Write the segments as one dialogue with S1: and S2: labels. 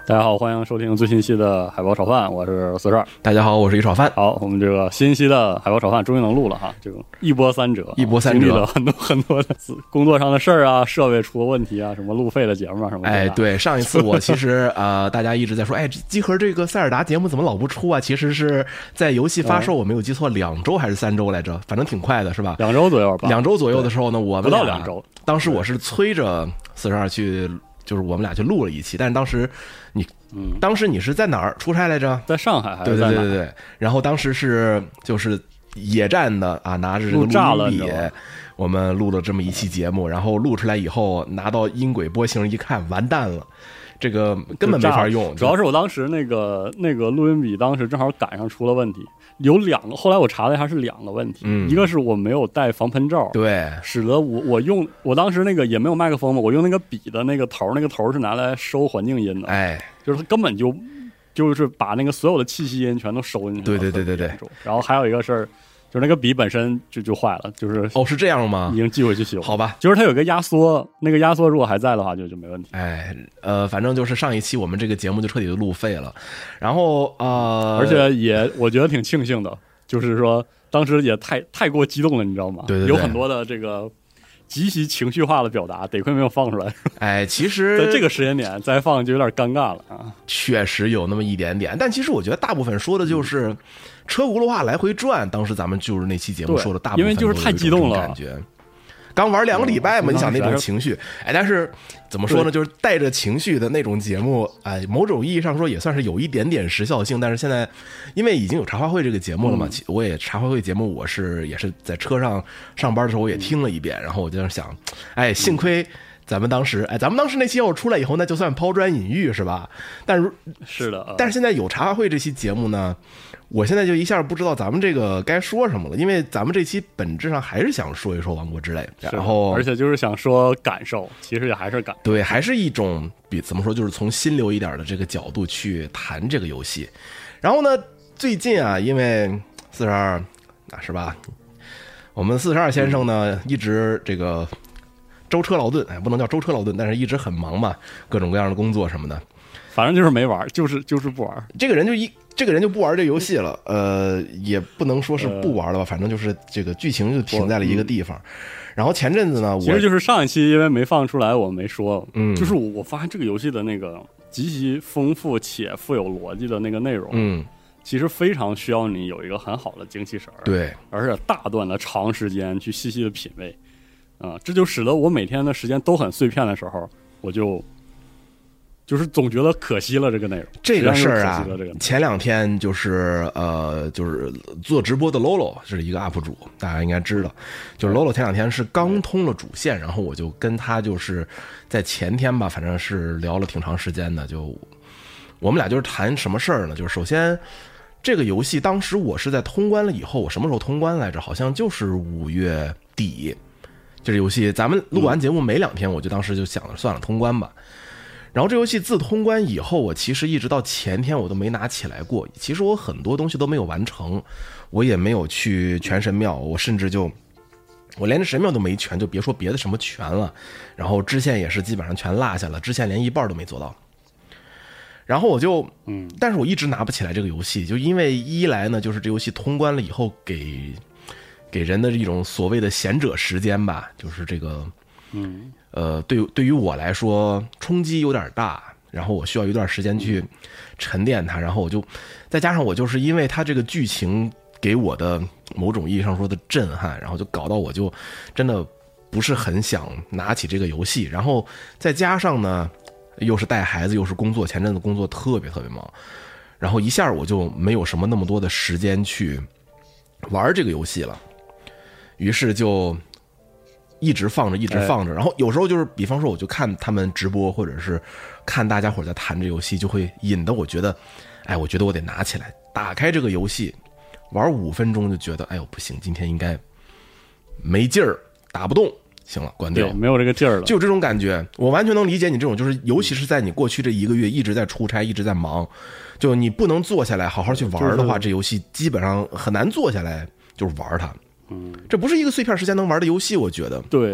S1: 大家好，欢迎收听最新期的海豹炒饭，我是42。
S2: 大家好，我是一炒饭。
S1: 好，我们这个新一期的海豹炒饭终于能录了哈，这个一波三折，经历了很多的工作上的事儿啊，设备出了问题啊，什么路费的节目啊什么的。
S2: 哎，对，上一次我其实大家一直在说，哎，集合这个塞尔达节目怎么老不出啊？其实是在游戏发售，我没有记错，2周还是3周来着，反正挺快的，是吧
S1: ？2周左右吧。
S2: 2周左右的时候呢，我们
S1: 不到2周，
S2: 当时我是催着42去。就是我们俩去录了一期，但是当时你是在哪儿出差来着？
S1: 在上海还是在哪？
S2: 对。然后当时是就是野战的啊，拿着这个录音笔，我们录了这么一期节目，然后录出来以后拿到音轨波形一看，完蛋了。这个根本没法用，
S1: 主要是我当时那个录音笔当时正好赶上出了问题，有2个，后来我查了一下是2个问题，一个是我没有带防喷罩，
S2: 对，
S1: 使得我当时那个也没有麦克风嘛，我用那个笔的那个头是拿来收环境音的，
S2: 哎，
S1: 就是它根本就是把那个所有的气息音全都收进去了，
S2: 对。
S1: 然后还有一个事儿。就是那个笔本身就坏了，就是
S2: 是这样吗？
S1: 已经寄回去修，
S2: 好吧。
S1: 就是它有个压缩，那个压缩如果还在的话就没问题。
S2: 哎，反正就是上一期我们这个节目就彻底就路废了，然后
S1: 而且也我觉得挺庆幸的，就是说当时也太过激动了，你知道吗？
S2: 对，
S1: 有很多的这个极其情绪化的表达，得亏没有放出来。
S2: 哎，其实
S1: 在这个时间点再放就有点尴尬了啊。
S2: 确实有那么一点点，但其实我觉得大部分说的就是车轱辘话来回转。当时咱们就是那期节目说的大部分，
S1: 因为就是太激动了，
S2: 感觉刚玩2个礼拜嘛，你想那种情绪，哎，但是怎么说呢，就是带着情绪的那种节目，哎，某种意义上说也算是有一点点时效性。但是现在因为已经有茶话会这个节目了嘛，我也茶话会节目也是在车上上班的时候我也听了一遍，然后我就在想，哎，幸亏咱们当时那期要是出来以后，那就算抛砖引玉是吧？
S1: 是的，
S2: 但是现在有茶话会这期节目呢，我现在就一下不知道咱们这个该说什么了，因为咱们这期本质上还是想说一说王国之泪，然后
S1: 而且就是想说感受，其实也还是感受，
S2: 对，还是一种怎么说，就是从心流一点的这个角度去谈这个游戏。然后呢，最近啊，因为42是吧，我们42先生呢一直这个舟车劳顿，哎，不能叫舟车劳顿，但是一直很忙嘛，各种各样的工作什么的，
S1: 反正就是没玩，就是不玩。
S2: 这个人就不玩这游戏了，也不能说是不玩了吧，反正就是这个剧情就停在了一个地方。然后前阵子呢，
S1: 其实就是上一期因为没放出来，我没说，就是我发现这个游戏的那个极其丰富且富有逻辑的那个内容，其实非常需要你有一个很好的精气神，
S2: 对，
S1: 而且大段的长时间去细细的品味。这就使得我每天的时间都很碎片的时候，我就是总觉得可惜了这个内容。
S2: 这个事儿啊，前2天就是做直播的 Lolo 是一个 UP 主，大家应该知道。就是 Lolo 前2天是刚通了主线，然后我就跟他就是在前天吧，反正是聊了挺长时间的。就我们俩就是谈什么事儿呢？就是首先这个游戏当时我是在通关了以后，我什么时候通关来着？好像就是5月底。这游戏咱们录完节目没2天，我就当时就想了，算了，通关吧。然后这游戏自通关以后，我其实一直到前天我都没拿起来过。其实我很多东西都没有完成，我也没有去全神庙，我甚至我连这神庙都没全，就别说别的什么全了。然后支线也是基本上全落下了，支线连1半都没做到。然后我就但是我一直拿不起来这个游戏，就因为一来呢，就是这游戏通关了以后给人的一种所谓的闲者时间吧，就是这个对于我来说冲击有点大，然后我需要一段时间去沉淀它，然后我就再加上我就是因为它这个剧情给我的某种意义上说的震撼，然后就搞到我就真的不是很想拿起这个游戏，然后再加上呢又是带孩子又是工作，前阵子工作特别特别忙，然后一下我就没有什么那么多的时间去玩这个游戏了，于是就一直放着，然后有时候就是比方说我就看他们直播，或者是看大家伙在谈这游戏，就会引得我觉得，哎，我觉得我得拿起来，打开这个游戏玩5分钟就觉得，哎呦不行，今天应该没劲儿，打不动，行了，关掉，
S1: 对，没有这个劲儿了，
S2: 就这种感觉。我完全能理解你这种，就是尤其是在你过去这1个月一直在出差，一直在忙，就你不能坐下来好好去玩的话，这游戏基本上很难坐下来就是玩它。这不是一个碎片时间能玩的游戏，我觉得。
S1: 对，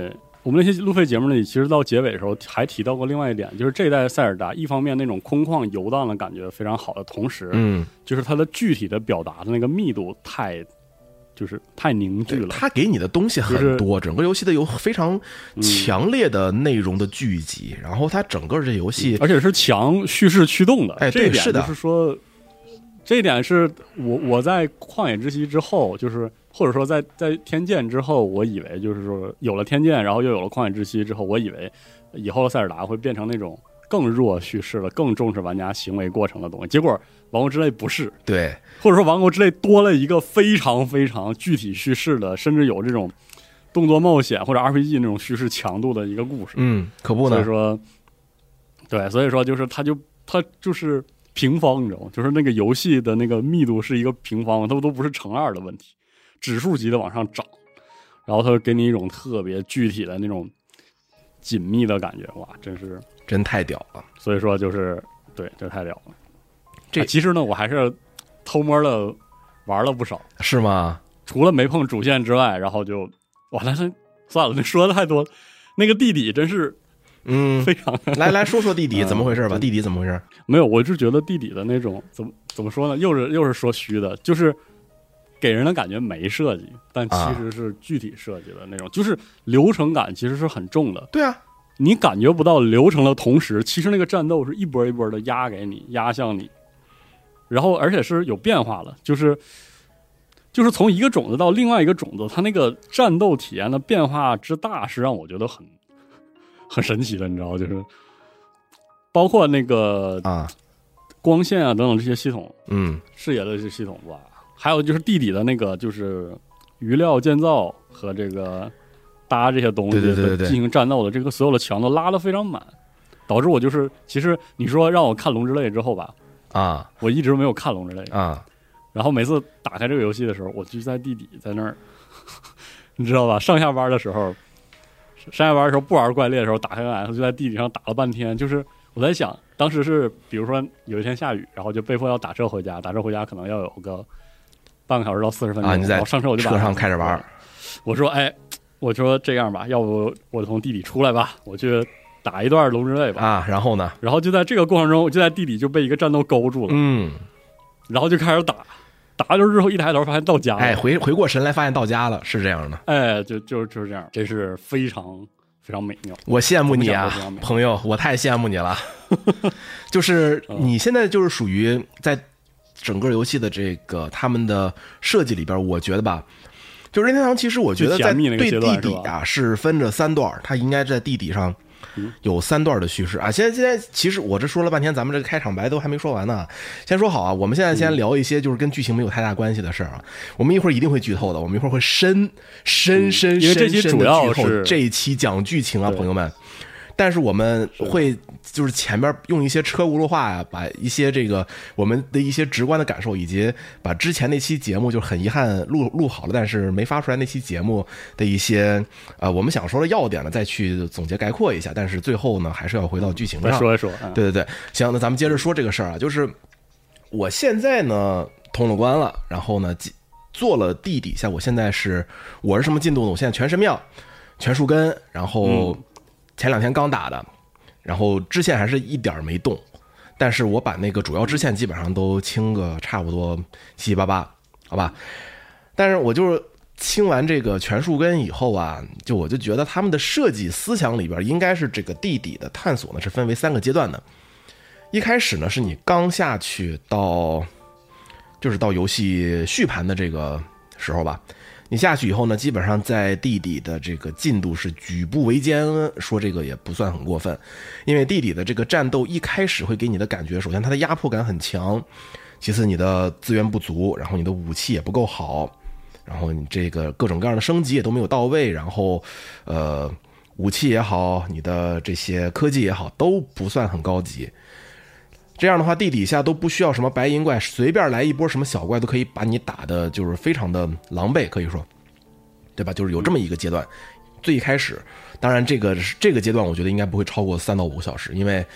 S1: 我们那些路费节目里，其实到结尾的时候还提到过另外一点，就是这一代塞尔达，一方面那种空旷游荡的感觉非常好的同时，就是它的具体的表达的那个密度太凝聚了，
S2: 它给你的东西很多，整个游戏的有非常强烈的内容的聚集，然后它整个这游戏，
S1: 而且是强叙事驱动的，这一点
S2: 是的，
S1: 就是说，这一点是我在旷野之息之后，就是或者说在天剑之后，我以为就是说有了天剑，然后又有了旷野之息之后，我以为以后的塞尔达会变成那种更弱叙事了，更重视玩家行为过程的东西。结果王国之泪不是，
S2: 对，
S1: 或者说王国之泪多了一个非常非常具体叙事的，甚至有这种动作冒险或者 RPG 那种叙事强度的一个故事。
S2: 可不呢。
S1: 所以说，对，所以说就是它就是平方，你知道吗？就是那个游戏的那个密度是一个平方，它都不是乘2的问题，指数级的往上涨，然后它给你一种特别具体的那种紧密的感觉，哇，真
S2: 太屌了。
S1: 所以说就是对，这太屌了。
S2: 其
S1: 实呢，我还是偷摸的玩了不少。
S2: 是吗？
S1: 除了没碰主线之外，然后就哇，那算了，那说的太多了。那个地底真是非常
S2: 来说说地底怎么回事吧。地底怎么回事？
S1: 没有，我就觉得地底的那种怎么说呢？又是说虚的，就是给人的感觉没设计，但其实是具体设计的那种，就是流程感其实是很重的。
S2: 对啊，
S1: 你感觉不到流程的同时，其实那个战斗是一波一波的压向你，然后而且是有变化了，就是从一个种子到另外一个种子，它那个战斗体验的变化之大，是让我觉得很神奇的，你知道，就是包括那个光线啊等等这些系统，视野的这些系统吧，还有就是地底的那个就是余料建造和这个搭这些东西进行战斗的这个所有的墙都拉得非常满，导致我就是其实你说让我看龙之泪之后吧，我一直没有看龙之泪然后每次打开这个游戏的时候，我就在地底在那儿你知道吧，上下班的时候不玩怪猎的时候打开 NS 就在地底上打了半天，就是我在想当时是比如说有一天下雨，然后就被迫要打车回家可能要有个半个小时到40分钟然后上车我就把
S2: 车上开着玩，
S1: 我说这样吧，要不我从地底出来吧，我去打一段龙之泪吧
S2: 然后呢，
S1: 然后就在这个过程中，我就在地底就被一个战斗勾住了然后就开始打了之后一抬头发现到家了，
S2: 回过神来发现到家了，是这样的，
S1: 就是这样，这是非常非常美妙。
S2: 我羡慕你啊，朋友，我太羡慕你了。就是你现在就是属于在整个游戏的这个他们的设计里边，我觉得吧，就任天堂其实我觉得在对地底是分着3段，它应该在地底上有3段的叙事啊。现在其实我这说了半天，咱们这个开场白都还没说完呢。先说好啊，我们现在先聊一些就是跟剧情没有太大关系的事儿啊。我们一会儿一定会剧透的，我们一会儿会深的剧透这一期讲剧情啊，朋友们。但是我们会就是前面用一些车轱辘话呀，把一些这个我们的一些直观的感受，以及把之前那期节目就很遗憾录好了，但是没发出来那期节目的一些我们想说的要点呢，再去总结概括一下。但是最后呢，还是要回到剧情上
S1: 说一说。
S2: 对，行，那咱们接着说这个事儿啊，就是我现在呢通了关了，然后呢做了地底下，我是什么进度呢？我现在全神庙、全树根，然后前2天刚打的，然后支线还是一点没动，但是我把那个主要支线基本上都清个差不多七七八八，好吧？但是我就是清完这个全树根以后啊，我就觉得他们的设计思想里边应该是这个地底的探索呢是分为3个阶段的。一开始呢是你刚下去到游戏续盘的这个时候吧。你下去以后呢，基本上在地底的这个进度是举步维艰，说这个也不算很过分，因为地底的这个战斗一开始会给你的感觉，首先它的压迫感很强，其次你的资源不足，然后你的武器也不够好，然后你这个各种各样的升级也都没有到位，然后武器也好，你的这些科技也好都不算很高级。这样的话，地底下都不需要什么白银怪，随便来一波什么小怪都可以把你打的就是非常的狼狈，可以说，对吧？就是有这么一个阶段。最一开始，当然这个阶段我觉得应该不会超过3到5个小时，因为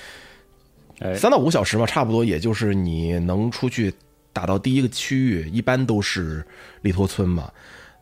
S2: 3到5小时嘛，差不多也就是你能出去打到第一个区域，一般都是利托村嘛。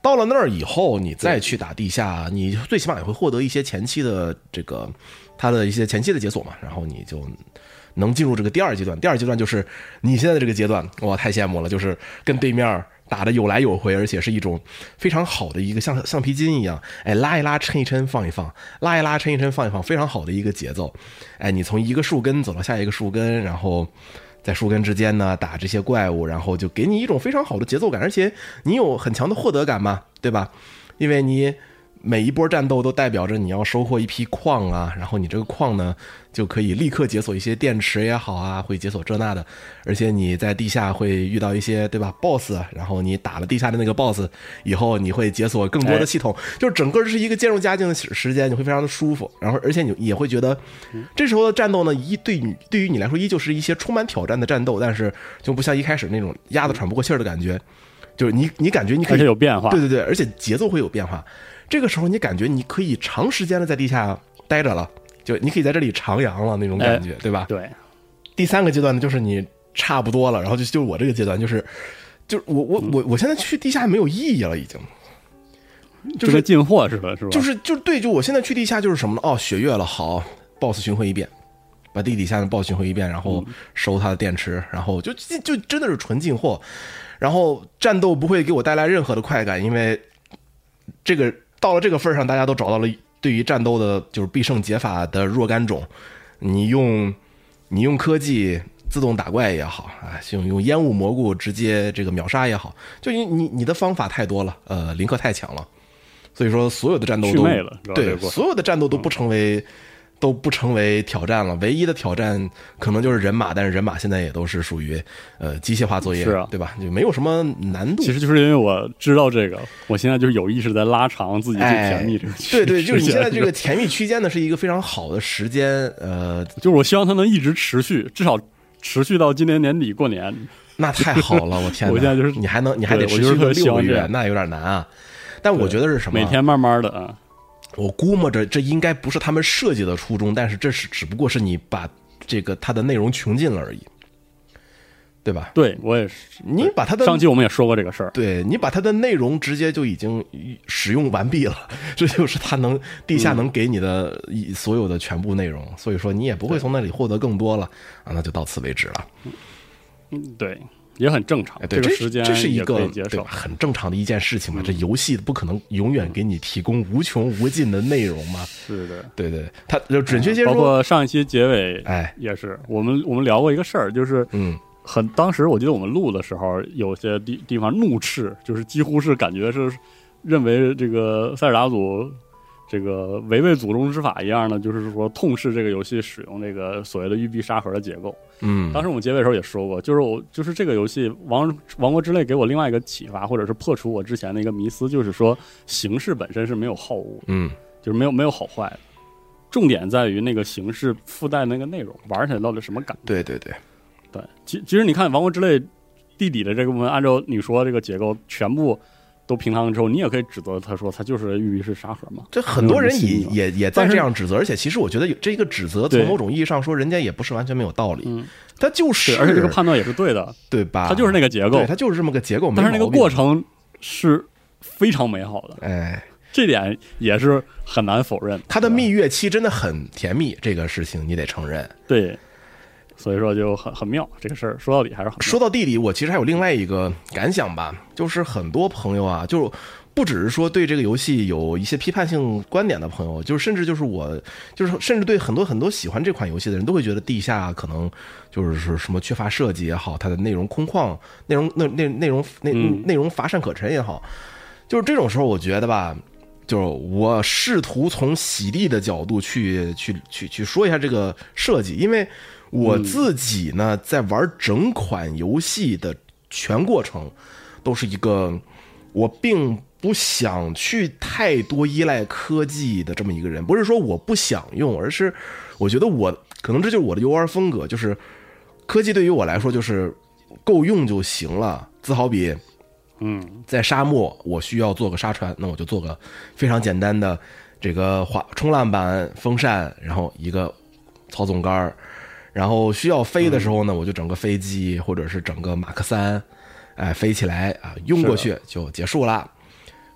S2: 到了那儿以后，你再去打地下，你最起码也会获得一些前期的这个它的一些前期的解锁嘛，然后你就能进入这个第二阶段。第二阶段就是你现在的这个阶段，哇，太羡慕了，就是跟对面打的有来有回，而且是一种非常好的一个像橡皮筋一样，哎，拉一拉，抻一抻，放一放，拉一拉，抻一抻，放一放，非常好的一个节奏。哎，你从一个树根走到下一个树根，然后在树根之间呢打这些怪物，然后就给你一种非常好的节奏感，而且你有很强的获得感嘛，对吧？因为你每一波战斗都代表着你要收获一批矿啊，然后你这个矿呢就可以立刻解锁一些电池也好啊，会解锁这那的，而且你在地下会遇到一些，对吧 BOSS， 然后你打了地下的那个 BOSS 以后，你会解锁更多的系统，就是整个是一个渐入佳境的时间，你会非常的舒服，然后而且你也会觉得这时候的战斗呢，对于你来说依旧是一些充满挑战的战斗，但是就不像一开始那种压得喘不过气儿的感觉，就是你感觉你可以，
S1: 而且有变化，
S2: 对对对，而且节奏会有变化。这个时候你感觉你可以长时间的在地下待着了，就你可以在这里徜徉了那种感觉，对吧？
S1: 对。
S2: 第三个阶段呢，就是你差不多了，然后就是我这个阶段，就是我现在去地下没有意义了，已经。就是
S1: 跟进货似的，是吧？
S2: 就我现在去地下就是什么呢？哦，血月了，好 ，BOSS 巡回一遍，把地底下的 BOSS 巡回一遍，然后收他的电池，然后就真的是纯进货，然后战斗不会给我带来任何的快感，因为这个到了这个份上，大家都找到了对于战斗的就是必胜解法的若干种，你用科技自动打怪也好啊，用烟雾蘑菇直接这个秒杀也好，就你的方法太多了，林克太强了，所以说所有的战斗都对，所有的战斗都不成为挑战了，唯一的挑战可能就是人马，但是人马现在也都是属于机械化作业，对吧？就没有什么难度。
S1: 其实就是因为我知道这个，我现在就是有意识在拉长自己最甜蜜这个区间。
S2: 对，就是你现在这个甜蜜区间呢是一个非常好的时间，
S1: 就是我希望它能一直持续，至少持续到今年年底过年。
S2: 那太好了，我天哪！
S1: 我现在就是
S2: 你还得持续个6个月，那有点难啊。但我觉得是什么？
S1: 每天慢慢的啊。
S2: 我估摸着这应该不是他们设计的初衷，但是这只不过是你把这个它的内容穷尽了而已，对吧？
S1: 对，我也是。
S2: 你把它的
S1: 上期我们也说过这个事儿，
S2: 对，你把它的内容直接就已经使用完毕了，这就是它地下能给你的所有的全部内容，所以说你也不会从那里获得更多了啊，那就到此为止了。
S1: 对。也很正常，
S2: 对，
S1: 这个时间
S2: 这是一个
S1: 对吧
S2: 很正常的一件事情嘛。这游戏不可能永远给你提供无穷无尽的内容嘛。
S1: 是的，
S2: 对，它就准确些说，
S1: 包括上一期结尾，也是我们聊过一个事儿，就是当时我记得我们录的时候，有些地方怒斥，就是几乎是感觉是认为这个塞尔达组这个违背祖宗之法一样的，就是说痛斥这个游戏使用这个所谓的育碧沙盒的结构。当时我们结尾的时候也说过，就是这个游戏王国之泪给我另外一个启发，或者是破除我之前的一个迷思，就是说形式本身是没有好恶，就是没有好坏的，重点在于那个形式附带那个内容，玩起来到底什么感觉。
S2: 对，
S1: 其实你看王国之泪地底的这个部分，按照你说这个结构全部都平摊了之后，你也可以指责他说他就是育碧式沙盒嘛。
S2: 这很多人也在这样指责，而且其实我觉得这个指责从某种意义上说，人家也不是完全没有道理。他就是，
S1: 而且这个判断也是对的，
S2: 对吧？
S1: 他就是那个结构，
S2: 对，他就是这么个结构，
S1: 但是那个过程是非常美好的，这点也是很难否认。
S2: 他的蜜月期真的很甜蜜，这个事情你得承认。
S1: 对。所以说就很妙，这个事儿说到底还是很妙。
S2: 说到地理，我其实还有另外一个感想吧，就是很多朋友啊，就不只是说对这个游戏有一些批判性观点的朋友，就是甚至甚至对很多喜欢这款游戏的人都会觉得地下可能就是什么缺乏设计也好，它的内容空旷，内容乏善可陈也好，就是这种时候，我觉得吧。就是我试图从洗地的角度去说一下这个设计，因为我自己呢在玩整款游戏的全过程都是一个我并不想去太多依赖科技的这么一个人，不是说我不想用，而是我觉得可能这就是我的游玩风格，就是科技对于我来说就是够用就行了，自好比在沙漠我需要做个沙船，那我就做个非常简单的这个冲浪板、风扇，然后一个操纵杆，然后需要飞的时候呢，我就整个飞机或者是整个马克3，飞起来啊，用过去就结束了。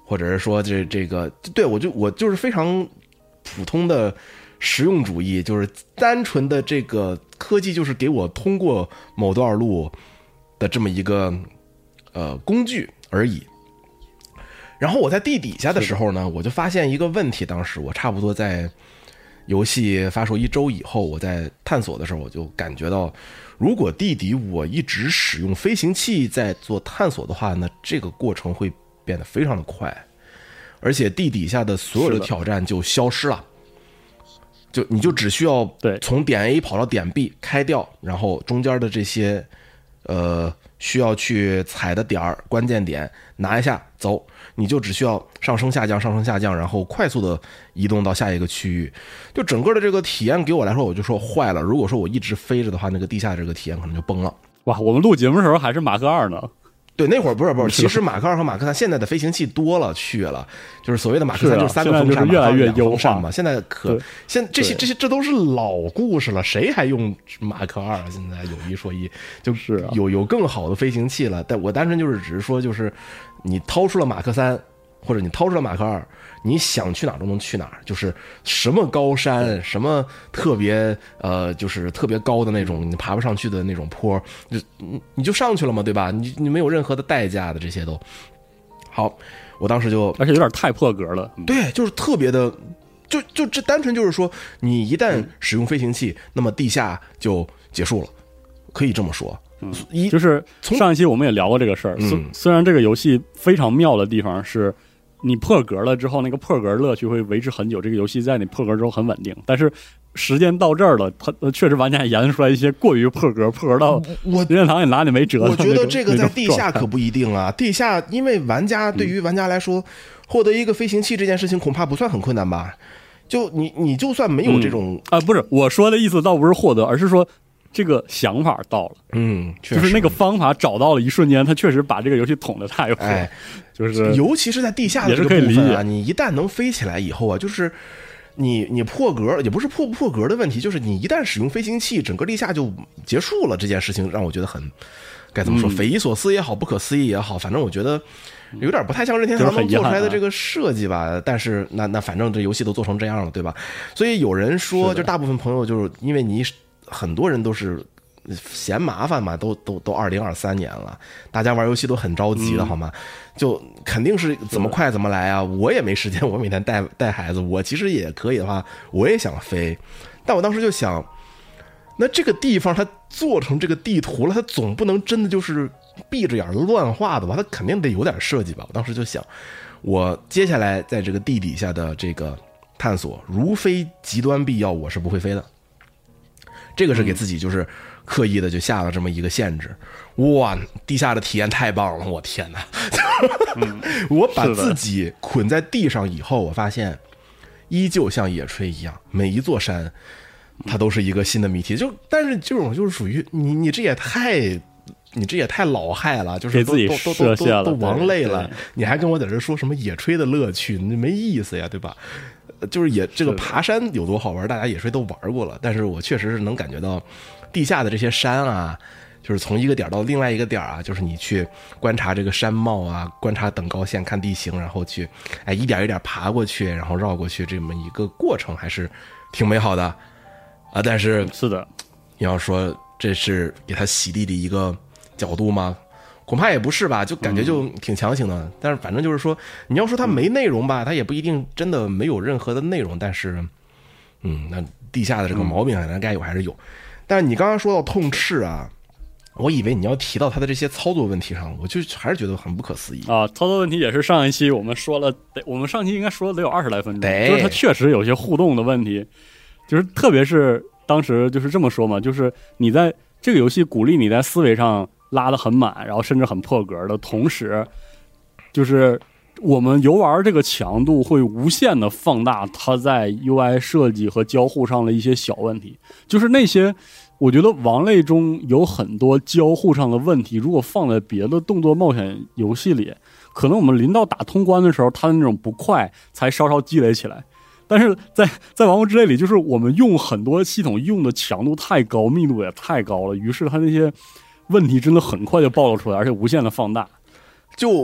S2: 或者是说这个，对我就是非常普通的实用主义，就是单纯的这个科技就是给我通过某段路的这么一个工具而已。然后我在地底下的时候呢，我就发现一个问题，当时我差不多在游戏发售1周以后，我在探索的时候，我就感觉到，如果地底我一直使用飞行器在做探索的话，那这个过程会变得非常的快，而且地底下的所有的挑战就消失了，你就只需要从点 A 跑到点 B 开掉，然后中间的这些需要去踩的点儿关键点拿一下走，你就只需要上升下降上升下降，然后快速的移动到下一个区域。就整个的这个体验给我来说，我就说坏了，如果说我一直飞着的话，那个地下这个体验可能就崩了。
S1: 哇，我们录节目的时候还是马克2呢。
S2: 对，那会儿不是，其实马克2和马克3现在的飞行器多了去了，就是所谓的马克3就是3个风扇，
S1: 越来越优化
S2: 嘛。现在这都是老故事了，谁还用马克2？现在有一说一，就是有更好的飞行器了。但我单纯就是只是说，就是你掏出了马克3，或者你掏出了马克2，你想去哪儿都能去哪儿，就是什么高山，什么特别就是特别高的那种你爬不上去的那种坡，你就上去了嘛，对吧？你没有任何的代价的，这些都好。我当时就
S1: 而且有点太破格了，
S2: 对，就是特别的，就这单纯就是说，你一旦使用飞行器，那么地下就结束了，可以这么说。
S1: 就是上一期我们也聊过这个事儿。虽然这个游戏非常妙的地方是，你破格了之后，那个破格乐趣会维持很久。这个游戏在你破格之后很稳定，但是时间到这儿了，它确实玩家也研究出来一些过于破格到任天堂也拿你没辙。
S2: 我觉得这个在地下可不一定啊，地下因为对于玩家来说，获得一个飞行器这件事情恐怕不算很困难吧？就你就算没有这种
S1: 不是我说的意思，倒不是获得，而是说。这个想法到了，就是那个方法找到了，一瞬间，他确实把这个游戏捅得太火，就是
S2: 尤其是在地下的这个部分啊，你一旦能飞起来以后啊，就是你破格也不是破不破格的问题，就是你一旦使用飞行器，整个地下就结束了。这件事情让我觉得很该怎么说，匪夷所思也好，不可思议也好，反正我觉得有点不太像任天堂能做出来的这个设计吧。但是那反正这游戏都做成这样了，对吧？所以有人说，就大部分朋友就是因为很多人都是嫌麻烦嘛，都2023年了，大家玩游戏都很着急的好吗？就肯定是怎么快怎么来啊！我也没时间，我每天带孩子，我其实也可以的话，我也想飞。但我当时就想，那这个地方它做成这个地图了，它总不能真的就是闭着眼乱画的吧？它肯定得有点设计吧？我当时就想，我接下来在这个地底下的这个探索，如非极端必要，我是不会飞的。这个是给自己就是刻意的就下了这么一个限制。哇，地下的体验太棒了，我天哪！我把自己捆在地上以后，我发现依旧像野炊一样，每一座山它都是一个新的谜题。但是这种就是属于你这也太老害了，就是
S1: 给自己设限了，
S2: 都王累了，你还跟我在这说什么野炊的乐趣，那没意思呀，对吧？就是这个爬山有多好玩，大家野炊都玩过了，但是我确实是能感觉到地下的这些山啊，就是从一个点到另外一个点啊，就是你去观察这个山貌啊，观察等高线，看地形，然后去一点一点爬过去，然后绕过去，这么一个过程还是挺美好的啊。但是
S1: 是的，
S2: 你要说这是给他洗地的一个角度吗？恐怕也不是吧，就感觉就挺强行的。但是反正就是说，你要说它没内容吧，它也不一定真的没有任何的内容。但是，那地下的这个毛病该有还是有。但是你刚刚说到痛斥啊，我以为你要提到它的这些操作问题上，我就还是觉得很不可思议
S1: 啊。操作问题也是上一期我们说了，我们上期应该说了得有20来分钟，就是它确实有些互动的问题，就是特别是当时就是这么说嘛，就是你在这个游戏鼓励你在思维上拉得很满，然后甚至很破格的同时，就是我们游玩这个强度会无限的放大它在 UI 设计和交互上的一些小问题。就是那些我觉得王类中有很多交互上的问题，如果放在别的动作冒险游戏里，可能我们临到打通关的时候，它的那种不快才稍稍积累起来。但是在王国之泪里，就是我们用很多系统用的强度太高，密度也太高了，于是它那些问题真的很快就暴露出来，而且无限的放大。
S2: 就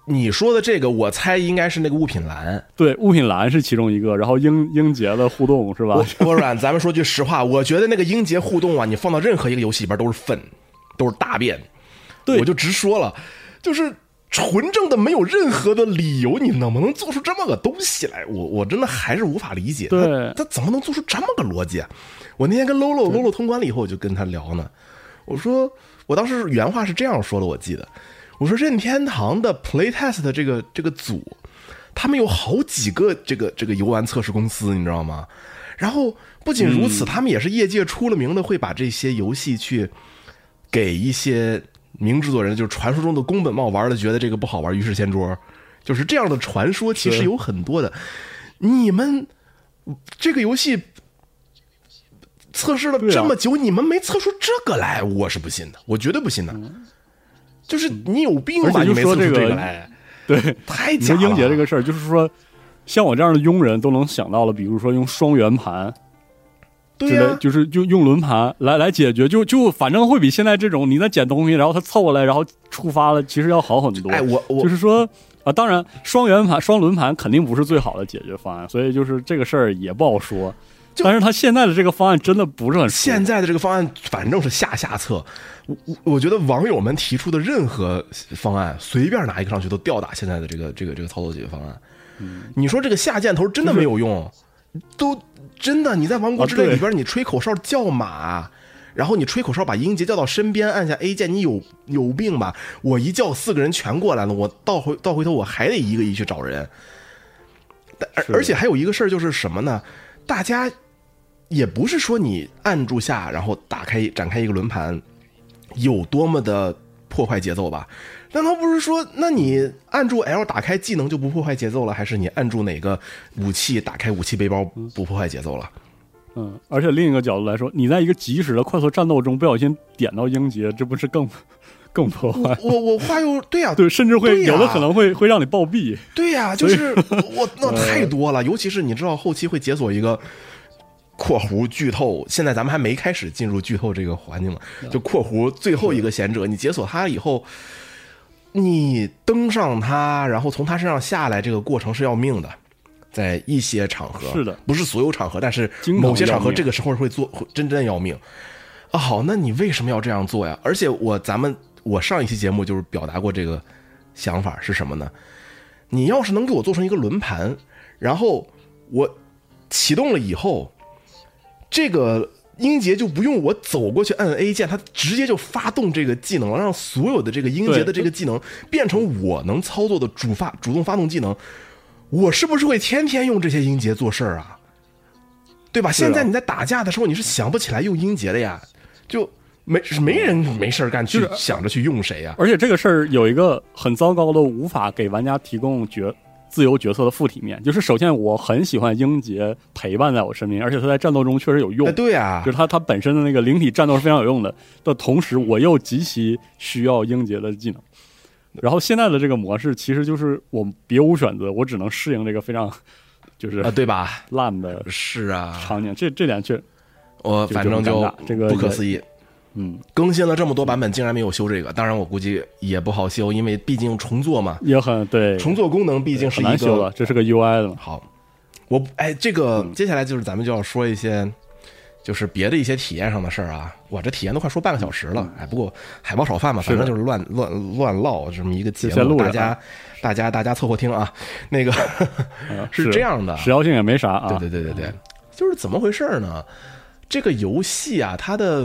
S2: 你说的这个，我猜应该是那个物品栏。
S1: 对，物品栏是其中一个，然后英杰的互动是吧？
S2: 微软，咱们说句实话，我觉得那个英杰互动啊，你放到任何一个游戏里边都是粪，都是大便。
S1: 对，
S2: 我就直说了，就是纯正的没有任何的理由，你能不能做出这么个东西来？我真的还是无法理解，
S1: 对，
S2: 他怎么能做出这么个逻辑啊？我那天跟 Lolo 通关了以后，我就跟他聊呢，我说我当时原话是这样说的，我记得。我说任天堂的 Playtest 的这个组，他们有好几个这个游玩测试公司，你知道吗？然后不仅如此，他们也是业界出了名的，会把这些游戏去给一些名制作人，就是传说中的宫本茂玩的，觉得这个不好玩，于是掀桌，就是这样的传说，其实有很多的。你们这个游戏测试了这么久，你们没测出这个来，我是不信的，我绝对不信的。就是你有病吧？你没测出这个来，
S1: 对，
S2: 太假了。
S1: 英杰这个事儿，就是说，像我这样的庸人都能想到了，比如说用双圆盘，
S2: 对呀、
S1: 就用轮盘来解决，就反正会比现在这种你在捡东西，然后它凑过来，然后触发了，其实要好很多。
S2: 哎，我
S1: 就是说啊，当然双圆盘、双轮盘肯定不是最好的解决方案，所以就是这个事儿也不好说。但是他现在的这个方案真的不是很，
S2: 现在的这个方案反正是下策。我觉得网友们提出的任何方案，随便拿一个上去都吊打现在的这个操作解决方案。你说这个下箭头真的没有用，都真的你在王国之泪里边，你吹口哨叫马，然后你吹口哨把英杰叫到身边，按下 A 键，你有病吧？我一叫4个人全过来了，我倒回头我还得一个一去找人。而且还有一个事儿就是什么呢？大家也不是说你按住下然后展开一个轮盘有多么的破坏节奏吧？难道不是说那你按住 L 打开技能就不破坏节奏了，还是你按住哪个武器打开武器背包不破坏节奏了？
S1: 而且另一个角度来说，你在一个即时的快速战斗中不小心点到英杰，这不是更破坏？
S2: 我话又对呀、
S1: 对，甚至会有的可能会让你暴毙。
S2: 对呀、就是那太多了，尤其是你知道后期会解锁一个括弧剧透，现在咱们还没开始进入剧透这个环境了，就括弧最后一个贤者，你解锁他以后，你登上他，然后从他身上下来，这个过程是要命的。在一些场合
S1: 是的，
S2: 不是所有场合，但是某些场合这个时候会真要命啊。好，那你为什么要这样做呀？而且我上一期节目就是表达过这个想法是什么呢？你要是能给我做成一个轮盘，然后我启动了以后，这个英杰就不用我走过去按 A 键，它直接就发动这个技能了，让所有的这个英杰的这个技能变成我能操作的主动发动技能。我是不是会天天用这些英杰做事儿啊？对吧？现在你在打架的时候，你是想不起来用英杰的呀，就没人没事干去想着去用谁呀。
S1: 而且这个事儿有一个很糟糕的无法给玩家提供自由角色的附体面，就是首先我很喜欢英杰陪伴在我身边，而且他在战斗中确实有用。
S2: 对呀，
S1: 就是他本身的那个灵体战斗是非常有用的同时，我又极其需要英杰的技能。然后现在的这个模式其实就是我别无选择，我只能适应这个非常就是
S2: 对吧
S1: 烂的
S2: 是啊
S1: 场景。这点确
S2: 我反正就
S1: 这个
S2: 不可思议。更新了这么多版本，竟然没有修这个，当然我估计也不好修，因为毕竟重做嘛，
S1: 也很对，
S2: 重做功能毕竟是一个
S1: 难修了，这是个 UI 的嘛。
S2: 好，这个接下来就是咱们就要说一些就是别的一些体验上的事儿啊。我这体验都快说半个小时了，不过海豹炒饭嘛，反正就是乱唠这么一个节目，大家凑合听啊。那个是这样的，
S1: 时效性也没啥啊。
S2: 对，就是怎么回事呢？这个游戏啊，它的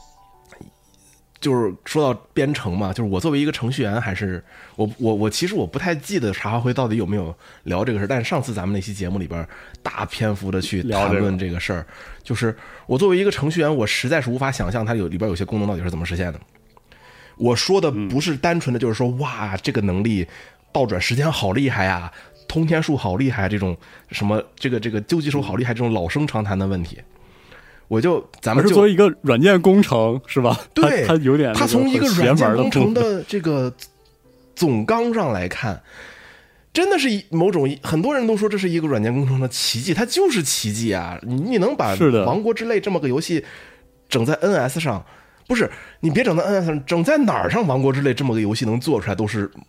S2: 就是说到编程嘛，就是我作为一个程序员，还是我其实我不太记得茶话会到底有没有聊这个事儿，但是上次咱们那期节目里边大篇幅的去谈论这个事儿，就是我作为一个程序员，我实在是无法想象它里边有些功能到底是怎么实现的。我说的不是单纯的就是说哇这个能力倒转时间好厉害啊，通天术好厉害，这种什么这个究极手好厉害这种老生常谈的问题。咱们就
S1: 作为一个软件工程是吧？
S2: 对，
S1: 它有点，
S2: 它从一个软件工程的这个总纲上来看，真的是某种很多人都说这是一个软件工程的奇迹，它就是奇迹啊！你能把《王国之泪》这么个游戏整在 NS 上，不是你别整在 NS 上，整在哪儿上《王国之泪》这么个游戏能做出来都是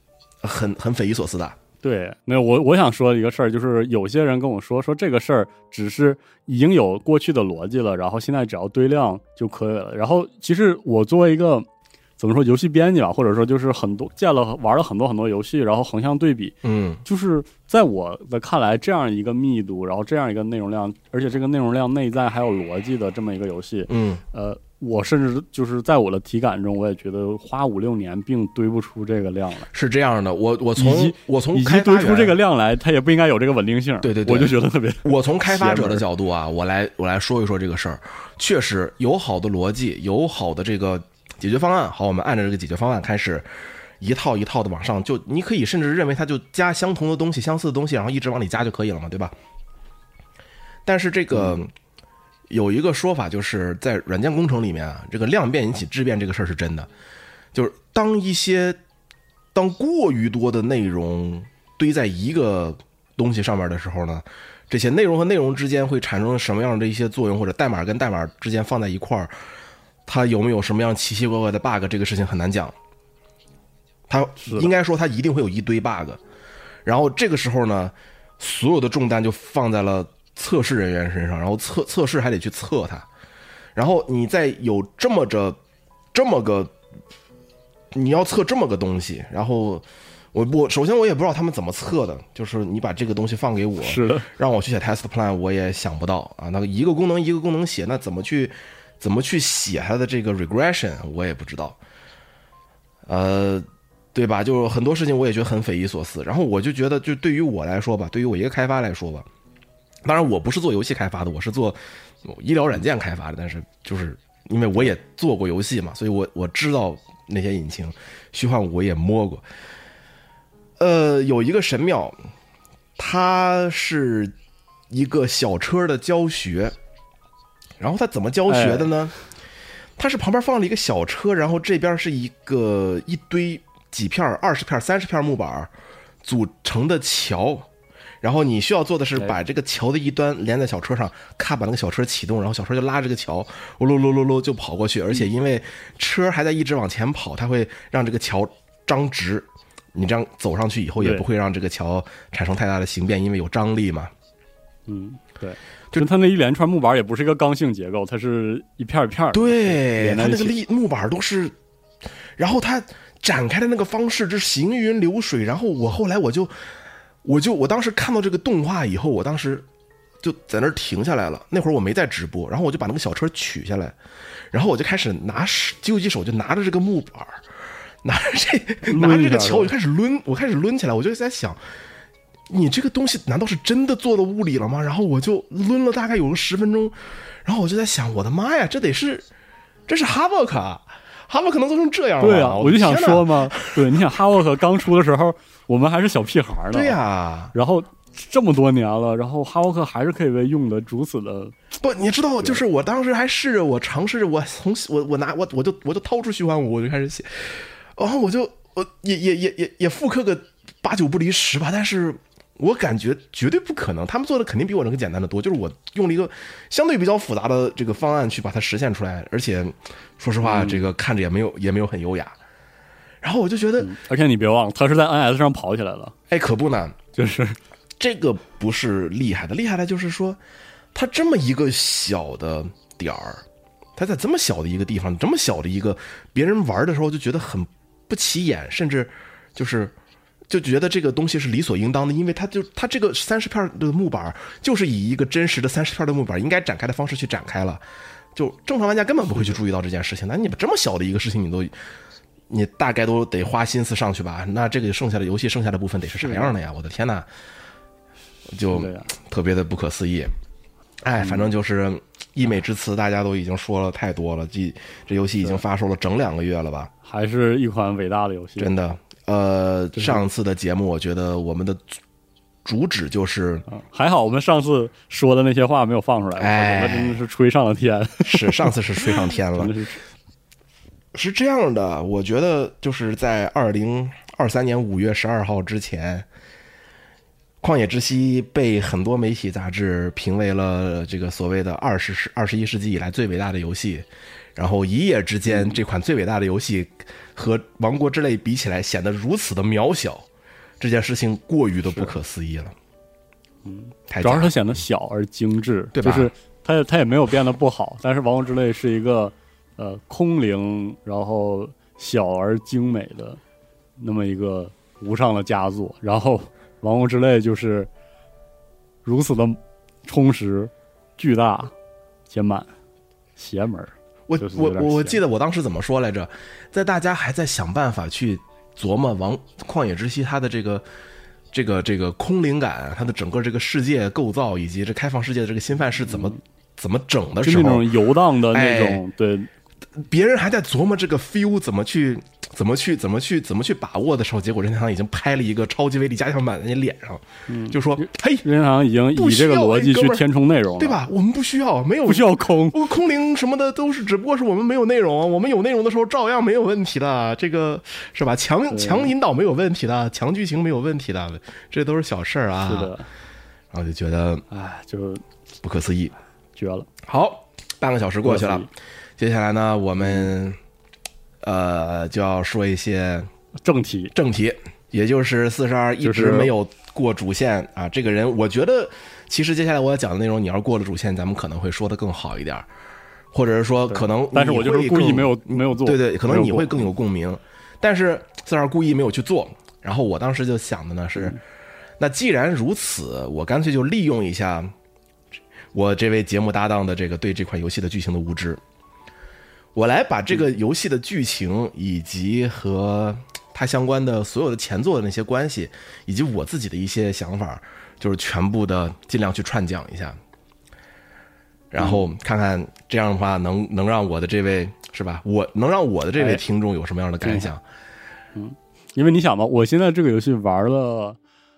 S2: 很匪夷所思的。
S1: 对，没有我想说的一个事儿，就是有些人跟我说这个事儿只是已经有过去的逻辑了，然后现在只要堆量就可以了。然后其实我作为一个怎么说游戏编辑吧，或者说就是玩了很多游戏，然后横向对比，就是在我的看来，这样一个密度，然后这样一个内容量，而且这个内容量内在还有逻辑的这么一个游戏，我甚至就是在我的体感中，我也觉得花5-6年并堆不出这个量来。
S2: 是这样的，我从
S1: 开发堆出这个量来，它也不应该有这个稳定性。
S2: 对，
S1: 我就觉得特别。
S2: 我从开发者的角度啊，我来说一说这个事儿。确实有好的逻辑，有好的这个解决方案。好，我们按照这个解决方案开始一套一套的往上，就你可以甚至认为它就加相同的东西、相似的东西，然后一直往里加就可以了嘛，对吧？但是这个。有一个说法，就是在软件工程里面啊，这个量变引起质变这个事儿是真的。就是当过于多的内容堆在一个东西上面的时候呢，这些内容和内容之间会产生什么样的一些作用，或者代码跟代码之间放在一块儿，它有没有什么样奇奇怪怪的 bug， 这个事情很难讲。它应该说它一定会有一堆 bug， 然后这个时候呢，所有的重担就放在了测试人员身上，然后测试还得去测它，然后你再有这么个你要测这么个东西，然后我首先我也不知道他们怎么测的，就是你把这个东西放给我，
S1: 是的，让
S2: 我去写 test plan， 我也想不到啊，那个一个功能一个功能写，那怎么去写它的这个 regression， 我也不知道，对吧？就很多事情我也觉得很匪夷所思，然后我就觉得，就对于我来说吧，对于我一个开发来说吧。当然我不是做游戏开发的，我是做医疗软件开发的，但是就是因为我也做过游戏嘛，所以我知道那些引擎，虚幻我也摸过。有一个神庙，它是一个小车的教学，然后它怎么教学的呢？它是旁边放了一个小车，然后这边是一堆几片20片30片木板组成的桥。然后你需要做的是把这个桥的一端连在小车上，咔把那个小车启动，然后小车就拉这个桥，噜就跑过去。而且因为车还在一直往前跑，它会让这个桥张直，你这样走上去以后也不会让这个桥产生太大的形变，因为有张力嘛。
S1: 对，就它那一连串木板也不是一个刚性结构，它是一片一片的。
S2: 对，它那个木板都是，然后它展开的那个方式就是行云流水。然后我当时看到这个动画以后，我当时就在那儿停下来了。那会儿我没在直播，然后我就把那个小车取下来，然后我就开始究极手就拿着这个木板，拿着这个桥，我就开始抡起来。我就在想，你这个东西难道是真的做的物理了吗？然后我就抡了大概有个10分钟，然后我就在想，我的妈呀，这是哈沃克啊！哈沃克能做成这样吗？
S1: 对啊，我就想说嘛，对，你想哈沃克刚出的时候，我们还是小屁孩呢。
S2: 对呀，
S1: 然后这么多年了，然后哈沃克还是可以被用的如此的
S2: 不，你知道，就是我当时还尝试着，我就掏出虚幻五，我就开始写，然后我也复刻个8、9不离10吧，但是我感觉绝对不可能，他们做的肯定比我那个简单的多，就是我用了一个相对比较复杂的这个方案去把它实现出来，而且说实话，这个看着也没有很优雅。然后我就觉得，
S1: 而且你别忘了，他是在 NS 上跑起来了。
S2: 哎，可不呢，
S1: 就是
S2: 这个不是厉害的，厉害的就是说，他这么一个小的点儿，他在这么小的一个地方，这么小的一个，别人玩的时候就觉得很不起眼，甚至就觉得这个东西是理所应当的，因为它这个30片的木板就是以一个真实的30片的木板应该展开的方式去展开了，就正常玩家根本不会去注意到这件事情。那你把这么小的一个事情你大概都得花心思上去吧？那这个游戏剩下的部分得是啥样的呀？我的天哪，就特别的不可思议。哎，反正就是溢美之词，大家都已经说了太多了。这游戏已经发售了整2个月了吧？
S1: 还是一款伟大的游戏，
S2: 真的。上次的节目，我觉得我们的主旨就是，
S1: 还好我们上次说的那些话没有放出来，我们真的是吹上了天。
S2: 是上次是吹上天了，是这样的。我觉得就是在2023年5月12号之前，《旷野之息》被很多媒体杂志评为了这个所谓的21世纪以来最伟大的游戏。然后一夜之间，这款最伟大的游戏和《王国之泪》比起来显得如此的渺小， 这件事情过于的不可思议了。
S1: 主要是它显得小而精致，
S2: 对吧？
S1: 就是它也没有变得不好，但是《王国之泪》是一个空灵然后小而精美的那么一个无上的佳作，然后《王国之泪》就是如此的充实、巨大且满、邪门。
S2: 我记得我当时怎么说来着？在大家还在想办法去琢磨旷野之息它的这个空灵感，它的整个这个世界构造以及这开放世界的这个新范式怎么整的时候，
S1: 就那种游荡的那种，对，
S2: 别人还在琢磨这个 feel 怎么去把握的时候，结果任天堂已经拍了一个超级威力加强版在你脸上，就说嘿，
S1: 任天堂已经以这个逻辑去填充内容了，
S2: 对吧？我们不需要空灵什么的都是，只不过是我们没有内容，我们有内容的时候照样没有问题的，这个是吧？强引导没有问题的，强剧情没有问题的，这都是小事儿啊。
S1: 是的，
S2: 然后就觉得
S1: 就
S2: 不可思议，
S1: 绝了。
S2: 好，半个小时过去了，接下来呢，我们就要说一些正题，也就是42一直没有过主线啊。这个人，我觉得其实接下来我要讲的内容，你要是过了主线，咱们可能会说的更好一点，或者是说可能，
S1: 但是我就是故意没有做，
S2: 对，可能你会更有共鸣。但是42故意没有去做，然后我当时就想的呢是，那既然如此，我干脆就利用一下我这位节目搭档的这个对这款游戏的剧情的无知。我来把这个游戏的剧情以及和它相关的所有的前作的那些关系，以及我自己的一些想法，就是全部的尽量去串讲一下，然后看看这样的话能让我的这位是吧？能让我的这位听众有什么样的感想？
S1: 因为你想吧，我现在这个游戏玩了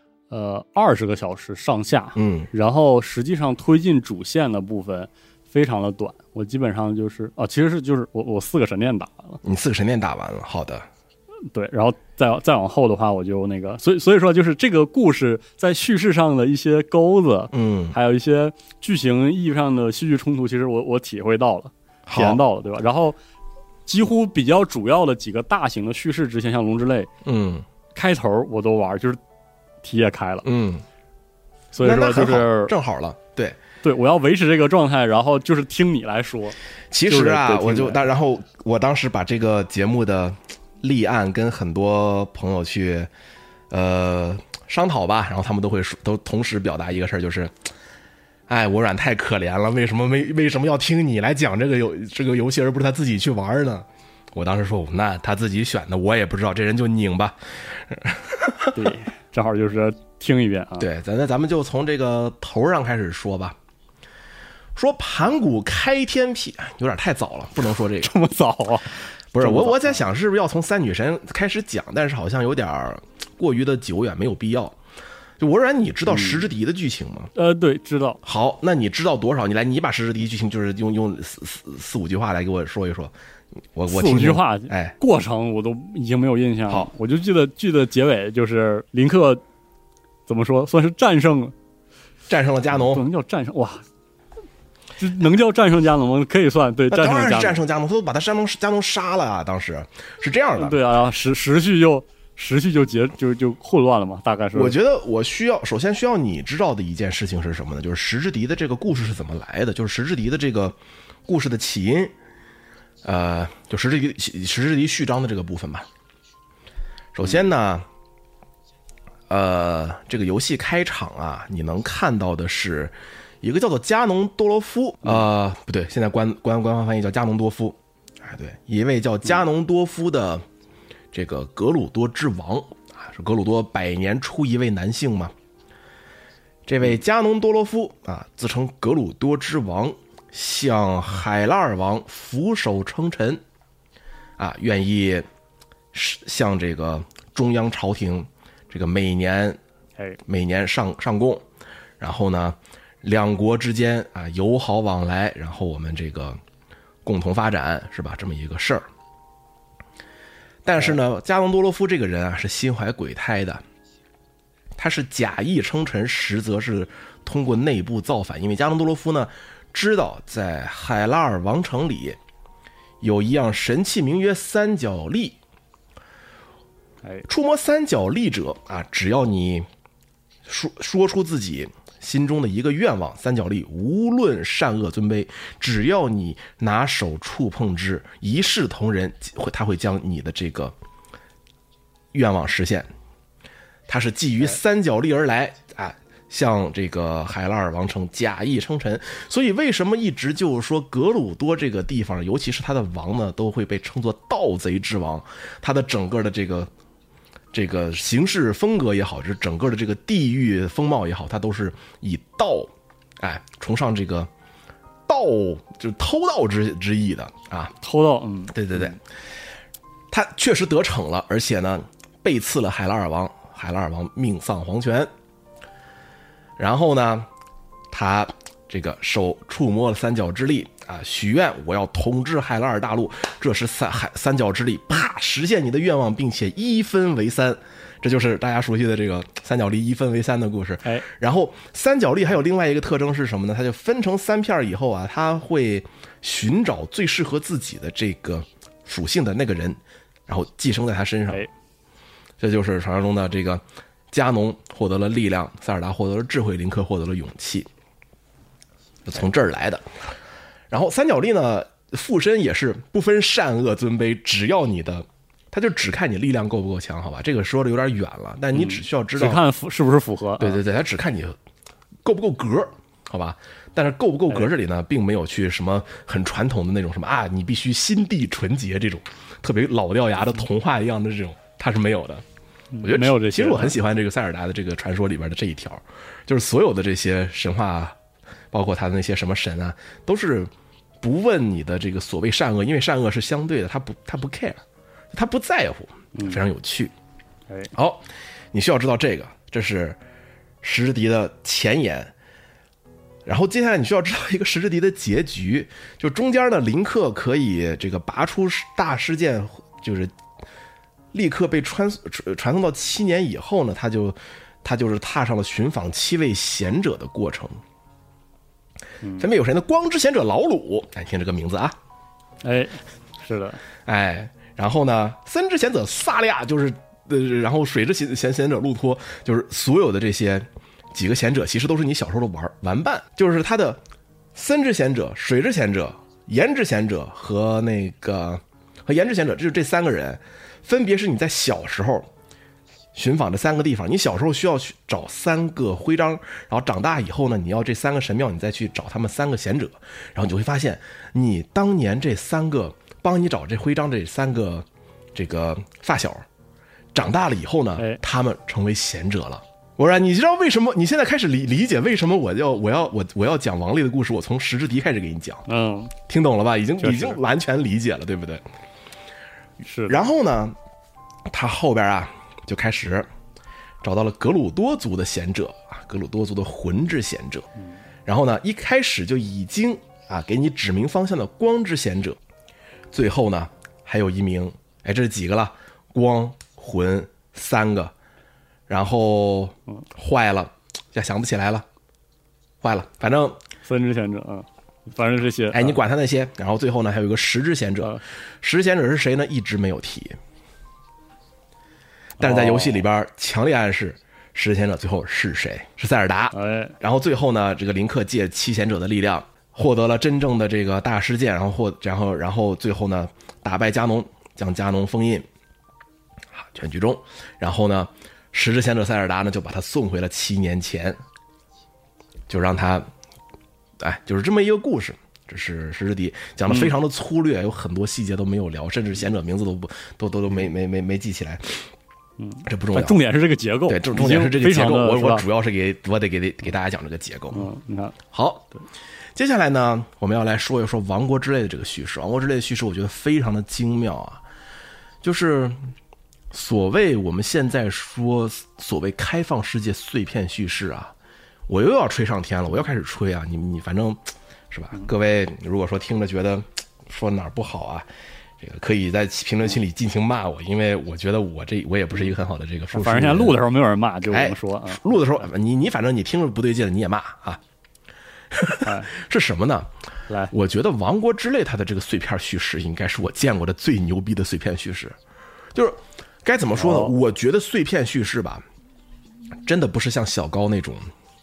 S1: 20个小时上下，然后实际上推进主线的部分非常的短，我基本上就是其实是就是我4个神殿打完了。
S2: 你4个神殿打完了，好的。
S1: 对，然后再往后的话，我就那个，所以说就是这个故事在叙事上的一些钩子，还有一些剧情意义上的戏剧冲突，其实我体验到了，对吧？然后几乎比较主要的几个大型的叙事支线，像《龙之泪》，开头我都玩，就是题也开了，所以说就是
S2: 正好了，
S1: 对，我要维持这个状态，然后就是听你来说。
S2: 其实啊，然后我当时把这个节目的立案跟很多朋友去商讨吧，然后他们都同时表达一个事儿，就是哎，微软太可怜了，为什么要听你来讲这个游戏，而不是他自己去玩呢？我当时说，那他自己选的，我也不知道，这人就拧吧。
S1: 对，正好就是听一遍啊。
S2: 对，咱们就从这个头上开始说吧。说盘古开天辟，有点太早了，不能说这个。
S1: 这么早啊？
S2: 不是，我在想是不是要从三女神开始讲，但是好像有点过于的久远，没有必要。就微软，你知道石之笛的剧情吗？
S1: 对，知道。
S2: 好，那你知道多少？你把石之笛剧情就是用4-5句话来给我说一说。我听
S1: 4-5句话，
S2: 哎，
S1: 过程我都已经没有印象了。
S2: 好，
S1: 我就记得剧的结尾就是林克怎么说，算是战胜了
S2: 加农，
S1: 不能叫战胜哇。能叫战胜加农吗？可以算，对，
S2: 当然是战胜加农，他都把他加农杀了啊！当时是这样的，
S1: 对啊，时序就混乱了嘛，大概是。
S2: 我觉得首先需要你知道的一件事情是什么呢？就是石之笛的这个故事是怎么来的，就是石之笛的这个故事的起因，就石之笛序章的这个部分吧。首先呢，这个游戏开场啊，你能看到的是一个叫做加农多罗夫，不对，现在官方翻译叫加农多夫，哎，对，一位叫加农多夫的这个格鲁多之王啊，是格鲁多100年出一位男性嘛。这位加农多罗夫啊，自称格鲁多之王，向海拉尔王俯首称臣，啊，愿意向这个中央朝廷这个每年上贡，然后呢，两国之间啊友好往来，然后我们这个共同发展，是吧？这么一个事儿。但是呢，加农多罗夫这个人啊是心怀鬼胎的，他是假意称臣，实则是通过内部造反。因为加农多罗夫呢知道在海拉尔王城里有一样神器，名曰三角力。 触摸三角力者啊，只要你说出自己心中的一个愿望，三角力无论善恶尊卑，只要你拿手触碰之，一视同仁，他会将你的这个愿望实现。他是基于三角力而来啊，向这个海拉尔王城假意称臣。所以为什么一直就是说格鲁多这个地方，尤其是他的王呢，都会被称作盗贼之王。他的整个的这个行事风格也好，就是整个的这个地域风貌也好，它都是以盗，崇尚这个盗，就是偷盗之意的啊，
S1: 偷盗，
S2: 对对对，他确实得逞了，而且呢，背刺了海拉尔王，海拉尔王命丧黄泉。然后呢，他这个手触摸了三角之力啊，许愿我要统治海拉尔大陆，这是三角之力，啪，实现你的愿望，并且一分为三，这就是大家熟悉的这个三角力一分为三的故事。然后三角力还有另外一个特征是什么呢？它就分成三片以后啊，它会寻找最适合自己的这个属性的那个人，然后寄生在他身上。这就是传说中的这个加农获得了力量，塞尔达获得了智慧，林克获得了勇气，从这儿来的。然后三角力呢，附身也是不分善恶尊卑，只要你的，他就只看你力量够不够强，好吧？这个说的有点远了，但你只需要知道，
S1: 只看是不是符合。
S2: 对对对，他只看你够不够格，好吧？但是够不够格这里呢，并没有去什么很传统的那种什么啊，你必须心地纯洁这种特别老掉牙的童话一样的这种，它是没有的。我觉得
S1: 没有这些。
S2: 其实我很喜欢这个塞尔达的这个传说里边的这一条，就是所有的这些神话，包括他的那些什么神啊，都是不问你的这个所谓善恶，因为善恶是相对的，他不 care， 他不在乎，非常有趣。好，你需要知道这个，这是石之笛的前言。然后接下来你需要知道一个石之笛的结局，就中间呢，林克可以这个拔出大事件，就是立刻被传送到7年以后呢，他就是踏上了寻访7位贤者的过程。分别有谁呢？光之贤者劳鲁，听这个名字啊，
S1: 是的，
S2: 然后呢，森之贤者萨利亚，就是然后水之贤者路托，就是所有的这些几个贤者，其实都是你小时候的玩伴，就是他的森之贤者、水之贤者、炎之贤者和炎之贤者，就是这3个人。分别是你在小时候寻访这3个地方，你小时候需要去找3个徽章，然后长大以后呢，你要这3个神庙，你再去找他们3个贤者，然后你就会发现，你当年这3个帮你找这徽章这3个这个发小，长大了以后呢，他们成为贤者了。我说，你知道为什么？你现在开始理解为什么我要讲王类的故事？我从石之笛开始给你讲，听懂了吧？已经完全理解了，对不对？
S1: 是。
S2: 然后呢，他后边啊就开始找到了格鲁多族的贤者啊，格鲁多族的魂之贤者。然后呢，一开始就已经给你指明方向的光之贤者。最后呢，还有一名，这是几个了？光、魂3个。然后坏了，想不起来了，坏了，反正
S1: 森之贤者啊。反正这些，
S2: 你管他那些。然后最后呢，还有一个石之贤者。石之贤者是谁呢？一直没有提。但是在游戏里边强烈暗示石之贤者最后是谁？是塞尔达。然后最后呢，这个林克借7贤者的力量，获得了真正的这个大事件，然后最后呢，打败加农，将加农封印，全剧终。然后呢，石之贤者塞尔达呢，就把他送回了7年前，就让他。就是这么一个故事。这是石之笛讲的非常的粗略，有很多细节都没有聊，甚至贤者名字都没记起来。这不重要，
S1: 重点是这个结构。
S2: 对，重点是这个结构。我主要是我得给大家讲这个结构。
S1: 你看，
S2: 好，接下来呢，我们要来说一说王国之泪的这个叙事。王国之泪的叙事，我觉得非常的精妙啊，就是所谓我们现在说所谓开放世界碎片叙事啊。我又要吹上天了，我要开始吹啊！你反正是吧？各位如果说听着觉得说哪儿不好啊，这个可以在评论区里尽情骂我，因为我觉得我也不是一个很好的这个说书人。
S1: 反正现在录的时候没有人骂，就我们说啊。
S2: 录的时候你反正你听着不对劲了，你也骂啊。是什么呢？
S1: 来，
S2: 我觉得《王国之泪》它的这个碎片叙事应该是我见过的最牛逼的碎片叙事，就是该怎么说呢？我觉得碎片叙事吧，真的不是像小高那种，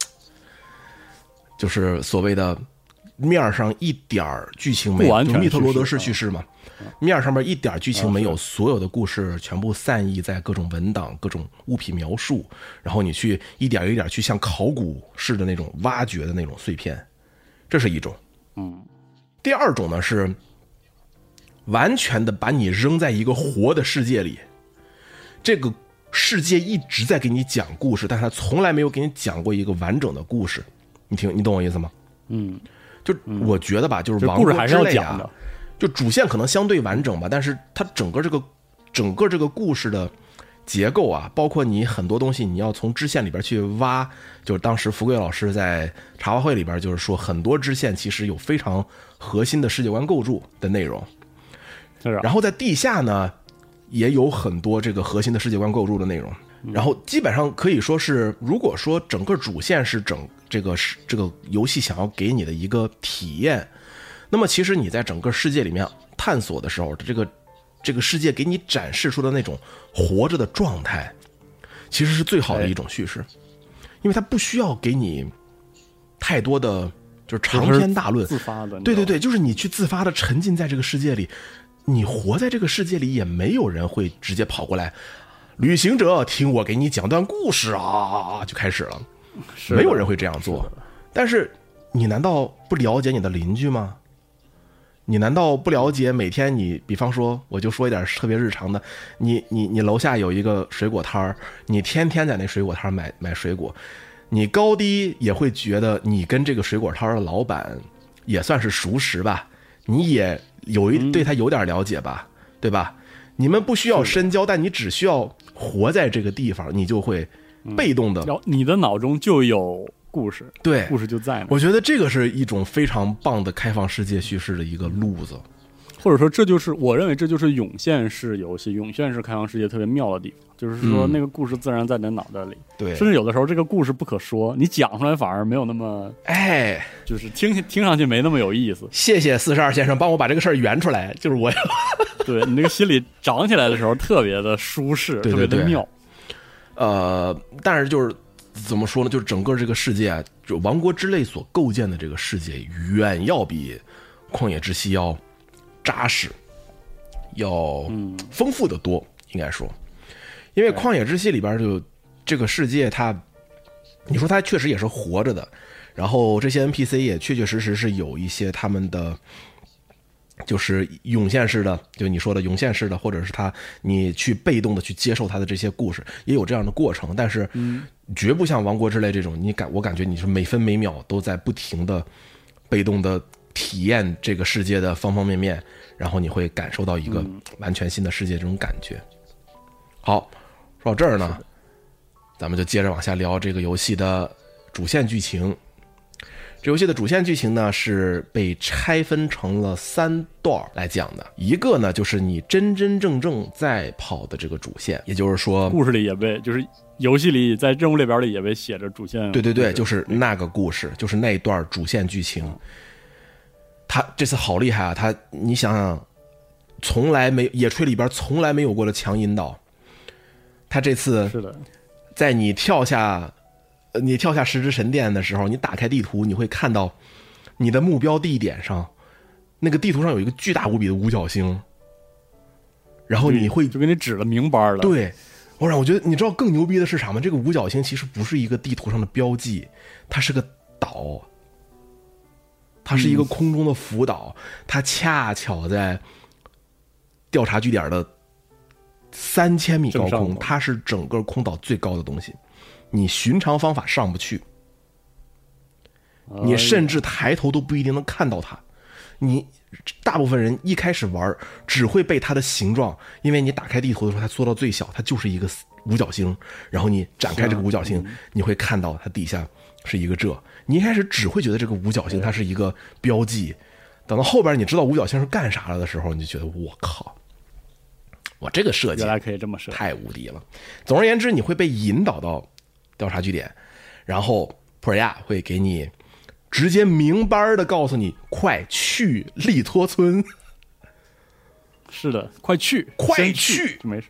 S2: 就是所谓的面上一点剧情没有，就密特罗德式叙事嘛，面上面一点剧情没有，所有的故事全部散佚在各种文档、各种物品描述，然后你去一点一点去像考古式的那种挖掘的那种碎片，这是一种。第二种呢是完全的把你扔在一个活的世界里，这个世界一直在给你讲故事，但他从来没有给你讲过一个完整的故事。你懂我意思吗？就我觉得吧，就是王国之泪啊，就主线可能相对完整吧，但是它整个这个故事的结构啊，包括你很多东西你要从支线里边去挖，就是当时福贵老师在茶话会里边就是说，很多支线其实有非常核心的世界观构筑的内容，然后在地下呢也有很多这个核心的世界观构筑的内容，然后基本上可以说是，如果说整个主线是这个游戏想要给你的一个体验，那么其实你在整个世界里面探索的时候，这个世界给你展示出的那种活着的状态，其实是最好的一种叙事，因为它不需要给你太多的就是长篇大论，
S1: 自发的，
S2: 对，就是你去自发的沉浸在这个世界里，你活在这个世界里，也没有人会直接跑过来，旅行者听我给你讲段故事啊，就开始了，没有人会这样做。但是你难道不了解你的邻居吗？你难道不了解每天你，比方说我就说一点特别日常的，你楼下有一个水果摊儿，你天天在那水果摊儿买水果，你高低也会觉得你跟这个水果摊的老板也算是熟识吧，你也对他有点了解吧，对吧？你们不需要深交，但你只需要活在这个地方，你就会被动的，
S1: 你的脑中就有故事，
S2: 对，
S1: 故事就在那。
S2: 我觉得这个是一种非常棒的开放世界叙事的一个路子，
S1: 或者说我认为这就是涌现式游戏、涌现式开放世界特别妙的地方，就是说那个故事自然在你的脑袋里，
S2: 对，
S1: 甚至有的时候这个故事不可说，你讲出来反而没有那么，就是听上去没那么有意思。
S2: 谢谢42先生帮我把这个事儿圆出来，就是我要
S1: 对你那个心里长起来的时候特别的舒适，
S2: 对
S1: 特别的妙。
S2: 但是就是怎么说呢？就是整个这个世界啊，就王国之泪所构建的这个世界，远要比旷野之息要扎实，要丰富的多，应该说，因为旷野之息里边就这个世界它，你说它确实也是活着的，然后这些 NPC 也确确实实是有一些他们的。就是涌现式的，就你说的涌现式的，或者是你去被动的去接受它的这些故事，也有这样的过程，但是绝不像王国之泪这种，我感觉你是每分每秒都在不停的被动的体验这个世界的方方面面，然后你会感受到一个完全新的世界这种感觉。好，说到这儿呢，咱们就接着往下聊这个游戏的主线剧情。这游戏的主线剧情呢是被拆分成了3段来讲的，一个呢就是你真真正正在跑的这个主线，也就是说
S1: 故事里也被，就是游戏里在任务列表里也被写着主线，
S2: 对，就是那个故事，就是那一段主线剧情。他这次好厉害啊，你想想，从来没野炊里边从来没有过的强引导，他这次
S1: 是的，
S2: 在你跳下石之神殿的时候，你打开地图，你会看到你的目标地点上，那个地图上有一个巨大无比的五角星，然后你会
S1: 就给你指了明白了。
S2: 对，我觉得你知道更牛逼的是啥吗？这个五角星其实不是一个地图上的标记，它是个岛，它是一个空中的浮岛，它恰巧在调查据点的3000米高空，它是整个空岛最高的东西。你寻常方法上不去，你甚至抬头都不一定能看到它。你大部分人一开始玩只会被它的形状，因为你打开地图的时候它缩到最小，它就是一个五角星，然后你展开这个五角星，你会看到它底下是一个你一开始只会觉得这个五角星它是一个标记，等到后边你知道五角星是干啥了的时候，你就觉得我靠，我这个设计
S1: 原来可以这么设计，
S2: 太无敌了。总而言之，你会被引导到调查据点，然后普尔亚会给你直接明白的告诉你，快去利托村。
S1: 是的，快去，
S2: 快
S1: 去，没事。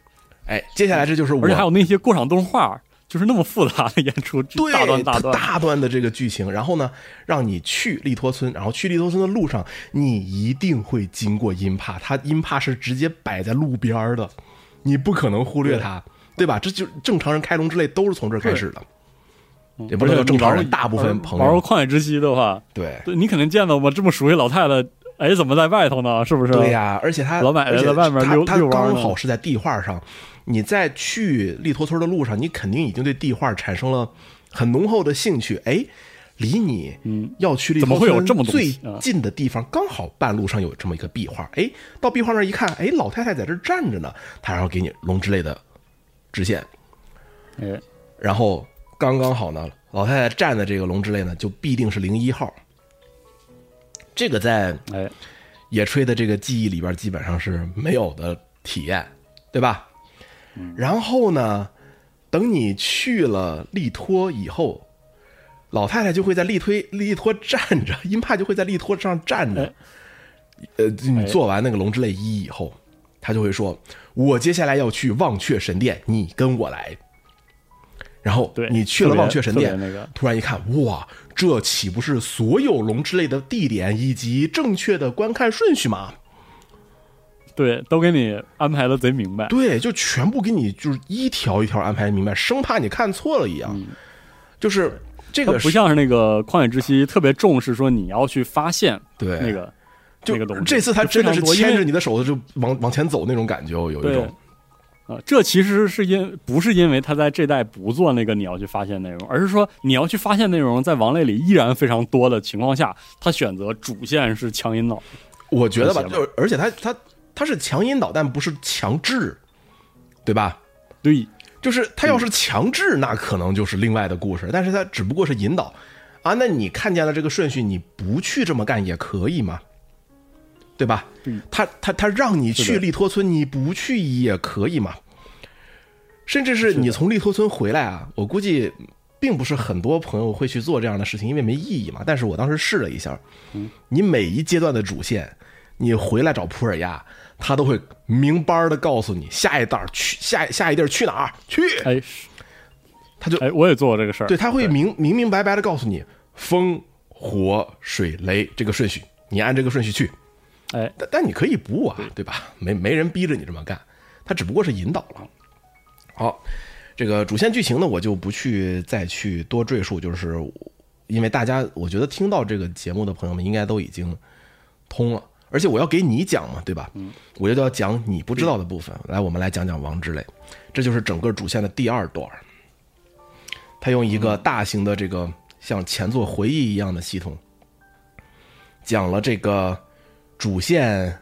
S2: 哎，接下来这就是我，
S1: 而且还有那些过场动画，就是那么复杂的演出，
S2: 对，大段的这个剧情，然后呢，让你去利托村，然后去利托村的路上，你一定会经过音帕，它音帕是直接摆在路边的，你不可能忽略它，对吧？这就正常人开龙之泪都是从这儿开始的。也不是说正常人，大部分朋友
S1: 玩过旷野之息的话，
S2: 对
S1: 你肯定见到我这么熟悉老太太，哎，怎么在外头呢？是不是？
S2: 对呀，而且他
S1: 老奶奶在外面溜
S2: 他刚好是在地画上。你在去利托村的路上，你肯定已经对地画产生了很浓厚的兴趣。哎，离你要去利托村最近的地方，刚好半路上有这么一个壁画。哎，到壁画那儿一看，哎，老太太在这站着呢，她然后给你龙之泪的支线。
S1: 哎，
S2: 然后。刚刚好呢，老太太站的这个龙之泪呢，就必定是01号。这个在野炊的这个记忆里边基本上是没有的体验，对吧？然后呢，等你去了利托以后，老太太就会在利托站着，音帕就会在利托上站着。你做完那个龙之泪1以后，他就会说：“我接下来要去忘却神殿，你跟我来。”然后你去了忘却神殿，突然一看，哇，这岂不是所有龙之泪的地点以及正确的观看顺序吗？
S1: 对，都给你安排的贼明白。
S2: 对，就全部给你就是一条一条安排明白，生怕你看错了一样。就是这个
S1: 不像是那个旷野之息特别重视说你要去发现
S2: 对
S1: 那个东西。
S2: 这次他真的是牵着你的手就往前走那种感觉，有一种。
S1: 这其实是不是因为他在这代不做那个你要去发现内容，而是说你要去发现内容在王类里依然非常多的情况下，他选择主线是强引导。
S2: 我觉得吧，就而且他是强引导，但不是强制，对吧？
S1: 对，
S2: 就是他要是强制，那可能就是另外的故事，但是他只不过是引导啊。那你看见了这个顺序，你不去这么干也可以嘛？对吧？他让你去利托村，你不去也可以嘛。甚至是你从利托村回来啊，我估计并不是很多朋友会去做这样的事情，因为没意义嘛。但是我当时试了一下，你每一阶段的主线，你回来找普尔亚，他都会明白的告诉你下一段去下一地儿去哪儿去。
S1: 哎，
S2: 他就
S1: 我也做过这个事儿。
S2: 对，他会明白白的告诉你风火水雷这个顺序，你按这个顺序去。
S1: 哎，
S2: 但你可以不啊，对吧？没人逼着你这么干，他只不过是引导了。好，这个主线剧情呢，我就不再去多赘述，就是因为大家我觉得听到这个节目的朋友们应该都已经通了，而且我要给你讲嘛，对吧？我就要讲你不知道的部分。来，我们来讲讲王之泪，这就是整个主线的第2段。他用一个大型的这个像前作回忆一样的系统，讲了这个主线，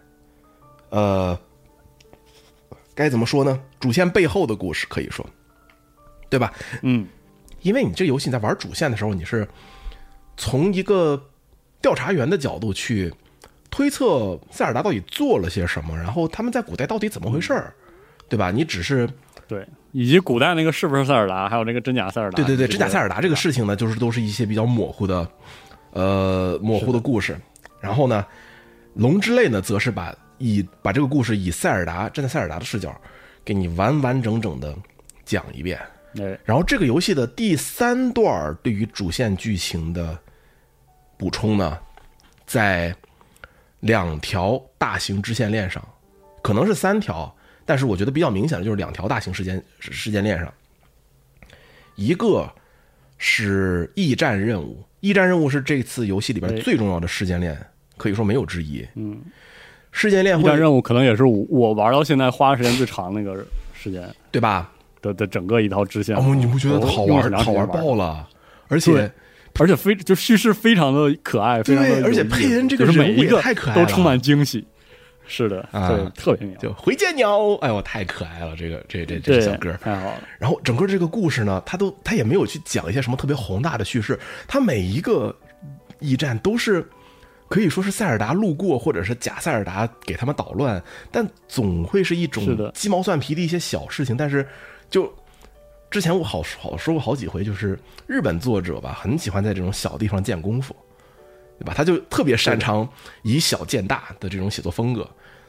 S2: 该怎么说呢？主线背后的故事可以说，对吧？因为你这个游戏你在玩主线的时候，你是从一个调查员的角度去推测塞尔达到底做了些什么，然后他们在古代到底怎么回事儿，对吧？你只是
S1: 对，以及古代那个是不是塞尔达，还有那个真假塞尔达。
S2: 对，真假塞尔达这个事情呢，就是都是一些比较模糊的故事。然后呢，龙之泪呢，则是把这个故事以站在塞尔达的视角，给你完完整整的讲一遍。然后这个游戏的第3段对于主线剧情的补充呢，在2条大型支线链上，可能是3条，但是我觉得比较明显的就是2条大型事件链上。一个是驿站任务，驿站任务是这次游戏里边最重要的事件链，可以说没有之一。事件链驿
S1: 站任务可能也是我玩到现在花时间最长那个时间，
S2: 对吧？
S1: 的整个一套支线。
S2: 你不觉得好玩爆了？而且
S1: 就叙事非常的可爱，非常的有意思，
S2: 而且配音这个人物也太可爱了，
S1: 都充满惊喜。是的，对，特别妙。
S2: 就回见鸟，哎呦，太可爱了，这小歌
S1: 太好了。
S2: 然后整个这个故事呢，他也没有去讲一些什么特别宏大的叙事，他每一个驿站都是可以说是塞尔达路过，或者是假塞尔达给他们捣乱，但总会是一种鸡毛蒜皮的一些小事情。但是就之前我好说过好几回，就是日本作者吧，很喜欢在这种小地方见功夫，对吧？他就特别擅长以小见大的这种写作风格。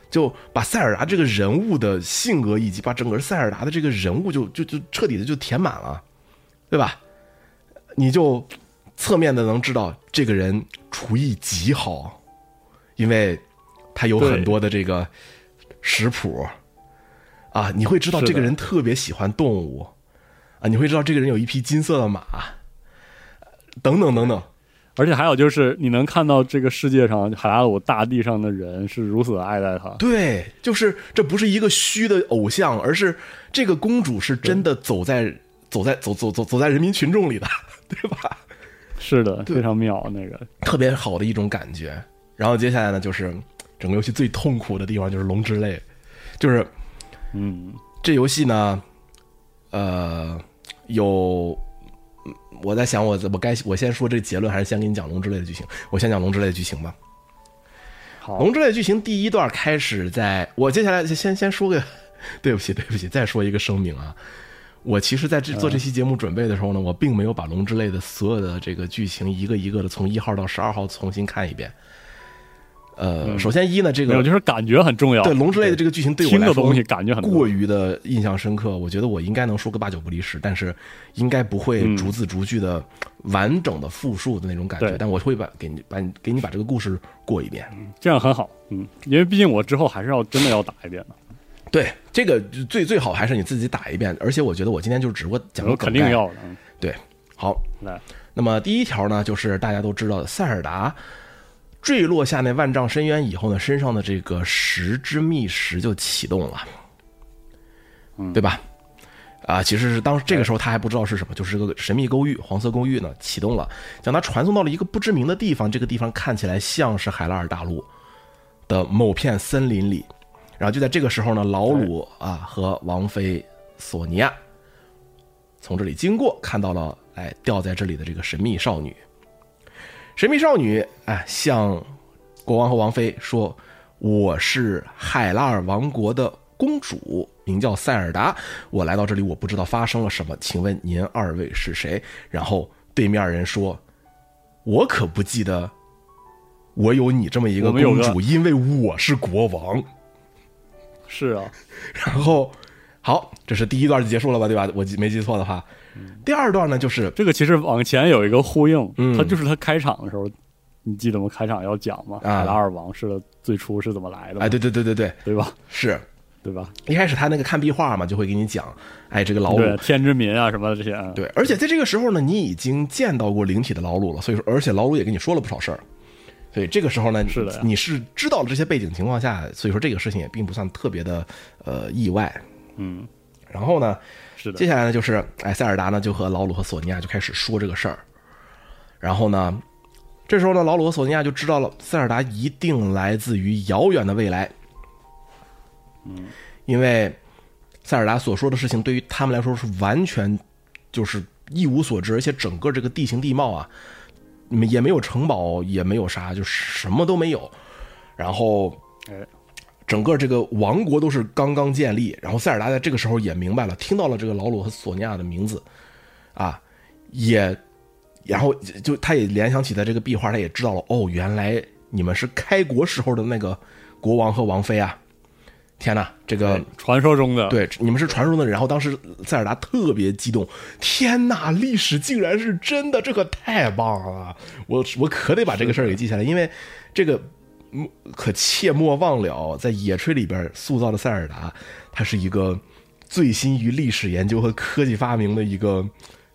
S2: 就把塞尔达这个人物的性格以及把整个塞尔达的这个人物就彻底的就填满了，对吧？你就侧面的能知道这个人厨艺极好，因为他有很多的这个食谱啊，你会知道这个人特别喜欢动物啊，你会知道这个人有一匹金色的马，等等等等。
S1: 而且还有就是你能看到这个世界上海拉鲁大地上的人是如此的爱戴他。
S2: 对，就是这不是一个虚的偶像，而是这个公主是真的走在人民群众里的，对吧？
S1: 是的，非常妙，那个
S2: 特别好的一种感觉。然后接下来呢，就是整个游戏最痛苦的地方就是龙之泪，就是这游戏呢有我在想我先说这结论还是先给你讲龙之泪的剧情？我先讲龙之泪的剧情吧。
S1: 好，
S2: 龙之泪剧情第一段开始我接下来先说个对不起，再说一个声明啊。我其实在做这期节目准备的时候呢，我并没有把龙之泪的所有的这个剧情一个一个的从1号到12号重新看一遍。首先呢，这个
S1: 就是感觉很重要。
S2: 对龙之泪的这个剧情对我来说，
S1: 听的东西感觉很
S2: 过于的印象深刻。我觉得我应该能说个8、9不离10，但是应该不会逐字逐句的完整的复述的那种感觉。但我会给你把这个故事过一遍，
S1: 这样很好。因为毕竟我之后还是真的要打一遍的。
S2: 对，这个最好还是你自己打一遍。而且我觉得我今天就只不过讲个梗概，
S1: 肯定要的。
S2: 对，好，
S1: 来，
S2: 那么第一条呢，就是大家都知道的塞尔达坠落下那万丈深渊以后呢，身上的这个石之秘石就启动了，对吧？其实是这个时候他还不知道是什么，就是这个神秘勾玉、黄色勾玉呢启动了，将它传送到了一个不知名的地方。这个地方看起来像是海拉尔大陆的某片森林里。然后就在这个时候呢，老鲁和王妃索尼娅从这里经过，看到了掉在这里的这个神秘少女。神秘少女向国王和王妃说：“我是海拉尔王国的公主，名叫塞尔达。我来到这里，我不知道发生了什么，请问您2位是谁？”然后对面人说：“我可不记得我有你这么一个公主，因为我是国王。”
S1: 是啊，
S2: 然后好，这是第一段就结束了吧，对吧？我没记错的话。第二段呢，就是
S1: 这个其实往前有一个呼应，它就是他开场的时候，你记得吗？开场要讲嘛，海拉尔王室的最初是怎么来的？
S2: 对，
S1: 对吧？
S2: 是，
S1: 对吧？
S2: 一开始他那个看壁画嘛，就会给你讲，这个老鲁
S1: 天之民啊什么的这些。
S2: 对，而且在这个时候呢，你已经见到过灵体的老鲁了，所以说，而且老鲁也跟你说了不少事儿。所以这个时候呢，
S1: 是的，
S2: 你是知道了这些背景情况下，所以说这个事情也并不算特别的意外。然后呢，
S1: 是的，
S2: 接下来呢就是塞尔达呢就和老鲁和索尼娅就开始说这个事儿。然后呢，这时候呢老鲁和索尼娅就知道了塞尔达一定来自于遥远的未来。因为塞尔达所说的事情对于他们来说是完全就是一无所知，而且整个这个地形地貌啊，也没有城堡，也没有啥，就什么都没有。然后整个这个王国都是刚刚建立。然后塞尔达在这个时候也明白了，听到了这个老鲁和索尼娅的名字然后就他也联想起在这个壁画，他也知道了，原来你们是开国时候的那个国王和王妃啊。天哪，这个
S1: 传说中的，
S2: 对，你们是传说中的人。然后当时塞尔达特别激动，天哪，历史竟然是真的，这可太棒了！我可得把这个事儿给记下来，因为这个可切莫忘了，在野炊里边塑造的塞尔达，他是一个醉心于历史研究和科技发明的一个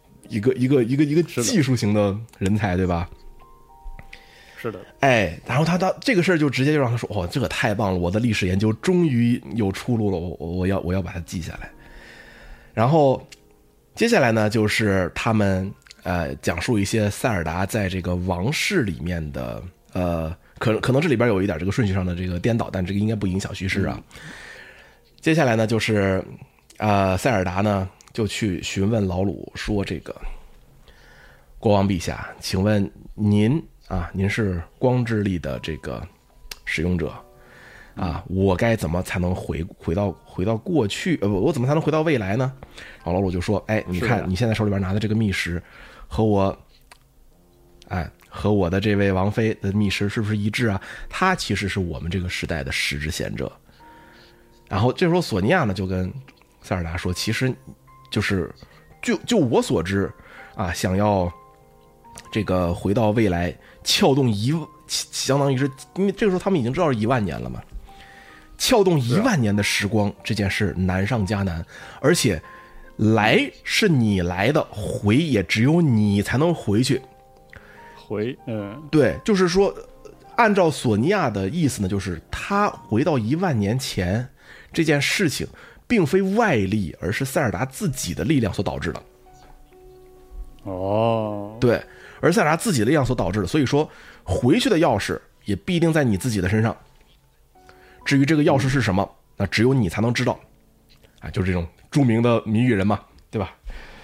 S2: 技术型的人才，对吧？
S1: 是的，
S2: 然后他这个事儿就直接就让他说，这个太棒了，我的历史研究终于有出路了，我要把它记下来。然后接下来呢，就是他们讲述一些塞尔达在这个王室里面的可能这里边有一点这个顺序上的这个颠倒，但这个应该不影响叙事啊。接下来呢，就是塞尔达呢就去询问老鲁说，这个国王陛下，请问您是光之力的这个使用者我该怎么才能回到过去？我怎么才能回到未来呢？然后老鲁就说：“你看你现在手里边拿的这个密石，和我和我的这位王妃的秘食是不是一致啊？他其实是我们这个时代的实之贤者。然后这时候索尼娅呢就跟塞尔达说，其实就是就我所知啊，想要这个回到未来撬动相当于是因为这个时候他们已经知道是10000年了嘛，撬动10000年的时光这件事难上加难，而且来是你来的，回也只有你才能回去。对，就是说按照索尼娅的意思呢，就是他回到10000年前这件事情并非外力，而是塞尔达自己的力量所导致的。对，而塞尔达自己的力量所导致的，所以说回去的钥匙也必定在你自己的身上。至于这个钥匙是什么，那只有你才能知道。就是这种著名的谜语人嘛，对吧？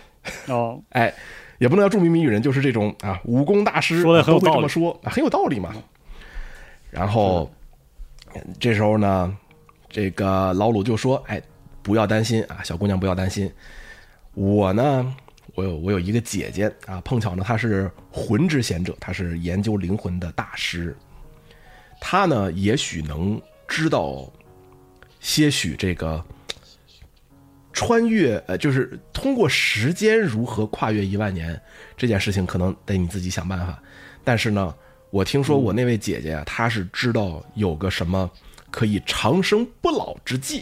S2: 也不能叫著名谜语人，就是这种武功大师
S1: 说的
S2: 都会这么说，很有道理嘛。然后这时候呢，这个老鲁就说：“不要担心啊，小姑娘不要担心。我呢，我有一个姐姐啊，碰巧呢她是魂之贤者，她是研究灵魂的大师。她呢也许能知道些许这个穿越，就是通过时间如何跨越10000年这件事情，可能得你自己想办法。但是呢，我听说我那位姐姐她是知道有个什么可以长生不老之计。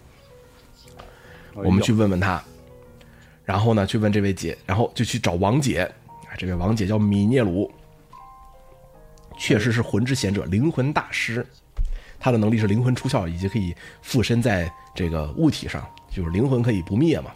S2: 我们去问问她，然后呢去问这位姐，然后就去找王姐。这位王姐叫米涅鲁，确实是魂之贤者，灵魂大师。她的能力是灵魂出窍，以及可以附身在这个物体上，就是灵魂可以不灭嘛。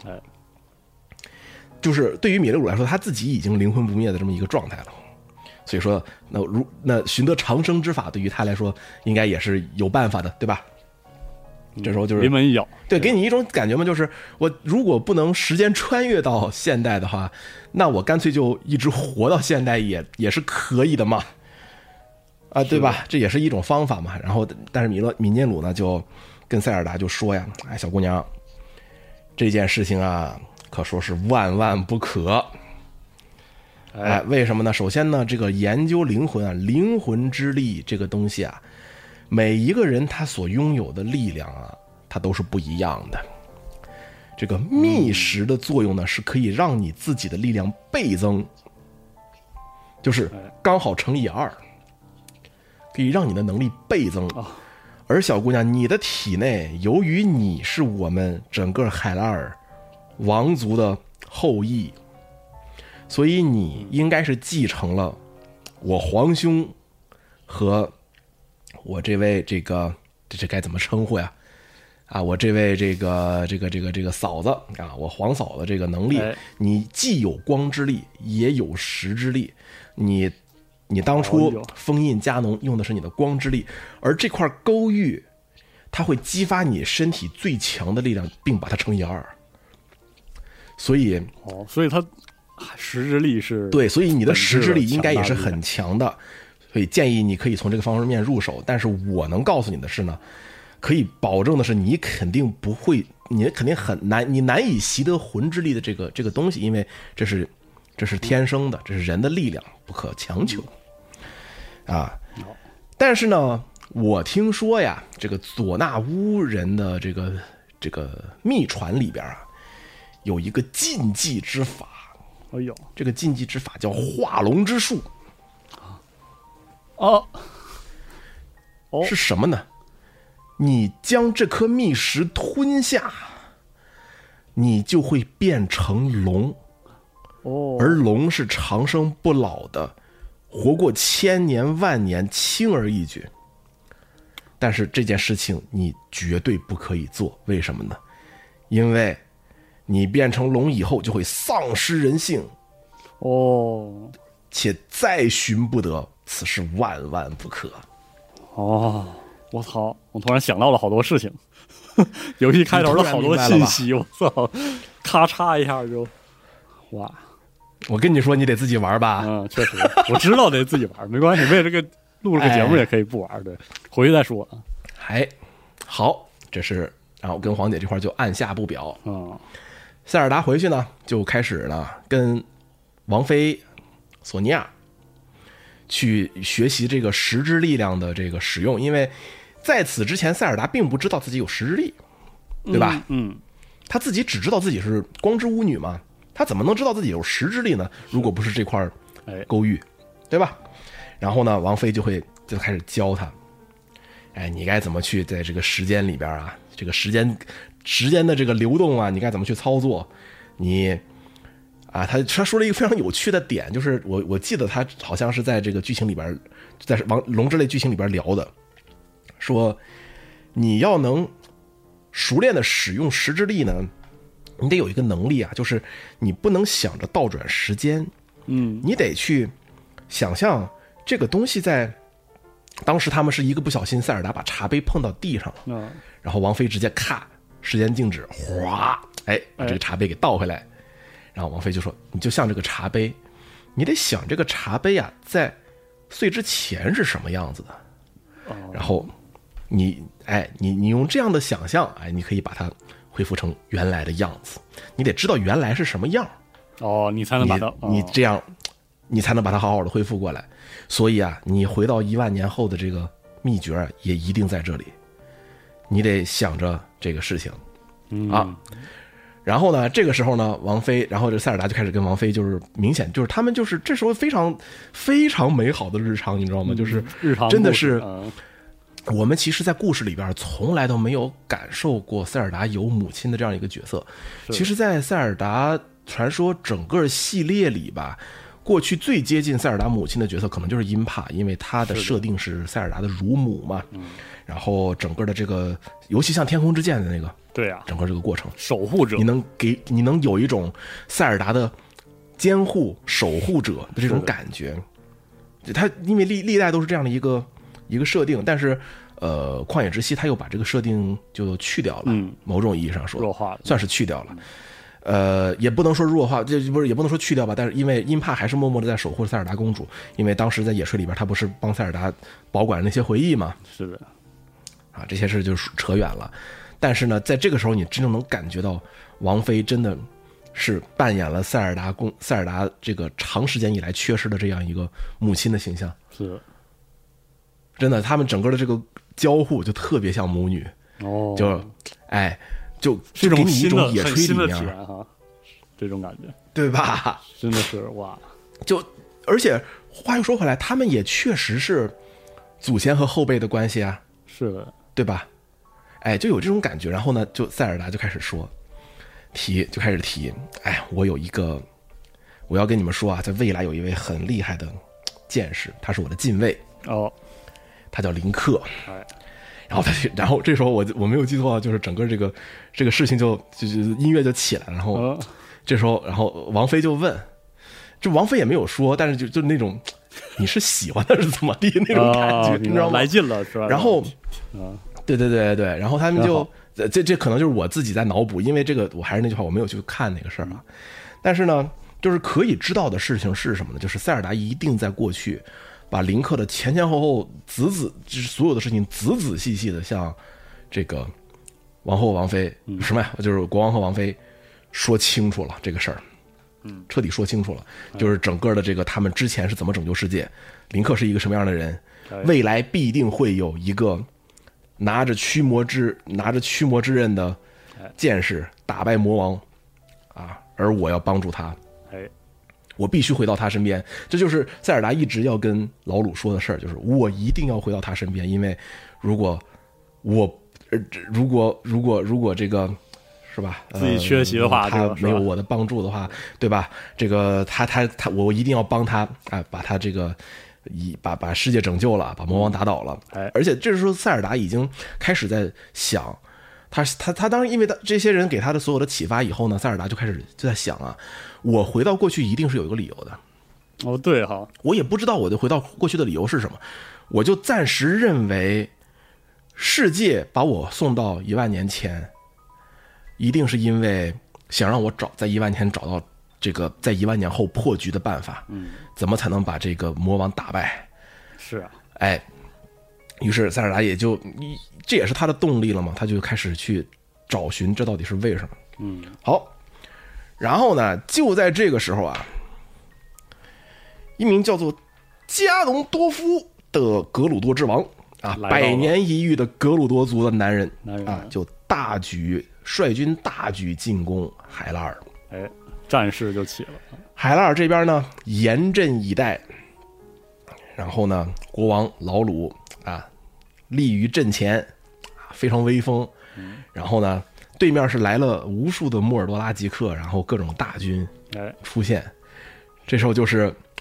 S2: 就是对于米勒鲁来说，他自己已经灵魂不灭的这么一个状态了。所以说，那寻得长生之法，对于他来说，应该也是有办法的，对吧？这时候就是
S1: 临门一脚，
S2: 对，给你一种感觉嘛，就是我如果不能时间穿越到现代的话，那我干脆就一直活到现代也是可以的嘛。对吧？这也是一种方法嘛。然后，但是米涅鲁呢，就跟塞尔达就说呀：“小姑娘，这件事情啊，可说是万万不可。为什么呢？首先呢，这个研究灵魂啊，灵魂之力这个东西啊，每一个人他所拥有的力量啊，它都是不一样的。这个秘食的作用呢，是可以让你自己的力量倍增，就是刚好乘以2。”可以让你的能力倍增。而小姑娘，你的体内由于你是我们整个海拉尔王族的后裔，所以你应该是继承了我皇兄和我这位这该怎么称呼呀？我这位这个嫂子啊，我皇嫂的这个能力，你既有光之力，也有时之力，你当初封印加农用的是你的光之力，而这块勾玉它会激发你身体最强的力量，并把它乘以2。所以
S1: 它时之力是
S2: 对，所以你的时之力应该也是很强的，所以建议你可以从这个方面入手。但是我能告诉你的是呢，可以保证的是，你肯定不会，你肯定很难，你难以习得魂之力的这个东西，因为这是天生的，这是人的力量，不可强求但是呢，我听说呀，这个佐纳乌人的这个秘传里边有一个禁忌之法。这个禁忌之法叫化龙之术。是什么呢？你将这颗秘石吞下，你就会变成龙。而龙是长生不老的，活过1000年万年轻而易举。但是这件事情你绝对不可以做，为什么呢？因为你变成龙以后就会丧失人性，且再寻不得，此事万万不可。
S1: 我操！我突然想到了好多事情，游戏开头的好多信息，我操，咔嚓一下就，哇！
S2: 我跟你说，你得自己玩吧。
S1: 确实，我知道得自己玩，没关系。为了这个录了个节目也可以不玩，对，回去再说。
S2: 好，这是，然后跟黄姐这块就按下不表。塞尔达回去呢，就开始呢跟王妃索尼娅去学习这个时之力量的这个使用，因为在此之前塞尔达并不知道自己有时之力，对吧？他自己只知道自己是光之巫女嘛，他怎么能知道自己有时之力呢？如果不是这块勾玉，对吧？然后呢，王妃就开始教他，你该怎么去在这个时间里边啊，这个时间的这个流动啊，你该怎么去操作？他说了一个非常有趣的点，就是我记得他好像是在这个剧情里边，在龙之泪剧情里边聊的，说你要能熟练的使用时之力呢，你得有一个能力啊，就是你不能想着倒转时间，你得去想象这个东西在当时他们是一个不小心，塞尔达把茶杯碰到地上了，然后王妃直接咔时间静止，哗，把这个茶杯给倒回来。然后王妃就说：“你就像这个茶杯，你得想这个茶杯啊，在碎之前是什么样子的。然后你用这样的想象，你可以把它恢复成原来的样子。你得知道原来是什么样，
S1: 你才能把它，
S2: 你这样，你才能把它好好的恢复过来。所以啊，你回到10000年后的这个秘诀也一定在这里。你得想着这个事情啊。”然后呢，这个时候呢，王妃，然后这塞尔达就开始跟王妃，就是明显就是他们就是这时候非常非常美好的日常，你知道吗？就是
S1: 日常
S2: 真的是，我们其实，在故事里边从来都没有感受过塞尔达有母亲的这样一个角色。其实，在塞尔达传说整个系列里吧，过去最接近塞尔达母亲的角色可能就是音帕，因为他的设定是塞尔达的乳母嘛。然后整个的这个，尤其像天空之剑的那个，
S1: 对啊，
S2: 整个这个过程，
S1: 守护者，
S2: 你能有一种塞尔达的监护守护者的这种感觉。他因为历代都是这样的一个设定，但是旷野之息他又把这个设定就去掉了，某种意义上说
S1: 弱化了，
S2: 算是去掉了。也不能说弱化，也不能说去掉吧，但是因为音帕还是默默的在守护塞尔达公主，因为当时在野炊里边，他不是帮塞尔达保管那些回忆嘛？是的。这些事就扯远了，但是呢，在这个时候，你真正能感觉到王妃真的是扮演了塞尔达这个长时间以来缺失的这样一个母亲的形象。是，真的，他们整个的这个交互就特别像母女。就给你一种野炊里面
S1: 这种感觉，
S2: 对吧？
S1: 真的是哇！
S2: 而且话又说回来，他们也确实是祖先和后辈的关系啊。
S1: 是的。
S2: 对吧？就有这种感觉。然后呢，就塞尔达就开始提，我要跟你们说啊，在未来有一位很厉害的剑士，他是我的近卫他叫林克。然后这时候我没有记错，就是整个这个事情就音乐就起来了。然后这时候，然后王妃就问，这王妃也没有说，但是就那种你是喜欢的是怎么地那种感觉，你知道吗？
S1: 来劲了是吧？
S2: 然后对，然后他们就这可能就是我自己在脑补，因为这个我还是那句话，我没有去看那个事儿啊。但是呢，就是可以知道的事情是什么呢？就是塞尔达一定在过去把林克的前前后后就是所有的事情仔仔细细的向这个王后王妃什么呀，就是国王和王妃说清楚了这个事儿。彻底说清楚了，就是整个的这个他们之前是怎么拯救世界，林克是一个什么样的人，未来必定会有一个拿着驱魔之刃的剑士打败魔王而我要帮助他，我必须回到他身边。这就是塞尔达一直要跟老鲁说的事儿，就是我一定要回到他身边，因为如果这个是吧？
S1: 自己缺席的话，
S2: 他没有我的帮助的话，对吧？这个他，我一定要帮他把他这个把世界拯救了，把魔王打倒了。而且这时候塞尔达已经开始在想，他当然因为这些人给他的所有的启发以后呢，塞尔达就开始在想我回到过去一定是有一个理由的。
S1: 对哈，
S2: 我也不知道我的回到过去的理由是什么，我就暂时认为世界把我送到10000年前。一定是因为想让我在10000年找到这个在10000年后破局的办法，怎么才能把这个魔王打败？
S1: 是啊，
S2: 于是塞尔达也就这也是他的动力了嘛，他就开始去找寻这到底是为什么。好，然后呢，就在这个时候一名叫做加农多夫的格鲁多之王啊，百年一遇的格鲁多族的男人啊，就率军大举进攻海拉尔。
S1: 哎，战事就起了。
S2: 海拉尔这边呢，严阵以待。然后呢，国王老鲁啊，立于阵前，非常威风。然后呢，对面是来了无数的莫尔多拉吉克，然后各种大军出现。这时候就是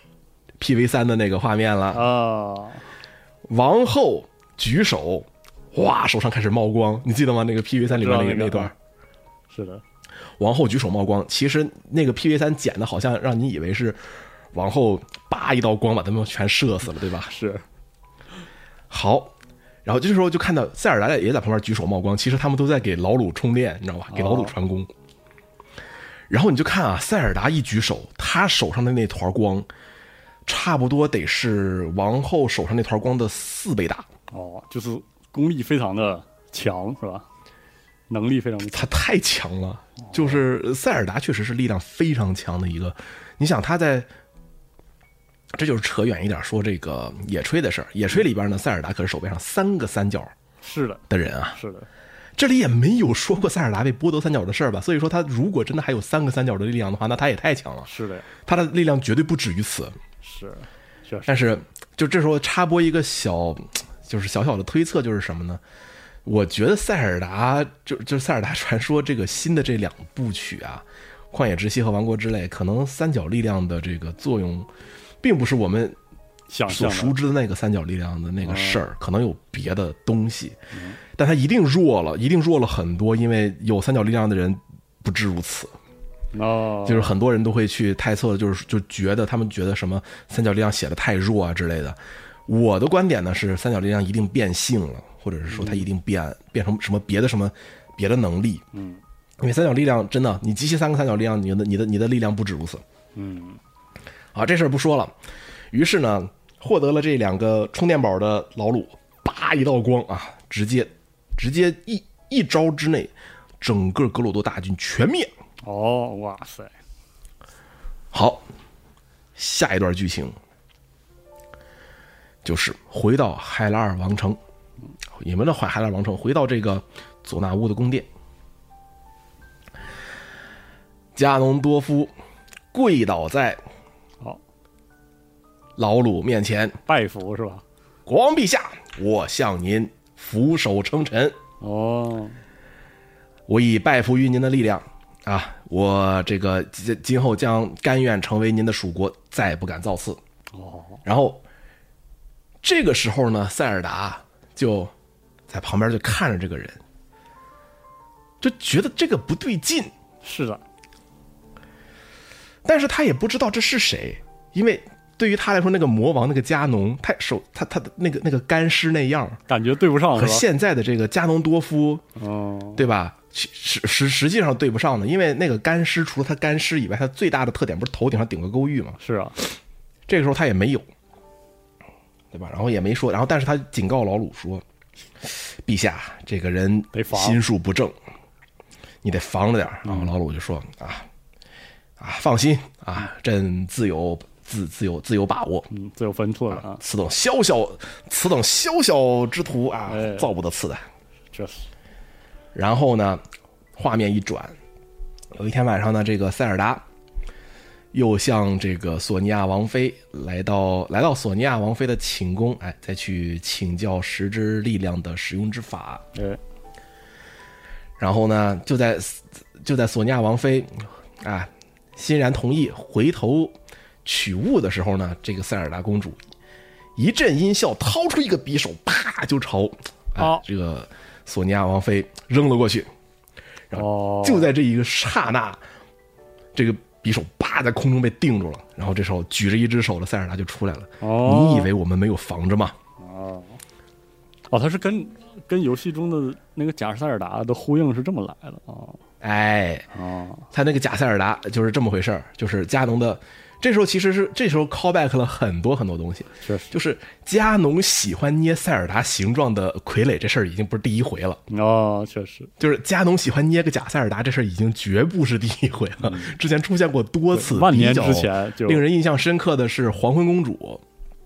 S2: PV3 的那个画面了
S1: 啊！
S2: 王后举手，哇，手上开始冒光，你记得吗？那个 PV3 里面那段，
S1: 是的，
S2: 王后举手冒光。其实那个 PV3 剪的好像让你以为是王后叭一道光把他们全射死了，对吧？
S1: 是。
S2: 好，然后这时候就看到塞尔达也在旁边举手冒光，其实他们都在给老鲁充电，你知道吧？给老鲁传功。然后你就看啊，塞尔达一举手，他手上的那团光，差不多得是王后手上那团光的4倍大。
S1: 哦，就是功力非常的强，是吧？能力非常的强，
S2: 他太强了。就是塞尔达确实是力量非常强的一个。你想他在，这就是扯远一点说这个野炊的事儿。野炊里边呢，塞尔达可是手背上3个三角
S1: 是
S2: 的人啊，
S1: 是的。
S2: 这里也没有说过塞尔达被剥夺三角的事儿吧？所以说他如果真的还有3个三角的力量的话，那他也太强了。
S1: 是的，
S2: 他的力量绝对不止于此。
S1: 是，
S2: 但是就这时候插播一个就是小小的推测，就是什么呢？我觉得塞尔达就塞尔达传说这个新的这2部曲啊，旷野之息和王国之泪，可能三角力量的这个作用，并不是我们所熟知的那个三角力量的那个事儿，可能有别的东西，但它一定弱了很多，因为有三角力量的人不知如此。就是很多人都会去猜测，就觉得他们觉得什么三角力量写的太弱啊之类的。我的观点呢是，三角力量一定变性了，或者是说它一定变成什么别的能力。因为三角力量真的，你集齐3个三角力量，你的力量不止如此。啊，这事儿不说了。于是呢，获得了这2个充电宝的老鲁，叭一道光啊，直接一招之内，整个格鲁多大军全灭。
S1: 哦，哇塞！
S2: 好，下一段剧情就是回到海拉尔王城，也没了海拉尔王城，回到这个佐纳乌的宫殿。加农多夫跪倒在老鲁面前
S1: 拜服是吧？
S2: 国王陛下，我向您俯首称臣。
S1: 哦，
S2: 我已拜服于您的力量啊！我这个今后将甘愿成为您的属国，再不敢造次。然后这个时候呢，塞尔达就在旁边就看着这个人，就觉得这个不对劲。
S1: 是的，
S2: 但是他也不知道这是谁，因为对于他来说，那个魔王那个加农，他的那个干尸那样，
S1: 感觉对不上，
S2: 和现在的这个加农多夫，对吧？实际上对不上的，因为那个干尸除了他干尸以外，他最大的特点不是头顶上顶个勾玉吗？
S1: 是啊，
S2: 这个时候他也没有，对吧？然后也没说，然后但是他警告老鲁说：“陛下，这个人心术不正，你得防着点。”然后老鲁就说：“放心啊，朕自有把握，
S1: 自有分寸啊。
S2: 此等小小之徒啊，造不得次的。”
S1: 这是。
S2: 然后呢，画面一转，有一天晚上呢，这个塞尔达又向这个索尼娅王妃来到索尼娅王妃的寝宫，再去请教十之力量的使用之法。然后呢，就在索尼娅王妃欣然同意回头取物的时候呢，这个塞尔达公主一阵阴笑，掏出一个匕首，啪就朝这个索尼娅王妃扔了过去。然后就在这一个刹那，这个匕首啪在空中被定住了。然后这时候举着一只手的塞尔达就出来了。你以为我们没有防着吗？
S1: 他是跟游戏中的那个假塞尔达的呼应是这么来的
S2: 他那个假塞尔达就是这么回事儿，就是加农的。这时候 callback 了很多很多东西，就是加农喜欢捏塞尔达形状的傀儡，这事儿已经不是第一回了。
S1: 确实，
S2: 就是加农喜欢捏个假塞尔达，这事儿已经绝不是第一回了，之前出现过多次。
S1: 万年之前，
S2: 令人印象深刻的是黄昏公主，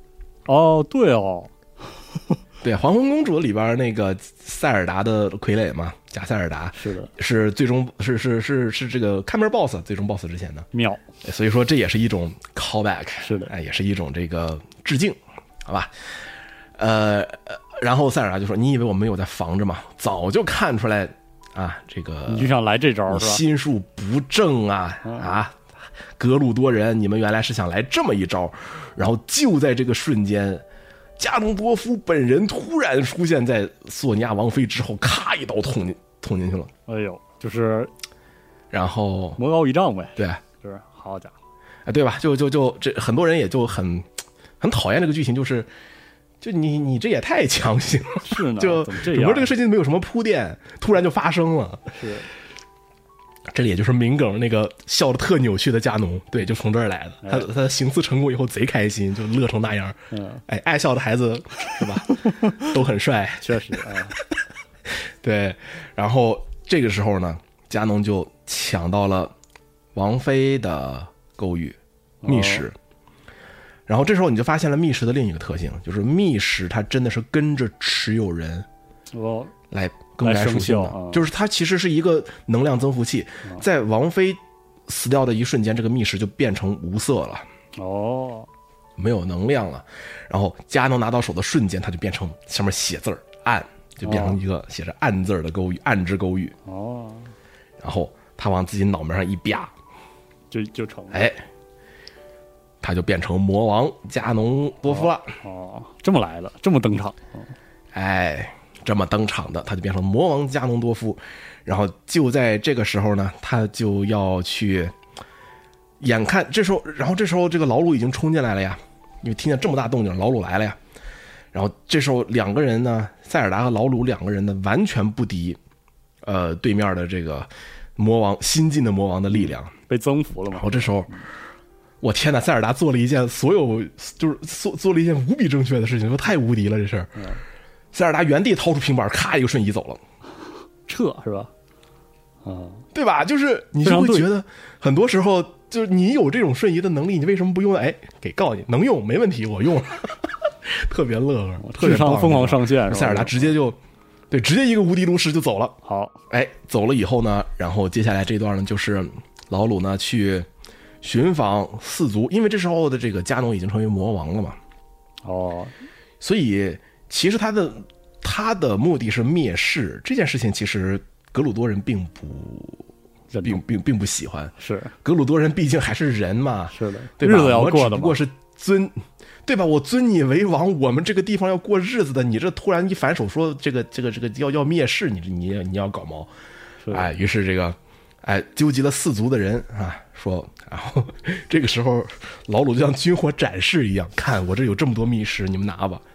S1: 哦，对哦，
S2: 对，《黄昏公主》里边那个塞尔达的傀儡嘛，贾塞尔达
S1: 是的，
S2: 是最终是这个看门 BOSS 最终 BOSS 之前的，
S1: 妙，
S2: 所以说这也是一种 callback，
S1: 是的，
S2: 哎，也是一种这个致敬，好吧？然后塞尔达就说：“你以为我没有在防着吗？早就看出来啊，这个
S1: 你就想来这招是吧？
S2: 心术不正啊啊！格鲁多人，你们原来是想来这么一招。”然后就在这个瞬间，加农多夫本人突然出现在索尼娅王妃之后，咔一刀捅进去了。
S1: 哎呦，就是
S2: 然后
S1: 魔高一丈呗，
S2: 对，
S1: 就是好家伙，
S2: 哎，对吧？就这很多人也就很讨厌这个剧情，就你这也太强行了，
S1: 是呢，
S2: 就
S1: 怎么这样？
S2: 整个这个事情没有什么铺垫，突然就发生了。
S1: 是，
S2: 这里也就是名梗那个笑得特扭曲的加农，对，就从这儿来的。他行刺成功以后贼开心，就乐成那样。哎，爱笑的孩子是吧，都很帅，
S1: 确实啊。
S2: 对，然后这个时候呢，加农就抢到了王妃的勾玉密石。然后这时候你就发现了密石的另一个特性，就是密石它真的是跟着持有人来更改属性的，就是它其实是一个能量增幅器。在王妃死掉的一瞬间，这个密石就变成无色了，没有能量了。然后加农拿到手的瞬间，它就变成上面写字暗，就变成一个写着暗字的勾玉，暗之勾玉。然后他往自己脑门上一啪，
S1: 就成了。
S2: 哎。他就变成魔王加农多夫了。
S1: 这么来的，这么登场。
S2: 哎，这么登场的，他就变成魔王加农多夫。然后就在这个时候呢，他就要去，眼看这时候这个老鲁已经冲进来了呀，因为听见这么大动静，老鲁来了呀。然后这时候两个人呢，塞尔达和老鲁两个人呢，完全不敌，对面的这个魔王新晋的魔王的力量，
S1: 被征服了嘛。
S2: 然后这时候。我天哪！塞尔达做了一件就是做了一件无比正确的事情，太无敌了这事儿。塞尔达原地掏出平板，咔一个瞬移走了，
S1: 撤是吧？
S2: 对吧？就是你就会觉得很多时候，就是你有这种瞬移的能力，你为什么不用？哎，给告诉你能用，没问题，我用了，特别乐呵，特别
S1: 疯狂上线。
S2: 塞尔达直接一个无敌炉石就走了。
S1: 好，
S2: 哎，走了以后呢，然后接下来这段呢，就是老鲁呢去。寻访四族，因为这时候的这个加农已经成为魔王了嘛，所以其实他的目的是灭世这件事情，其实格鲁多人并不喜欢。
S1: 是
S2: 格鲁多人毕竟还是人嘛，
S1: 是的，
S2: 对吧？
S1: 日子要过的嘛，
S2: 我只不过是对吧？我尊你为王，我们这个地方要过日子的，你这突然一反手说这个要灭世，你要搞毛，哎，于是这个。哎，纠集了四族的人啊，说，然后这个时候老鲁就像军火展示一样，看我这有这么多密石，你们拿吧。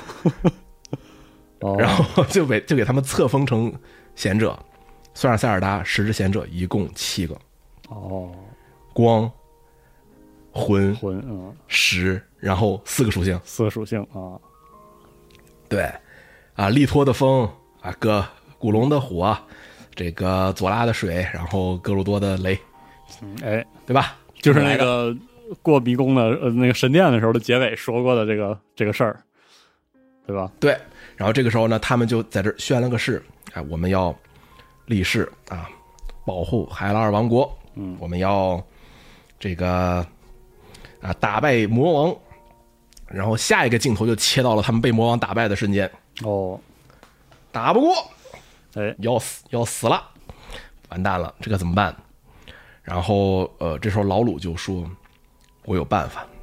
S2: 然后就给他们册封成贤者，算上塞尔达10只贤者，一共7个。光、魂、石，然后4个属性
S1: ，4个属性啊。
S2: 对，啊，利托的风啊，古龙的火。这个佐拉的水，然后格鲁多的雷，
S1: 哎，
S2: 对吧？
S1: 就是那个过迷宫的那个神殿的时候的结尾说过的这个事儿，对吧？
S2: 对。然后这个时候呢，他们就在这儿宣了个誓，哎，我们要立誓啊，保护海拉尔王国，我们要这个啊打败魔王。然后下一个镜头就切到了他们被魔王打败的瞬间。打不过。
S1: 哎，
S2: 要死了，完蛋了，这个怎么办？然后这时候老鲁就说：“我有办法。”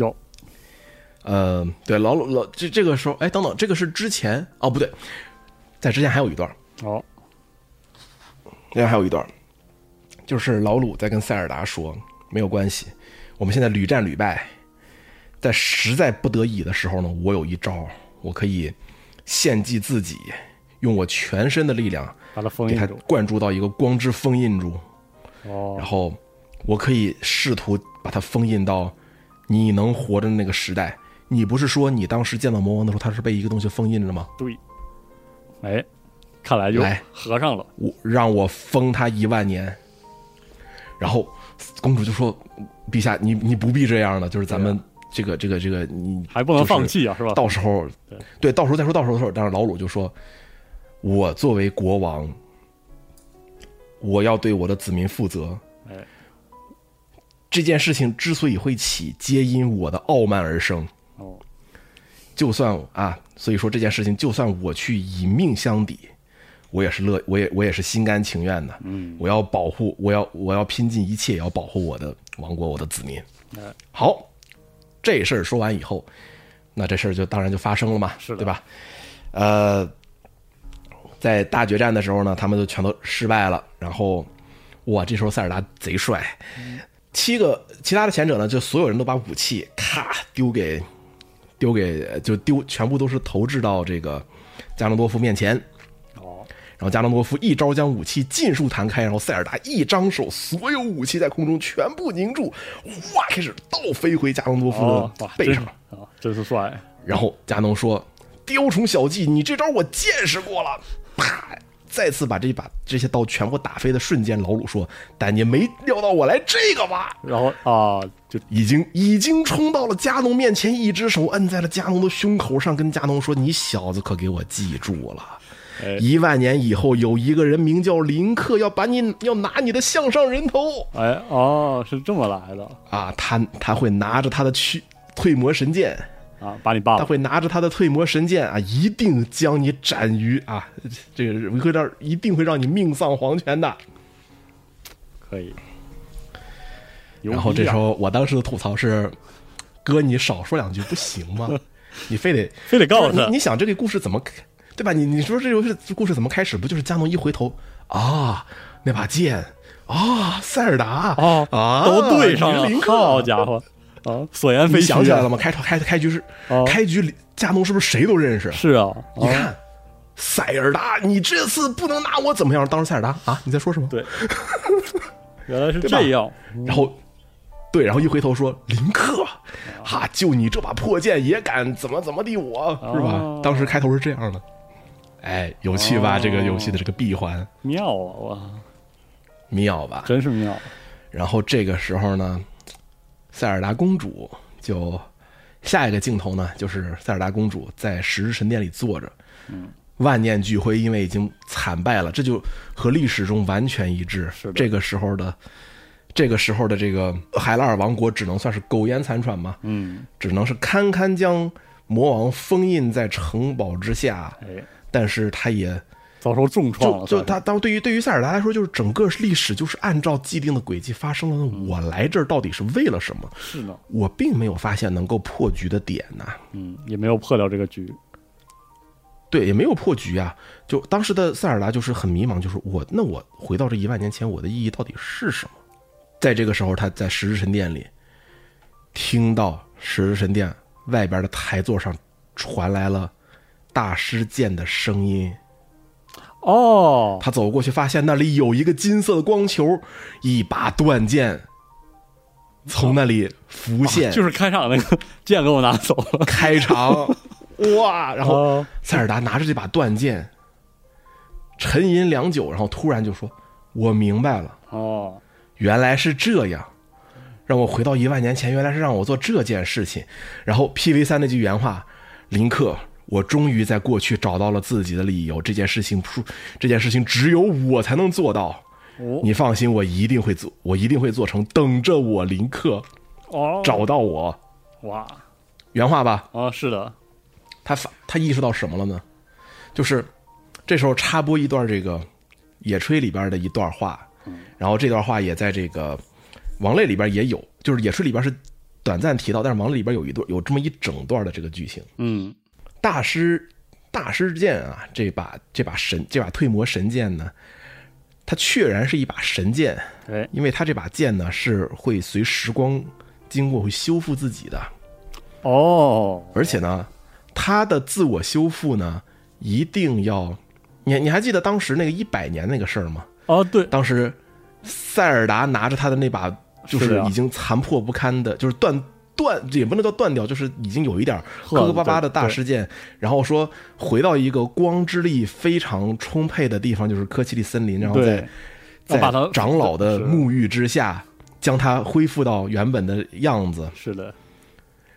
S2: 对，老这个时候，哎，等等，这个是之前哦，不对，在之前还有一段还有一段，就是老鲁在跟塞尔达说：“没有关系，我们现在屡战屡败，在实在不得已的时候呢，我有一招，我可以献祭自己。”用我全身的力量
S1: 把它封印住，
S2: 给它灌注到一个光之封印住，然后我可以试图把它封印到你能活着的那个时代。你不是说你当时见到魔王的时候，他是被一个东西封印了吗？
S1: 对，哎，看来就合上了。
S2: 让我封他10000年。然后公主就说：“陛下，你不必这样的，就是咱们你
S1: 还不能放弃啊，是吧？
S2: 到时候对，到时候再说，到时候的时候，但是老鲁就说，我作为国王，我要对我的子民负责。
S1: 哎，
S2: 这件事情之所以会起，皆因我的傲慢而生。
S1: 哦，
S2: 就算啊，所以说这件事情，就算我去以命相抵，我也是心甘情愿的。
S1: 嗯，
S2: 我要保护，我要拼尽一切，也要保护我的王国，我的子民。
S1: 哎，
S2: 好，这事儿说完以后，那这事儿就当然就发生了嘛，
S1: 是的，
S2: 对吧？在大决战的时候呢，他们就全都失败了。然后，哇，这时候塞尔达贼帅，7个其他的贤者呢，就所有人都把武器咔丢给全部都是投掷到这个加农多夫面前。然后加农多夫一招将武器尽数弹开，然后塞尔达一张手，所有武器在空中全部凝住，哇，开始倒飞回加农多夫的背上。
S1: 真是帅。
S2: 然后加农说：“雕虫小技，你这招我见识过了。”啪，再次把这些刀全部打飞的瞬间，老鲁说：“但你没料到我来这个吧？”然
S1: 后就
S2: 已经冲到了加农面前，一只手摁在了加农的胸口上，跟加农说：“你小子可给我记住了。10000年以后，有一个人名叫林克，要拿你的项上人头。”
S1: 哎，是这么来的
S2: 啊！他会拿着他的退魔神剑
S1: 啊，把你爸爸，
S2: 他会拿着他的退魔神剑啊，一定将你斩于啊，这个一定会让你命丧黄泉的。
S1: 可以。
S2: 然后这时候我当时的吐槽是：哥，你少说两句不行吗？你非得
S1: 告诉他，
S2: 你想这个故事怎么？对吧？你说这故事怎么开始？不就是加农一回头啊，那把剑啊，塞尔达
S1: 都对上了，好家伙啊！所言非虚，
S2: 想起来了吗？开局是开局，加农是不是谁都认识？
S1: 是啊，
S2: 你看塞尔达，你这次不能拿我怎么样？当时塞尔达啊，你在说什么？
S1: 对，原来是这样。
S2: 然后然后一回头说林克哈，就你这把破剑也敢怎么地我是吧？当时开头是这样的。哎，有趣吧？这个游戏的这个闭环
S1: 妙啊！哇，
S2: 妙吧？
S1: 真是妙。
S2: 然后这个时候呢，塞尔达公主就下一个镜头呢，就是塞尔达公主在十日神殿里坐着，万念俱灰，因为已经惨败了，这就和历史中完全一致。这个时候的这个海拉尔王国只能算是苟延残喘嘛，只能是堪堪将魔王封印在城堡之下。但是他也
S1: 遭受重创了。
S2: 就他对于塞尔达来说，就是整个历史就是按照既定的轨迹发生了。我来这儿到底是为了什么？
S1: 是呢，
S2: 我并没有发现能够破局的点呢。
S1: 也没有破掉这个局。
S2: 对，也没有破局啊。就当时的塞尔达就是很迷茫，就是我回到这10000年前，我的意义到底是什么？在这个时候，他在十日神殿里听到十日神殿外边的台座上传来了大师剑的声音。他走过去发现那里有一个金色的光球，一把断剑从那里浮现。
S1: 就是开场那个剑给我拿走了。
S2: 开场哇！然后塞尔达拿着这把断剑沉吟良久，然后突然就说：“我明白了。原来是这样，让我回到10000年前，原来是让我做这件事情。”然后 PV3 那句原话：“林克，我终于在过去找到了自己的理由，这件事情只有我才能做到。你放心，我一定会做成，等着我，林克。找到我。”
S1: 哇，
S2: 原话吧？
S1: 是的。
S2: 他意识到什么了呢？就是这时候插播一段这个野炊里边的一段话，然后这段话也在这个王类里边也有，就是野炊里边是短暂提到，但是王类里边有这么一整段的这个剧情。大师剑啊，这把退魔神剑呢，它确然是一把神剑，因为它这把剑呢是会随时光经过会修复自己的。而且呢，它的自我修复呢，一定要你还记得当时那个100年那个事儿吗？
S1: 对，
S2: 当时塞尔达拿着他的那把就是已经残破不堪的，就是断也不能叫断掉，就是已经有一点磕磕巴巴的大师剑，然后说回到一个光之力非常充沛的地方，就是科奇利森林，然后在长老的沐浴之下将它恢复到原本的样子。
S1: 是的。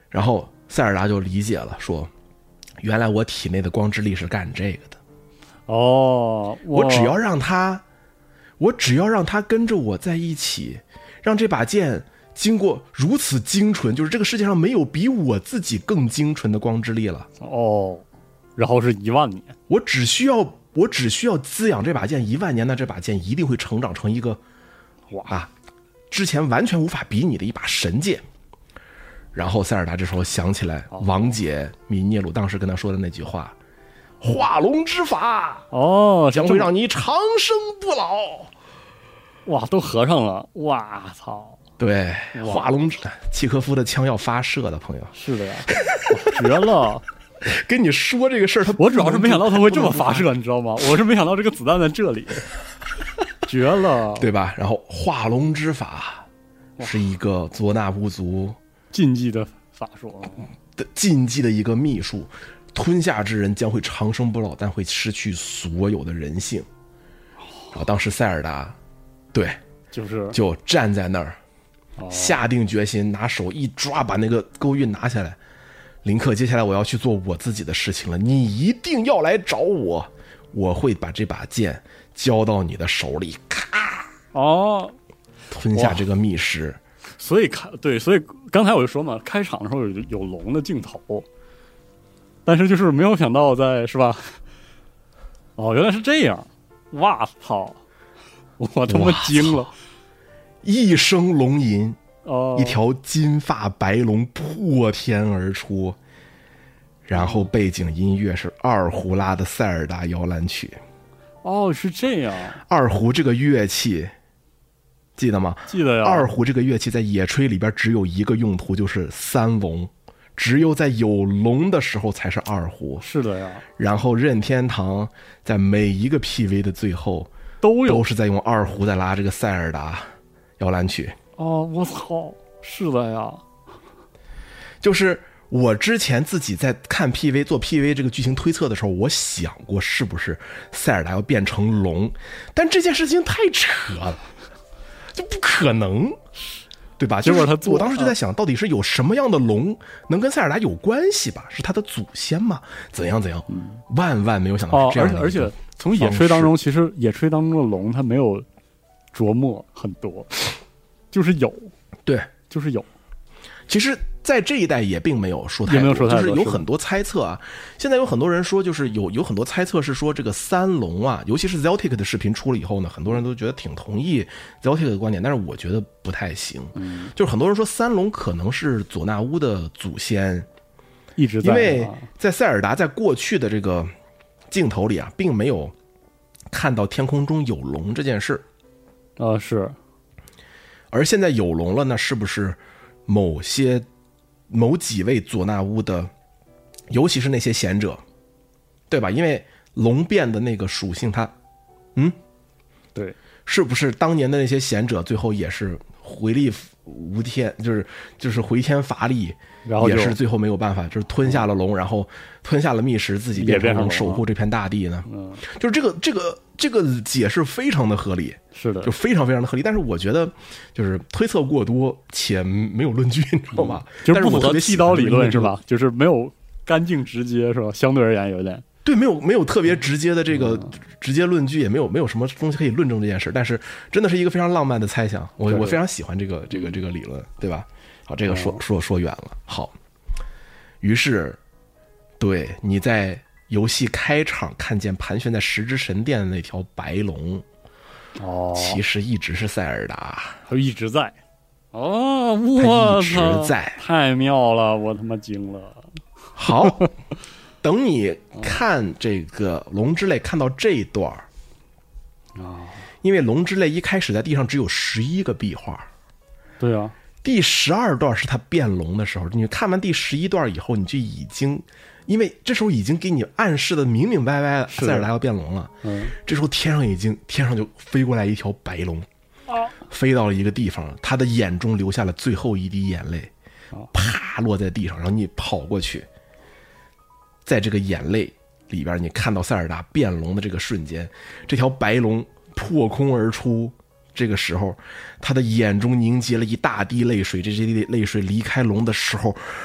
S2: 然后塞尔达就理解了，说原来我体内的光之力是干这个的。我只要让他跟着我在一起，让这把剑经过如此精纯，就是这个世界上没有比我自己更精纯的光之力了。
S1: 然后是10000年，
S2: 我只需要滋养这把剑10000年，那这把剑一定会成长成一个之前完全无法比拟的一把神剑。然后塞尔达这时候想起来王姐米涅鲁当时跟他说的那句话，化龙之法将会让你长生不老。
S1: 都合上了，操！
S2: 对，化龙契诃夫的枪要发射的，朋友。
S1: 是的呀，绝了！
S2: 跟你说这个事儿，
S1: 我主要是没想到他会这么发射，你知道吗？我是没想到这个子弹在这里，绝了，
S2: 对吧？然后化龙之法是一个佐纳乌族
S1: 禁忌的法术
S2: 的禁忌的一个秘术，吞下之人将会长生不老，但会失去所有的人性。然后当时塞尔达，对，就站在那儿，下定决心，拿手一抓，把那个勾玉拿下来。林克，接下来我要去做我自己的事情了，你一定要来找我，我会把这把剑交到你的手里，咔，吞下这个密石。
S1: 所以刚才我就说嘛，开场的时候有龙的镜头，但是就是没有想到是吧？原来是这样，操！我他妈惊了，
S2: 一声龙吟。一条金发白龙破天而出，然后背景音乐是二胡拉的塞尔达摇篮曲。
S1: 是这样。
S2: 二胡这个乐器记得吗？
S1: 记得呀。
S2: 二胡这个乐器在野炊里边只有一个用途，就是三龙，只有在有龙的时候才是二胡。
S1: 是的呀。
S2: 然后任天堂在每一个 PV 的最后都是在用二胡在拉这个塞尔达摇篮曲。
S1: 我操，是的呀。
S2: 就是我之前自己在看 PV 做 PV 这个剧情推测的时候，我想过是不是塞尔达要变成龙，但这件事情太扯了，就不可能，对吧？
S1: 结果
S2: 我当时就在想，到底是有什么样的龙能跟塞尔达有关系吧？是他的祖先吗？怎样？万万没有想到是这样的。
S1: 而且从野炊当中，其实野炊当中的龙它没有琢磨很多。就是有，
S2: 对，
S1: 就是有。
S2: 其实，在这一代也并没有说太多，就是有很多猜测啊。现在有很多人说，就是有很多猜测是说，这个三龙啊，尤其是 Zeltic 的视频出了以后呢，很多人都觉得挺同意 Zeltic 的观点，但是我觉得不太行。就是很多人说三龙可能是佐纳乌的祖先，
S1: 一直在，
S2: 因为在塞尔达在过去的这个镜头里啊，并没有看到天空中有龙这件事。
S1: 是。
S2: 而现在有龙了，那是不是某几位佐纳乌的，尤其是那些贤者，对吧？因为龙变的那个属性它，
S1: 对，
S2: 是不是当年的那些贤者最后也是回力无天，就是回天乏力，
S1: 然后
S2: 也是最后没有办法，就是吞下了龙，然后吞下了密石，自己变成龙守护这片大地呢？就是这个解释非常的合理，
S1: 是的，
S2: 就非常非常的合理。但是我觉得就是推测过多且没有论据，你知道吗？
S1: 就是不符合剃刀理论是吧？就是没有干净直接是吧？相对而言有点
S2: 对，没有特别直接的这个直接论据，也没有什么东西可以论证这件事。但是真的是一个非常浪漫的猜想，我非常喜欢这个理论，对吧？好，这个说远了。好，于是对你在游戏开场看见盘旋在十之神殿的那条白龙，其实一直是塞尔达，
S1: 他一直在。我
S2: 他一直在，
S1: 太妙了，我他妈惊了。
S2: 好，等你看这个龙之泪看到这一段因为龙之泪一开始在地上只有11个壁画，
S1: 对啊，
S2: 第12段是他变龙的时候，你看完第11段以后，你就已经。因为这时候已经给你暗示的明明白白了，塞尔达要变龙了。这时候天上就飞过来一条白龙，飞到了一个地方，他的眼中流下了最后一滴眼泪，啪落在地上，然后你跑过去，在这个眼泪里边，你看到塞尔达变龙的这个瞬间，这条白龙破空而出。这个时候，他的眼中凝结了一大滴泪水，这滴泪水离开龙的时候。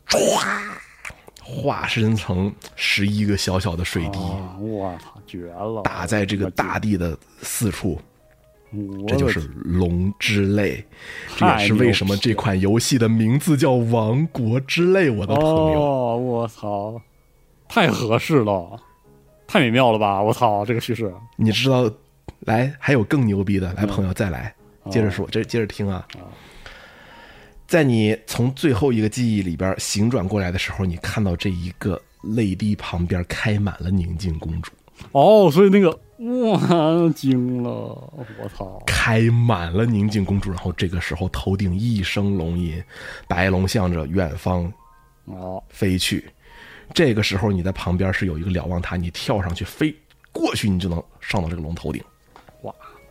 S2: 唰化身成11个小小的水滴，
S1: 我操，绝了！
S2: 打在这个大地的四处。这就是龙之泪，这也是为什么这款游戏的名字叫王国之泪。我的朋友，
S1: 我操，太合适了，太美妙了吧！我操，这个叙事，
S2: 你知道，来还有更牛逼的，来朋友再来，接着说，接着听啊。在你从最后一个记忆里边醒转过来的时候，你看到这一个泪滴旁边开满了宁静公主。
S1: 所以那个哇惊了，我操！
S2: 开满了宁静公主，然后这个时候头顶一声龙吟，白龙向着远方飞去。这个时候你在旁边是有一个瞭望塔，你跳上去飞过去，你就能上到这个龙头顶。
S1: 哇！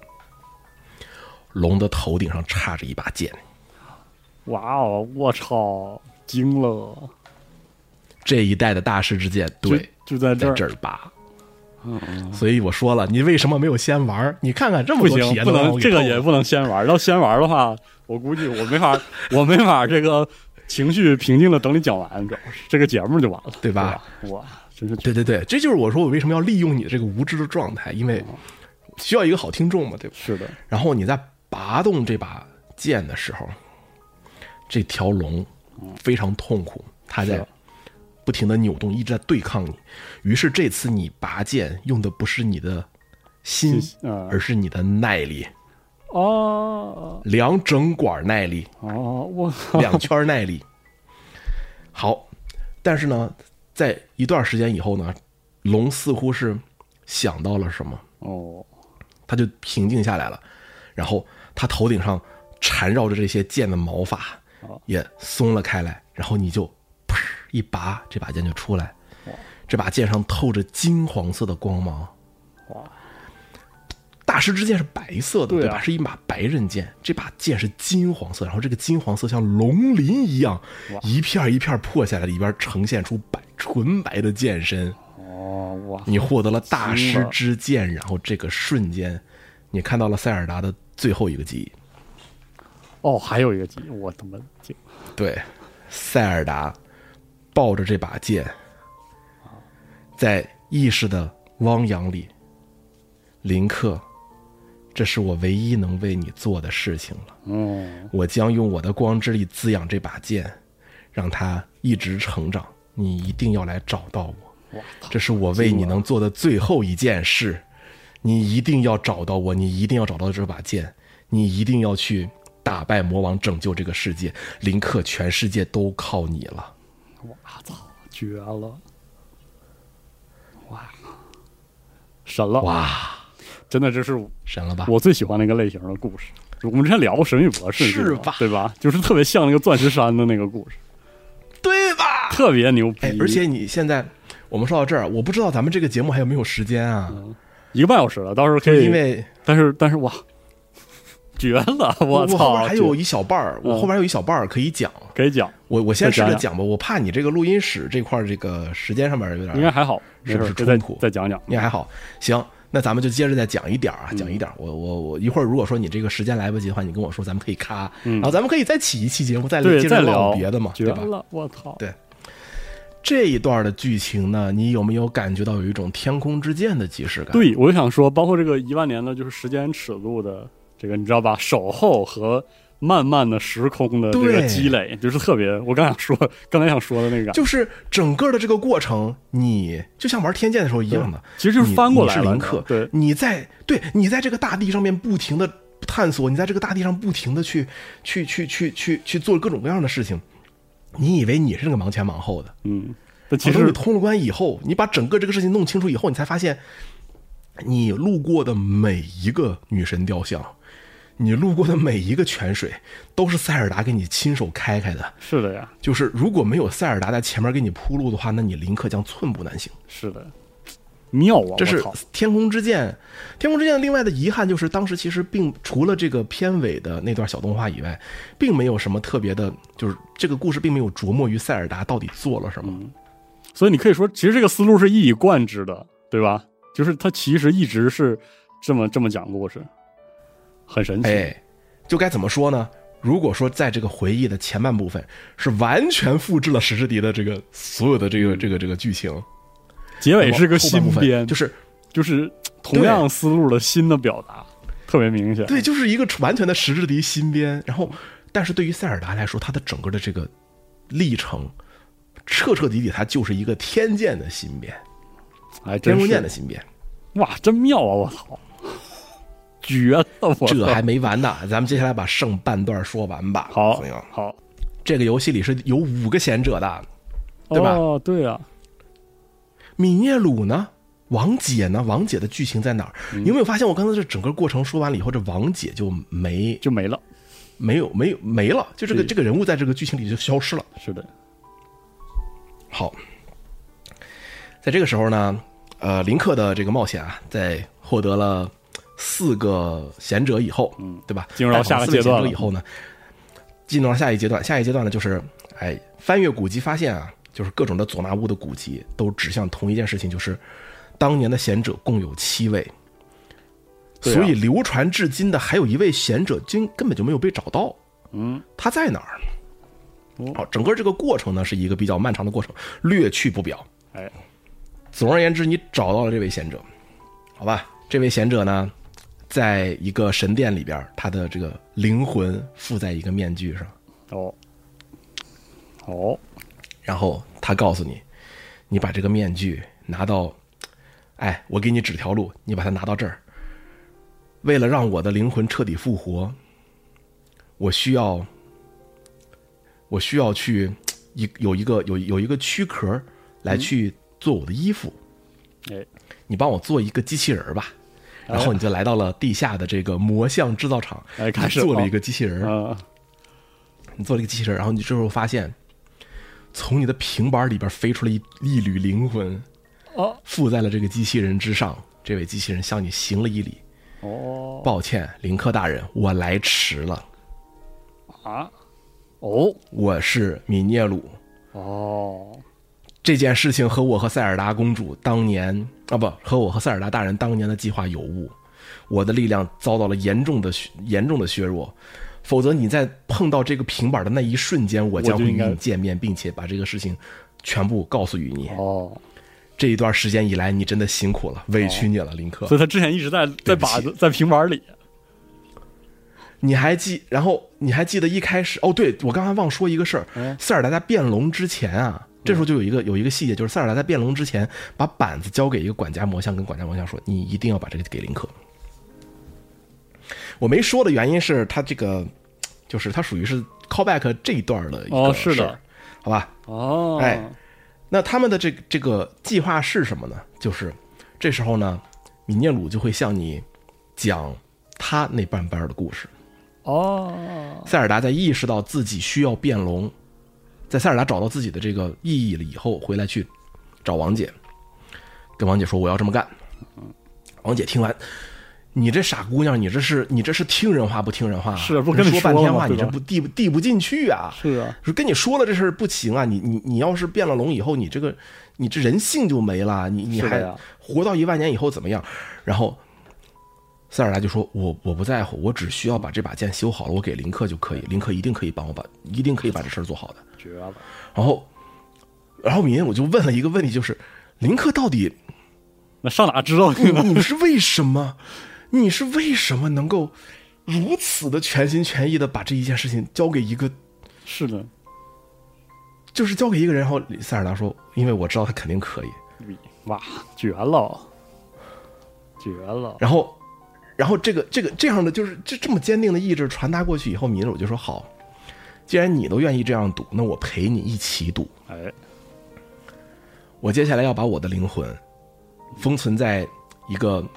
S2: 龙的头顶上插着一把剑。
S1: 哇哦！我操，惊了！
S2: 这一代的大师之剑，对，
S1: 就在
S2: 这儿拔。所以我说了，你为什么没有先玩？你看看这么多帖子，
S1: 不能这个也不能先玩。要先玩的话，我估计我没法这个情绪平静的等你讲完，主要是这个节目就完了，
S2: 对吧？
S1: 哇，真是
S2: 对，这就是我说我为什么要利用你这个无知的状态，因为需要一个好听众嘛，对吧？
S1: 是的。
S2: 然后你在拔动这把剑的时候，这条龙非常痛苦，它在不停的扭动，一直在对抗你。于是这次你拔剑用的不是你的心，而是你的耐力。2整管耐力。
S1: 我
S2: 2圈耐力。好，但是呢，在一段时间以后呢，龙似乎是想到了什么，他就平静下来了，然后他头顶上缠绕着这些剑的毛发也松了开来，然后你就噗一拔，这把剑就出来。这把剑上透着金黄色的光芒。大师之剑是白色的，对吧？是一把白刃剑，这把剑是金黄色，然后这个金黄色像龙鳞一样，一片一片破下来，里边呈现出纯白的剑身。你获得了大师之剑，然后这个瞬间，你看到了塞尔达的最后一个记忆。
S1: 还有一个记忆，我他妈惊！
S2: 对，塞尔达抱着这把剑，在意识的汪洋里，林克，这是我唯一能为你做的事情了。我将用我的光之力滋养这把剑，让它一直成长。你一定要来找到我，这是我为你能做的最后一件事。你一定要找到我，你一定要找到这把剑，你一定要去打败魔王，拯救这个世界。林克，全世界都靠你了。
S1: 我操，绝了！神了！
S2: 哇，
S1: 真的这是
S2: 神了吧？
S1: 我最喜欢那个类型的故事。我们之前聊过《神秘博士》，
S2: 是吧？
S1: 对吧？就是特别像那个钻石山的那个故事，
S2: 对吧？
S1: 特别牛逼。
S2: 而且你现在我们说到这儿，我不知道咱们这个节目还有没有时间啊
S1: ？1个半小时了，到时候可以。
S2: 因为
S1: 但是哇，绝了！我操，
S2: 我后边还有一小半儿，我后边还有一小半儿可以讲，
S1: 可以讲。
S2: 我先试着讲吧，我怕你这个录音室这块这个时间上面有点，
S1: 应该还好，
S2: 是不是冲突？
S1: 再讲讲，
S2: 应该还好。行，那咱们就接着再讲一点啊，讲一点。我一会儿如果说你这个时间来不及的话，你跟我说，咱们可以咔，然后咱们可以再起一期节目，接着聊别的嘛，对吧？
S1: 我操！
S2: 对。这一段的剧情呢，你有没有感觉到有一种天空之剑的即视感？
S1: 对，我就想说，包括这个1万年的，就是时间尺度的这个，你知道吧？守候和漫漫的时空的这个积累，就是特别。我刚才想说的那个，
S2: 就是整个的这个过程，你就像玩天剑的时候一样的，
S1: 其实就是翻过来了。
S2: 你是林克，
S1: 对，
S2: 你在这个大地上面不停的探索，你在这个大地上不停的去做各种各样的事情。你以为你是那个忙前忙后的，
S1: 但其实
S2: 你通了关以后，你把整个这个事情弄清楚以后，你才发现，你路过的每一个女神雕像，你路过的每一个泉水，都是塞尔达给你亲手开的。
S1: 是的呀，
S2: 就是如果没有塞尔达在前面给你铺路的话，那你林克将寸步难行。
S1: 是的。妙啊！
S2: 这是天空之剑。天空之剑另外的遗憾就是，当时其实除了这个片尾的那段小动画以外，并没有什么特别的，就是这个故事并没有琢磨于塞尔达到底做了什么。
S1: 所以你可以说，其实这个思路是一以贯之的，对吧？就是他其实一直是这么讲故事，很神奇。
S2: 就该怎么说呢？ 如果说在这个回忆的前半部分是完全复制了史诗迪的这个所有的这个剧情，
S1: 结尾是个新编，就是同样思路的新的表达，特别明显。
S2: 对，就是一个完全的史诗迪新编。然后，但是对于塞尔达来说，他的整个的这个历程，彻彻底底，他就是一个天剑的新编，天宫剑的新编。
S1: 哇，真妙啊！我操！绝了！
S2: 这还没完呢，咱们接下来把剩半段说完吧。
S1: 好，好，
S2: 这个游戏里是有5个贤者的，对吧？
S1: 哦，对啊。
S2: 米涅鲁呢？王姐呢？王姐的剧情在哪儿？你有没有发现，我刚才这整个过程说完了以后，这王姐就没了，没了，就这个人物在这个剧情里就消失了。
S1: 是的。
S2: 好，在这个时候呢，林克的这个冒险啊，在获得了4个贤者以后，对吧？
S1: 进入到下个阶段
S2: 以后呢，进入到下一阶段。下一阶段呢，就是翻阅古籍发现啊，就是各种的佐纳乌的古籍都指向同一件事情，就是当年的贤者共有7位，所以流传至今的还有1位贤者根本就没有被找到。他在哪儿？好，整个这个过程呢是一个比较漫长的过程，略去不表。总而言之，你找到了这位贤者，好吧？这位贤者呢，在一个神殿里边，他的这个灵魂附在一个面具上。然后他告诉你，你把这个面具拿到，我给你指条路，你把它拿到这儿。为了让我的灵魂彻底复活，我需要去有一个躯壳来去做我的衣服。你帮我做一个机器人吧。然后你就来到了地下的这个魔像制造厂，
S1: 开始
S2: 做了一个机器人。你做了一个机器人，然后你这时候发现，从你的平板里边飞出了一缕灵魂，附在了这个机器人之上。这位机器人向你行了一礼。抱歉，林克大人，我来迟了。我是米涅鲁。这件事情和我和塞尔达公主当年和我和塞尔达大人当年的计划有误，我的力量遭到了严重的削弱，否则你在碰到这个平板的那一瞬间，我将会与你见面，并且把这个事情全部告诉于你。这一段时间以来，你真的辛苦了，委屈你了，林克。
S1: 所以他之前一直在在平板里。
S2: 然后你还记得一开始？对，我刚才忘说一个事儿，塞尔达在变龙之前啊。这时候就有一个细节，就是塞尔达在变龙之前，把板子交给一个管家魔像，跟管家魔像说：“你一定要把这个给林克。”我没说的原因是他这个，就是他属于是 callback 这一段的一个事儿，
S1: 是的，
S2: 好吧？那他们的这个计划是什么呢？就是这时候呢，米涅鲁就会向你讲他那半的故事。塞尔达在意识到自己需要变龙。在塞尔达找到自己的这个意义了以后，回来去找王姐，跟王姐说我要这么干。王姐听完，你这傻姑娘，你这是听人话不听人话？
S1: 是不跟你
S2: 说半天话，你这不递不进去啊？
S1: 是啊，
S2: 说跟你说了这事不行啊！你要是变了龙以后，你这人性就没了，你还活到10000年以后怎么样？然后塞尔达就说：“我不在乎，我只需要把这把剑修好了，我给林克就可以，林克一定可以帮我一定可以把这事儿做好的。”
S1: 绝了。
S2: 然后米涅鲁就问了一个问题，就是林克到底
S1: 那上哪知道
S2: 你是为什么？你是为什么能够如此的全心全意的把这一件事情交给一个？
S1: 是的，
S2: 就是交给一个人。然后塞尔达说：“因为我知道他肯定可以。”
S1: 哇，绝了，绝了。
S2: 然后这样的就是这么坚定的意志传达过去以后，米涅鲁就说：“好。”既然你都愿意这样赌，那我陪你一起赌。我接下来要把我的灵魂封存在一个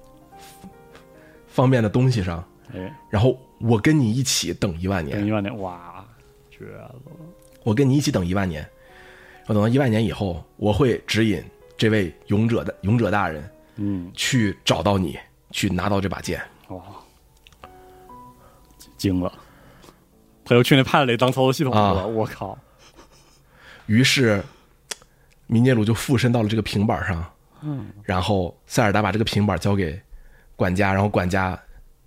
S2: 方便的东西上，然后我跟你一起等10000年。
S1: 等10000年，哇，绝了！
S2: 我跟你一起等10000年，我等到10000年以后，我会指引这位勇者大人，去找到你，去拿到这把剑。
S1: 哇，惊了！他又去那 pad 里当操作系统了，我靠！
S2: 于是米涅鲁就附身到了这个平板上，然后塞尔达把这个平板交给管家，然后管家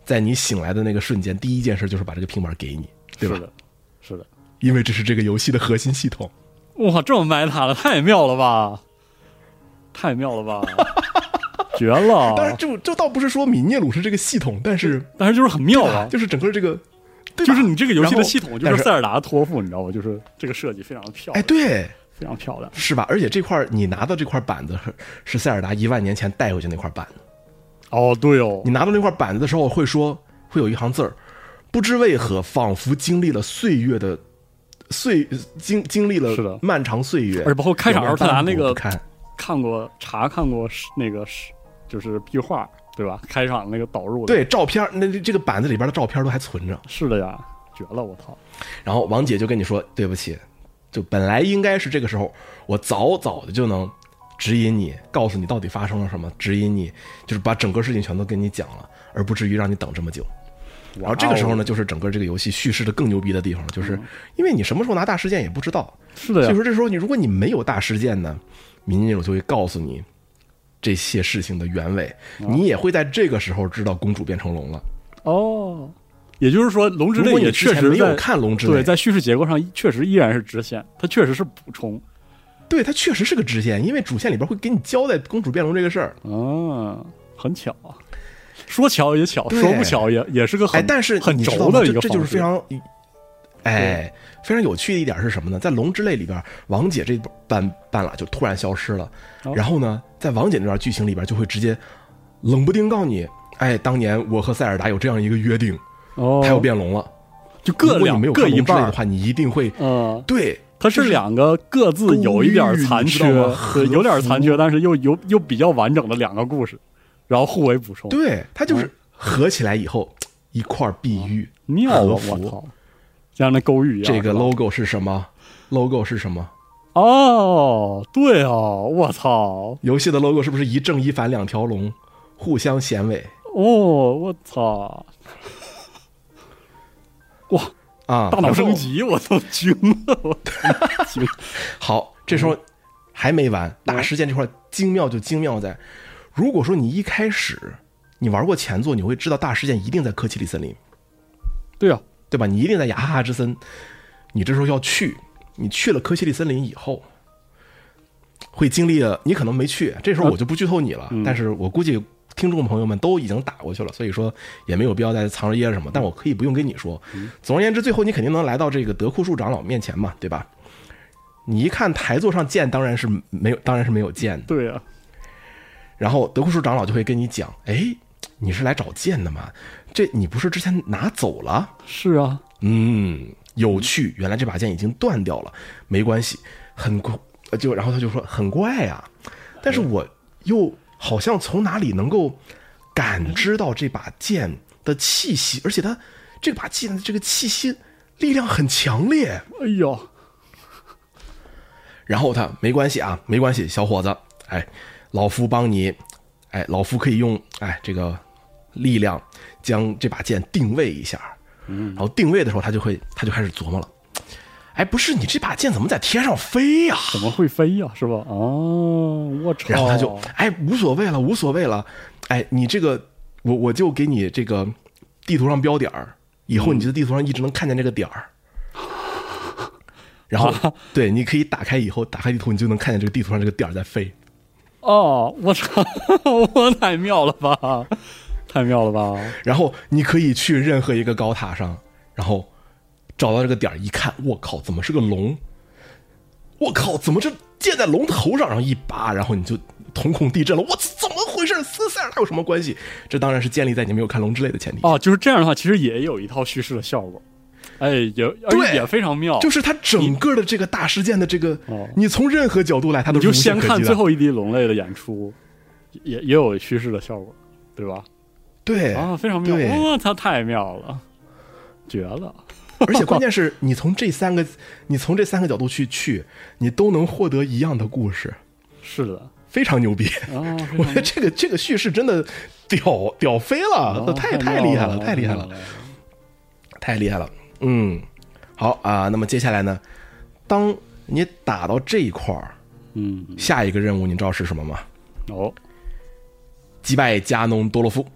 S2: 在你醒来的那个瞬间，第一件事就是把这个平板给你，对吧？
S1: 是的，是的，
S2: 因为这是这个游戏的核心系统。
S1: 哇，这么埋汰了，太妙了吧！太妙了吧！绝了！
S2: 当然这倒不是说泯灭鲁是这个系统，但是
S1: 就是很妙啊，
S2: 就是整个这个，
S1: 就是你这个游戏的系统就是塞尔达的托付，你知道吗？就是这个设计非常的漂亮，
S2: 哎，对，
S1: 非常漂亮，
S2: 是吧？而且这块你拿到这块板子是塞尔达10000年前带回去那块板子。
S1: 哦，对哦，
S2: 你拿到那块板子的时候会有一行字儿，不知为何仿佛经历了岁月的经历了漫长岁月，
S1: 而且包括开场时他拿那个
S2: 看
S1: 过那个就是壁画，对吧？开场那个导入
S2: 对照片，那这个板子里边的照片都还存着。
S1: 是的呀，绝了，我操！
S2: 然后王姐就跟你说对不起，就本来应该是这个时候我早早的就能指引你，告诉你到底发生了什么，指引你就是把整个事情全都跟你讲了，而不至于让你等这么久。然后这个时候呢，就是整个这个游戏叙事的更牛逼的地方，就是因为你什么时候拿大事件也不知道，
S1: 是的呀。
S2: 所以说这时候如果你没有大事件呢，民间就会告诉你这些事情的原委，你也会在这个时候知道公主变成龙了。
S1: 哦，也就是说，龙之泪也确实
S2: 没有看龙之泪，
S1: 对，在叙事结构上确实依然是支线，它确实是补充。
S2: 对，它确实是个支线，因为主线里边会给你交代公主变龙这个事儿。
S1: 很巧啊。说巧也巧，说不巧也是个很
S2: 但是
S1: 很轴的一个方式，
S2: 这就是非常非常有趣的一点是什么呢？在龙之泪里边，王姐这半拉就突然消失了，然后呢，在王姐那段剧情里边就会直接冷不丁告诉你，当年我和塞尔达有这样一个约定，他要变龙了，
S1: 就各一半
S2: 的话，你一定会对。
S1: 它是两个各自有一点残缺，有点残缺，但是又比较完整的两个故事。然后互为补充，
S2: 对，它就是合起来以后一块碧玉，
S1: 妙啊！我操，像那勾玉一样。
S2: 这个 logo 是什么 ？logo 是什么？
S1: 哦，对哦，我操！
S2: 游戏的 logo 是不是一正一反两条龙互相衔尾？
S1: 哦，我操！哇
S2: 啊！
S1: 大脑升级，我都惊了，我惊！
S2: 好，这时候还没完，大事件这块精妙就精妙在。如果说你一开始你玩过前作，你会知道大事件一定在科奇里森林，
S1: 对啊，
S2: 对吧？你一定在雅哈哈之森，你这时候要去，你去了科奇里森林以后，会经历了，你可能没去，这时候我就不剧透你了，但是我估计听众朋友们都已经打过去了，所以说也没有必要再藏着掖着什么，但我可以不用跟你说。总而言之，最后你肯定能来到这个德库树长老面前嘛，对吧？你一看台座上剑当然是没有剑的，
S1: 对啊。
S2: 然后德库树长老就会跟你讲，你是来找剑的吗？这你不是之前拿走了？
S1: 是啊，
S2: 有趣，原来这把剑已经断掉了，没关系，然后他就说很怪啊，但是我又好像从哪里能够感知到这把剑的气息，而且他这把剑的这个气息力量很强烈。
S1: 哎呦，
S2: 然后他没关系啊，没关系，小伙子，老夫帮你，老夫可以用这个力量将这把剑定位一下，然后定位的时候他就开始琢磨了，不是你这把剑怎么在天上飞呀？
S1: 怎么会飞呀？是吧？哦，我操！
S2: 然后他就无所谓了，你这个我就给你这个地图上标点儿，以后你这地图上一直能看见这个点儿。然后对，你可以打开地图，你就能看见这个地图上这个点儿在飞。
S1: 哦，我操！我太妙了吧，太妙了吧！
S2: 然后你可以去任何一个高塔上，然后找到这个点儿，一看，我靠，怎么是个龙？我靠，怎么这箭在龙头上？然后一拔，然后你就瞳孔地震了。我怎么回事？斯塞尔达有什么关系？这当然是建立在你没有看龙之泪的前提下。
S1: 就是这样的话，其实也有一套叙事的效果。也非常妙，
S2: 就是它整个的这个大事件的这个，你从任何角度来，它都是
S1: 就先看最后一滴龙泪的演出，也有叙事的效果，对吧？
S2: 对
S1: 非常妙，哇，它太妙了，绝了！
S2: 而且关键是你从这三个角度去，你都能获得一样的故事。
S1: 是的，
S2: 非常牛逼！我觉得这个叙事真的屌飞了，太厉害了，太厉害了，太厉害了。好啊，那么接下来呢，当你打到这一块儿，下一个任务你知道是什么吗？
S1: 击
S2: 败加农多洛夫。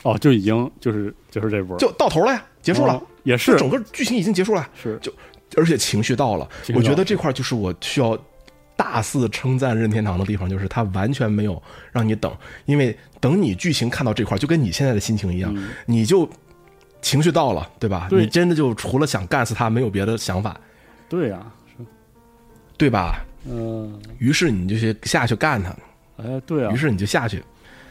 S1: 哦，就已经就是这波
S2: 就到头了呀，结束了，
S1: 也是
S2: 整个剧情已经结束了，
S1: 是
S2: 就而且情绪到了，我觉得这块就是我需要大肆称赞任天堂的地方，就是它完全没有让你等，因为等你剧情看到这块，就跟你现在的心情一样，你就情绪到了，对吧？你真的就除了想干死他，没有别的想法。
S1: 对呀，
S2: 对吧？于是你就下去干他。
S1: 哎，对啊。
S2: 于是你就下去。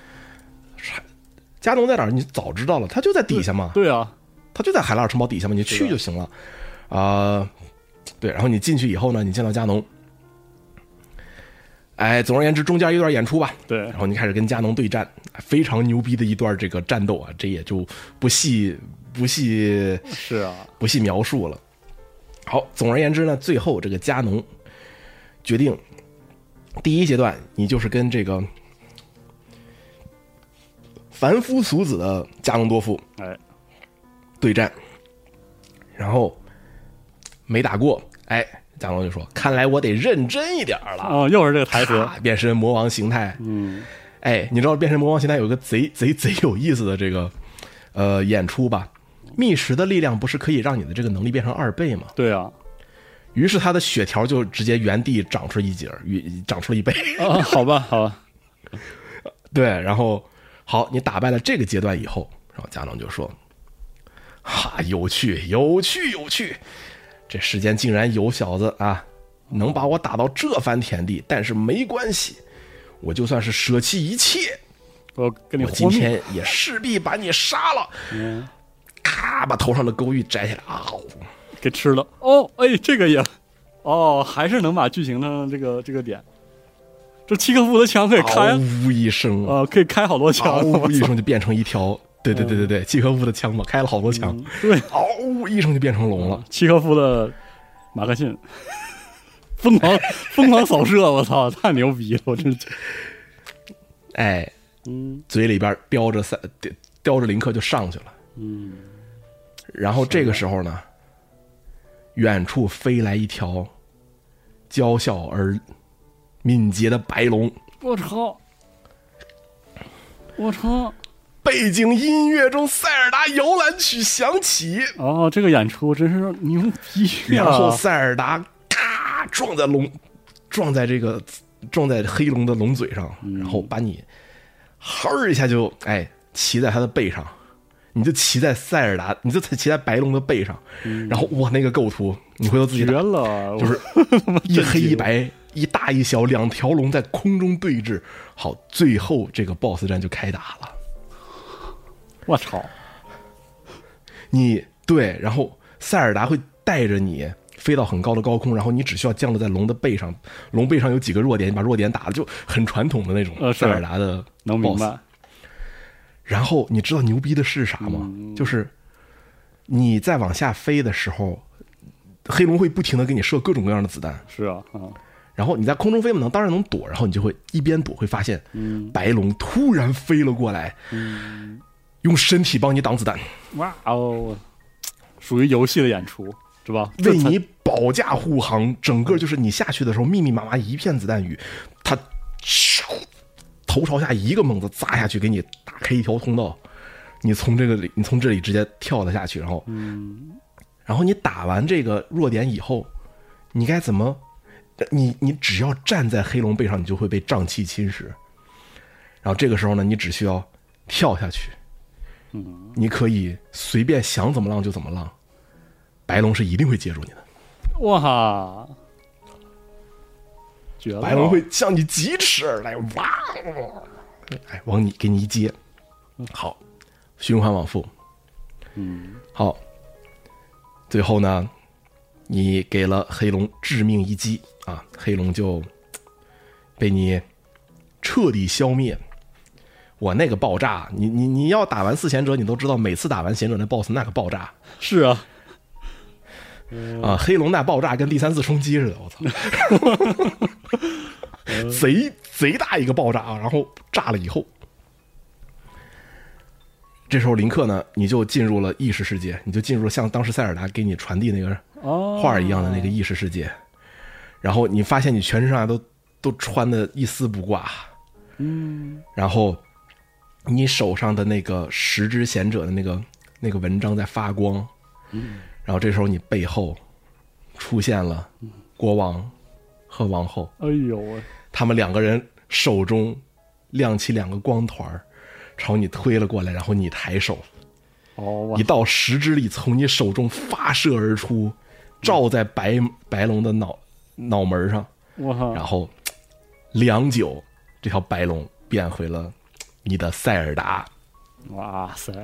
S2: 加农在哪儿？你早知道了，他就在底下嘛。
S1: 对啊，
S2: 他就在海拉尔城堡底下嘛，你去就行了。对，然后你进去以后呢，你见到加农。哎，总而言之，中间一段演出吧。
S1: 对，
S2: 然后你开始跟加农对战，非常牛逼的一段这个战斗啊，这也就不细
S1: 是啊，
S2: 不细描述了。好，总而言之呢，最后这个加农决定，第一阶段你就是跟这个凡夫俗子的加农多夫对战，然后没打过，哎，加农就说：“看来我得认真一点了。”
S1: 哦，又是这个台词，
S2: 变身魔王形态。哎，你知道变身魔王形态有个贼有意思的这个演出吧？觅食的力量不是可以让你的这个能力变成2倍吗？
S1: 对啊。
S2: 于是他的血条就直接原地长出一截，长出了1倍。
S1: 好吧，好吧。
S2: 对，然后好，你打败了这个阶段以后，然后加农就说：“哈，有趣，这世间竟然有小子啊，能把我打到这番田地，但是没关系，我就算是舍弃一切，
S1: 我
S2: 今天也势必把你杀了。”咔，把头上的钩玉摘下来啊！
S1: 给吃了哦，哎，这个也还是能把剧情的这个点，这契诃夫的枪可以开，
S2: 嗷一声
S1: 可以开好多枪，
S2: 嗷一声就变成一条，对，契诃夫的枪嘛，开了好多枪，
S1: 对，
S2: 嗷一声就变成龙了。
S1: 契诃夫的马克沁，疯狂扫射，我操，太牛逼了，我真是，
S2: 哎，嘴里边叼着林克就上去了，然后这个时候呢。远处飞来一条娇小而敏捷的白龙，
S1: 我操！
S2: 背景音乐中塞尔达摇篮曲响起，
S1: 这个演出真是牛逼
S2: 然后塞尔达咔撞在黑龙的龙嘴上，然后把你哈一下就骑在他的背上。你就骑在骑在白龙的背上，然后哇，那个构图，你回头自己
S1: 绝了，
S2: 就是一黑一白，一大一小2条龙在空中对峙。好，最后这个 BOSS 战就开打了。
S1: 我操！
S2: 对，然后塞尔达会带着你飞到很高的高空，然后你只需要降落在龙的背上，龙背上有几个弱点，你把弱点打了，就很传统的那种塞尔达的 BOSS。
S1: 能明白。
S2: 然后你知道牛逼的是啥吗？就是你在往下飞的时候，黑龙会不停的给你射各种各样的子弹。
S1: 是啊，
S2: 然后你在空中飞当然能躲，然后你就会一边躲，会发现，白龙突然飞了过来，用身体帮你挡子弹。
S1: 哇哦，属于游戏的演出是吧？
S2: 为你保驾护航，整个就是你下去的时候密密麻麻一片子弹雨，他头朝下一个猛子砸下去，给你打开一条通道，你从这里直接跳了下去，然后你打完这个弱点以后，你该怎么？你只要站在黑龙背上，你就会被瘴气侵蚀。然后这个时候呢，你只需要跳下去，你可以随便想怎么浪就怎么浪，白龙是一定会接住你的。
S1: 哇！
S2: 白龙会向你疾驰而来，哇！给你一接，好，循环往复，好，最后呢，你给了黑龙致命一击啊，黑龙就被你彻底消灭。我那个爆炸，你要打完4贤者，你都知道，每次打完贤者那 BOSS 那个爆炸，
S1: 是啊。
S2: 黑龙那爆炸跟第3次冲击似的，我操！贼大一个爆炸啊！然后炸了以后，这时候林克呢，你就进入了意识世界，你就进入了像当时塞尔达给你传递那个画一样的那个意识世界，然后你发现你全身上下都穿的一丝不挂，然后你手上的那个十之贤者的那个文章在发光，然后这时候你背后出现了国王和王后，
S1: 哎呦喂，
S2: 他们两个人手中亮起2个光团朝你推了过来，然后你抬手，一道十之力从你手中发射而出，照在白龙的脑门上，然后良久，这条白龙变回了你的塞尔达。
S1: 哇塞！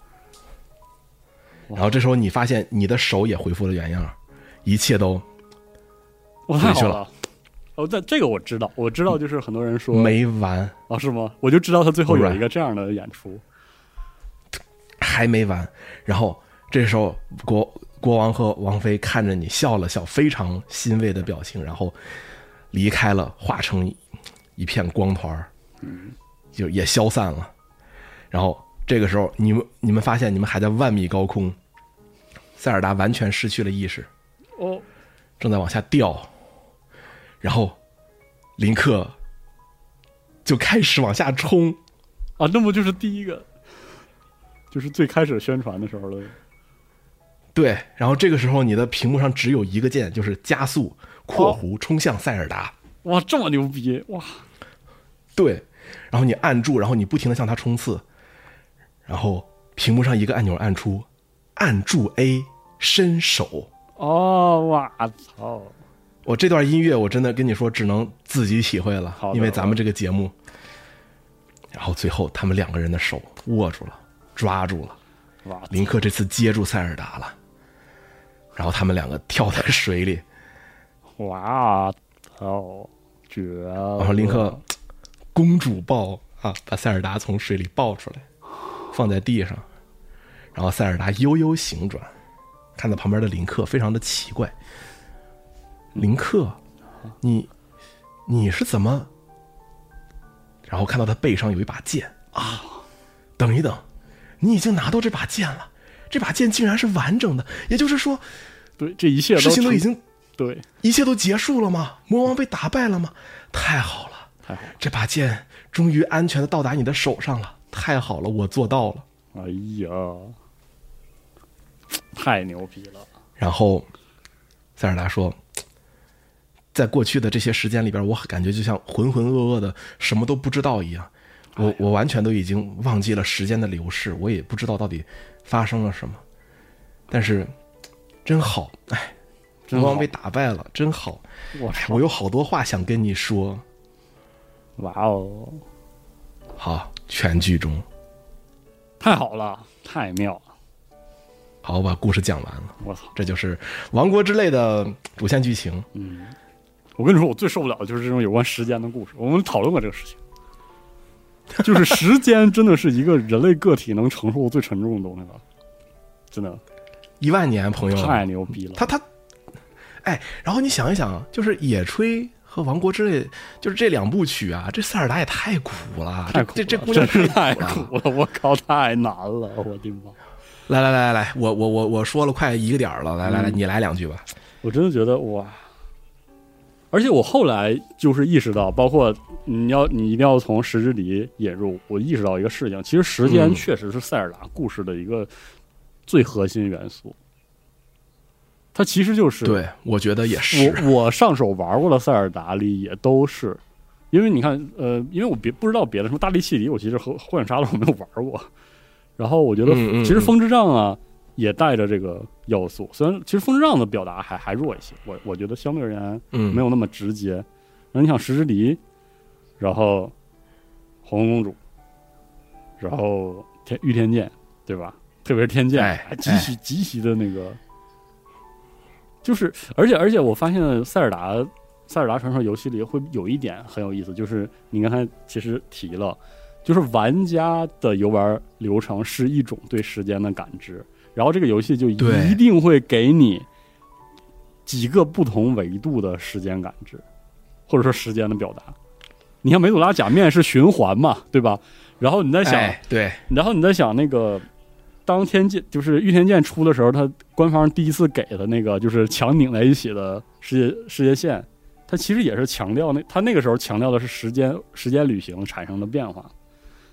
S2: 然后这时候你发现你的手也恢复了原样，一切都
S1: 回去了。这个我知道，就是很多人说
S2: 没完
S1: 啊，是吗？我就知道他最后有一个这样的演出，
S2: 还没完。然后这时候国王和王妃看着你笑了笑，非常欣慰的表情，然后离开了，化成一片光团，就也消散了。然后这个时候你们发现你们还在万米高空，塞尔达完全失去了意识，正在往下掉，然后林克就开始往下冲
S1: 啊，那不就是第一个，就是最开始宣传的时候了。
S2: 对，然后这个时候你的屏幕上只有一个键，就是加速括弧冲向塞尔达。
S1: 哇，这么牛逼！哇，
S2: 对，然后你按住，然后你不停的向他冲刺，然后屏幕上一个按钮按出，按住 A 伸手。
S1: 哇操！
S2: 我这段音乐我真的跟你说，只能自己体会了，因为咱们这个节目。然后最后他们2个人的手握住了，抓住了。林克这次接住塞尔达了，然后他们2个跳在水里。
S1: 哇操，绝了！
S2: 然后林克公主抱啊，把塞尔达从水里抱出来，放在地上。然后塞尔达悠悠醒转，看到旁边的林克，非常的奇怪。林克，你是怎么？然后看到他背上有一把剑啊，等一等，你已经拿到这把剑了，这把剑竟然是完整的，也就是说，
S1: 对，这一切
S2: 事情都已经
S1: 对，
S2: 一切都结束了吗？魔王被打败了吗？太好了，
S1: 太好了，
S2: 这把剑终于安全的到达你的手上了，太好了，我做到了。
S1: 哎呀，太牛逼了！
S2: 然后塞尔达说，在过去的这些时间里边，我感觉就像浑浑噩噩的，什么都不知道一样。我完全都已经忘记了时间的流逝，我也不知道到底发生了什么。但是真好，哎，魔王被打败了，真好。我有好多话想跟你说。
S1: 哇哦，
S2: 好，全剧终，
S1: 太好了，太妙了。
S2: 好，我把故事讲完了。
S1: 我操，
S2: 这就是《王国之泪》的主线剧情。
S1: 我跟你说，我最受不了的就是这种有关时间的故事。我们讨论过这个事情，就是时间真的是一个人类个体能承受最沉重的东西了，真的。
S2: 10000年，朋友，
S1: 太牛逼了。
S2: 他，哎，然后你想一想，就是野炊和王国之泪，就是这2部曲啊，这塞尔达也太苦了，这姑娘
S1: 太苦了，我靠，太难了，我的妈！
S2: 来，我说了快1个点了，来，你来2句吧。
S1: 我真的觉得哇！而且我后来就是意识到，包括你一定要从时之离引入，我意识到一个事情，其实时间确实是塞尔达故事的一个最核心元素。它其实就是，
S2: 对，我觉得也是。
S1: 我上手玩过的塞尔达里也都是，因为你看，因为我不知道别的什么大力气里，我其实和幻影杀戮我没有玩过。然后我觉得，其实风之杖啊也带着这个要素，虽然其实风之杖的表达还弱一些，我觉得相对而言没有那么直接。然后你想时之离，然后红公主，然后御天剑，对吧？特别是天剑，还极其的那个。就是而且我发现塞尔达传说游戏里会有一点很有意思，就是你刚才其实提了，就是玩家的游玩流程是一种对时间的感知，然后这个游戏就一定会给你几个不同维度的时间感知，或者说时间的表达。你看梅祖拉假面是循环嘛，对吧？然后你在想，
S2: 对，
S1: 然后你在想那个。当天剑就是御天剑出的时候，他官方第一次给的那个就是强拧在一起的世界线，它其实也是强调他那个时候强调的是时间旅行产生的变化，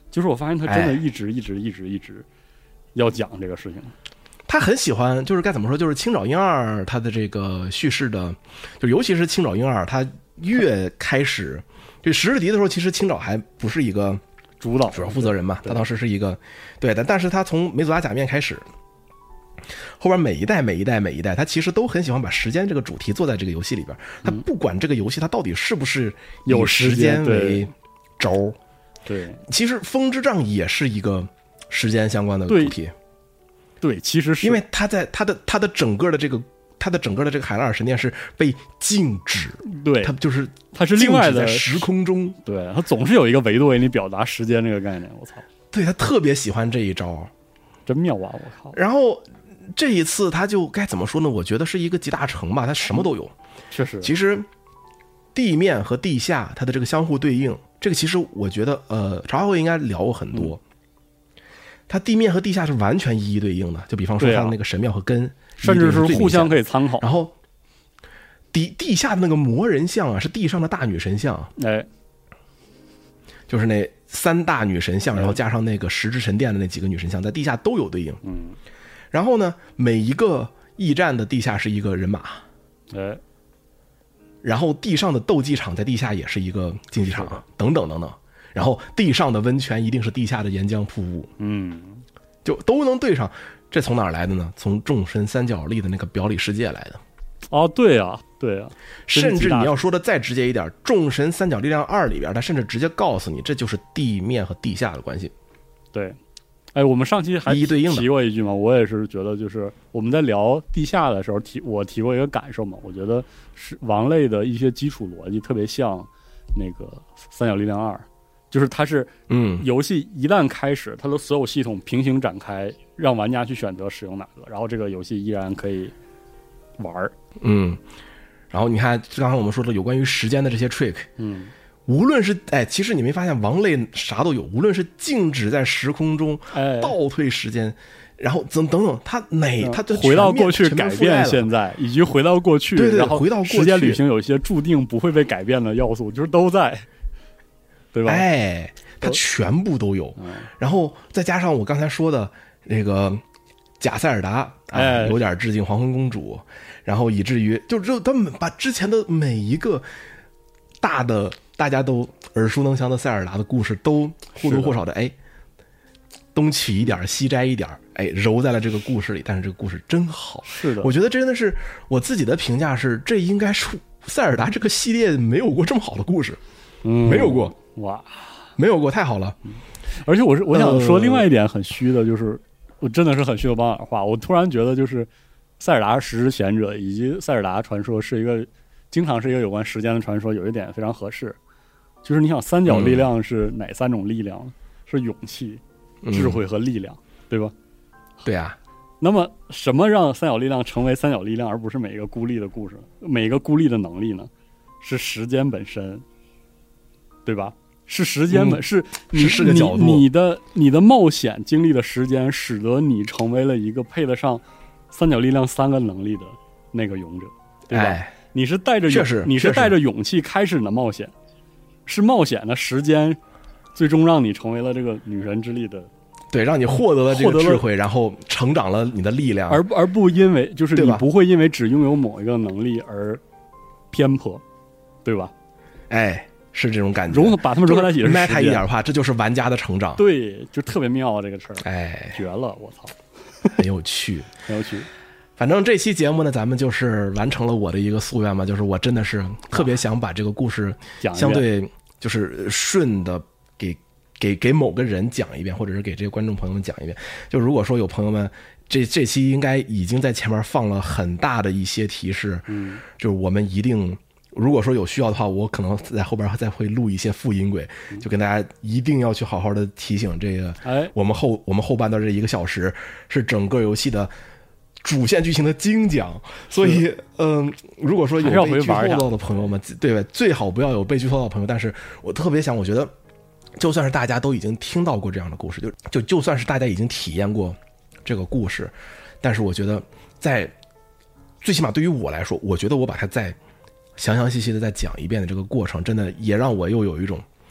S1: 就是我发现他真的一直要讲这个事情。
S2: 他很喜欢，就是该怎么说，就是青沼英二他的这个叙事的，就尤其是青沼英二，他越开始对石之笛的时候，其实青沼还不是一个主要负责人嘛，他当时是一个对的，但是他从美佐达假面开始，后边每一代，他其实都很喜欢把时间这个主题做在这个游戏里边。他不管这个游戏它到底是不是以时间为轴，
S1: 对，
S2: 其实风之杖也是一个时间相关的主题。
S1: 对，其实是
S2: 因为他在他的整个的这个海拉尔神殿是被静止，
S1: 对，它是另外的
S2: 时空中，
S1: 对，它总是有一个维度为你表达时间这个概念。我操，
S2: 对，他特别喜欢这一招，
S1: 真妙啊！我靠。
S2: 然后这一次他就该怎么说呢？我觉得是一个集大成吧，他什么都有。
S1: 确实，
S2: 其实地面和地下它的这个相互对应，这个其实我觉得茶话会应该聊过很多。它地面和地下是完全一一对应的，就比方说它的那个神庙和根，
S1: 甚至是互相可以参考。
S2: 然后地下的那个魔人像啊，是地上的大女神像，
S1: 哎，
S2: 就是那3大女神像，然后加上那个十之神殿的那几个女神像，在地下都有对应。然后呢，每一个驿站的地下是一个人马，
S1: 哎，
S2: 然后地上的斗技场在地下也是一个竞技场，等等等等。然后地上的温泉一定是地下的岩浆瀑布，就都能对上。这从哪儿来的呢？从众神三角力的那个表里世界来的。
S1: 哦，对啊，对啊。
S2: 甚至你要说的再直接一点，众神三角力量2里边，它甚至直接告诉你，这就是地面和地下的关系。
S1: 对，哎，我们上期还提过一句嘛，我也是觉得，就是我们在聊地下的时候我提过一个感受嘛，我觉得是王类的一些基础逻辑特别像那个三角力量2。就是它是，游戏一旦开始，它的所有系统平行展开，让玩家去选择使用哪个，然后这个游戏依然可以玩。
S2: 然后你看，刚才我们说的有关于时间的这些 trick，无论是其实你没发现王类啥都有，无论是静止在时空中，倒退时间，然后等等，它
S1: 回到过去改变现在，以及回到过去，
S2: 对，
S1: 然后
S2: 回到过去，
S1: 时间旅行有一些注定不会被改变的要素，就是都在。对吧？
S2: 它全部都有，然后再加上我刚才说的那个贾塞尔达有点致敬黄昏公主，然后以至于就他们把之前的每一个大的大家都耳熟能详的塞尔达的故事都或多或少的东取一点西摘一点，揉在了这个故事里。但是这个故事真好，
S1: 是的，
S2: 我觉得真的是我自己的评价是，这应该是塞尔达这个系列没有过这么好的故事，没有过。
S1: 哇，
S2: 没有过，太好了！
S1: 而且我想说另外一点很虚的，就是我真的是很虚的帮耳话。我突然觉得，就是塞尔达十之贤者以及塞尔达传说经常是一个有关时间的传说，有一点非常合适，就是你想三角力量是哪3种力量？是勇气、智慧和力量，对吧？
S2: 对啊。
S1: 那么什么让三角力量成为三角力量，而不是每一个孤立的故事，每一个孤立的能力呢？是时间本身，对吧？是时间是
S2: 个角度，
S1: 你的冒险经历的时间，使得你成为了一个配得上三角力量3个能力的那个勇者，对吧？你是带着勇气开始你的冒险，是冒险的时间最终让你成为了这个女神之力的，
S2: 对，让你获得了这个智慧，然后成长了你的力量，
S1: 而不因为就是你不会因为只拥有某一个能力而偏颇，对吧？
S2: 是这种感觉，
S1: 把他们融合在一起是
S2: meta一点的话，这就是玩家的成长。
S1: 对，就特别妙这个事儿，绝了！我操，
S2: 很有趣，
S1: 很有趣。
S2: 反正这期节目呢，咱们就是完成了我的一个夙愿嘛，就是我真的是特别想把这个故事相对就是顺的给某个人讲一遍，或者是给这些观众朋友们讲一遍。就如果说有朋友们这期应该已经在前面放了很大的一些提示，就是我们一定。如果说有需要的话，我可能在后边再会录一些副音轨，就跟大家一定要去好好的提醒这个，我们后半段这1个小时是整个游戏的主线剧情的精讲，所以如果说有被剧透到的朋友们，对，最好不要有被剧透到的朋友。但是我特别想，我觉得就算是大家都已经听到过这样的故事，就算是大家已经体验过这个故事，但是我觉得在最起码对于我来说，我觉得我把它再详细的再讲一遍的这个过程，真的也让我又有一种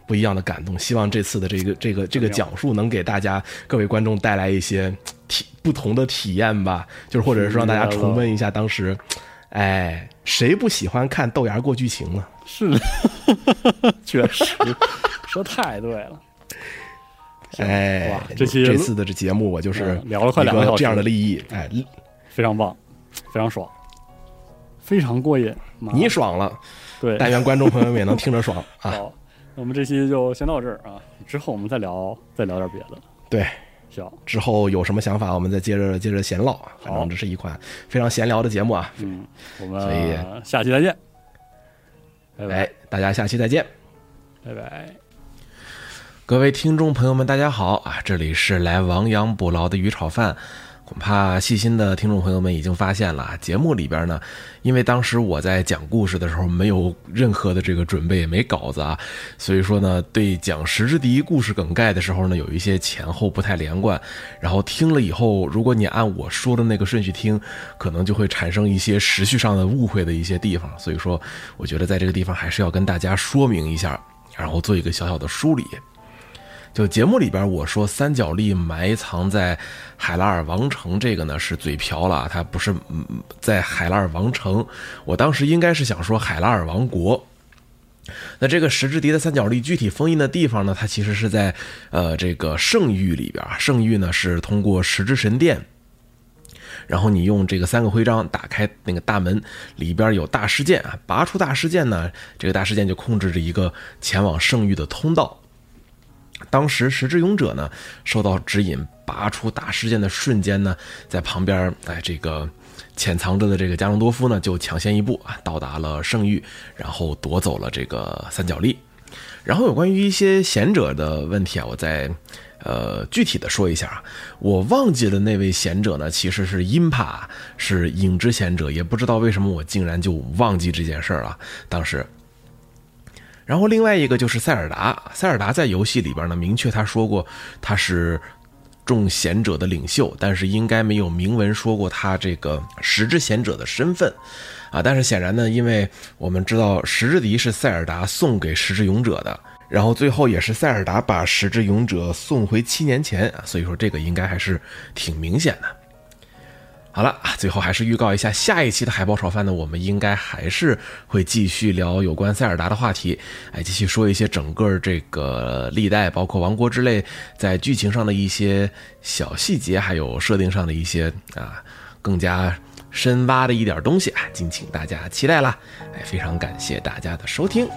S2: 不一样的感动。希望这次的这个讲述能给大家各位观众带来一些不同的体验吧，就是或者是让大家重温一下当时，哎，谁不喜欢看豆芽过剧情呢？
S1: 是的，确实说太对了。
S2: 哎，这次的这节目我就是
S1: 聊了快2个小时，
S2: 这样的利益，哎，
S1: 非常棒，非常爽，非常过瘾。
S2: 你爽了，
S1: 对，
S2: 但愿观众朋友们也能听着爽啊。
S1: 好，我们这期就先到这儿啊，之后我们再聊点别的。
S2: 对。
S1: 行，
S2: 之后有什么想法，我们再接着闲唠。反正这是一款非常闲聊的节目啊。
S1: 我们下期再见，拜拜，
S2: 大家下期再见，
S1: 拜拜。
S2: 各位听众朋友们，大家好啊！这里是来亡羊补牢的鱼炒饭。恐怕细心的听众朋友们已经发现了，节目里边呢，因为当时我在讲故事的时候没有任何的这个准备，也没稿子啊，所以说呢，对讲石之笛故事梗概的时候呢，有一些前后不太连贯，然后听了以后，如果你按我说的那个顺序听，可能就会产生一些时序上的误会的一些地方，所以说我觉得在这个地方还是要跟大家说明一下，然后做一个小小的梳理。就节目里边我说三角丽埋藏在海拉尔王城，这个呢是嘴瓢了，它不是在海拉尔王城，我当时应该是想说海拉尔王国。那这个石之笛的三角丽具体封印的地方呢，它其实是在这个圣域里边，圣域呢是通过石之神殿，然后你用这个3个徽章打开那个大门，里边有大事件啊，拔出大事件呢，这个大事件就控制着一个前往圣域的通道。当时石之勇者呢受到指引，拔出大事件的瞬间呢，在旁边这个潜藏着的这个加隆多夫呢就抢先一步啊，到达了圣域，然后夺走了这个三角丽。然后有关于一些贤者的问题啊，我再具体的说一下。我忘记了那位贤者呢，其实是音帕，是影之贤者，也不知道为什么我竟然就忘记这件事了当时。然后另外一个就是塞尔达，塞尔达在游戏里边呢明确他说过他是众贤者的领袖，但是应该没有明文说过他这个石之贤者的身份啊。但是显然呢，因为我们知道石之笛是塞尔达送给石之勇者的，然后最后也是塞尔达把石之勇者送回7年前啊，所以说这个应该还是挺明显的。好了，最后还是预告一下，下一期的海豹炒饭呢，我们应该还是会继续聊有关塞尔达的话题，继续说一些整个这个历代包括王国之类在剧情上的一些小细节，还有设定上的一些更加深挖的一点东西敬请大家期待啦！非常感谢大家的收听。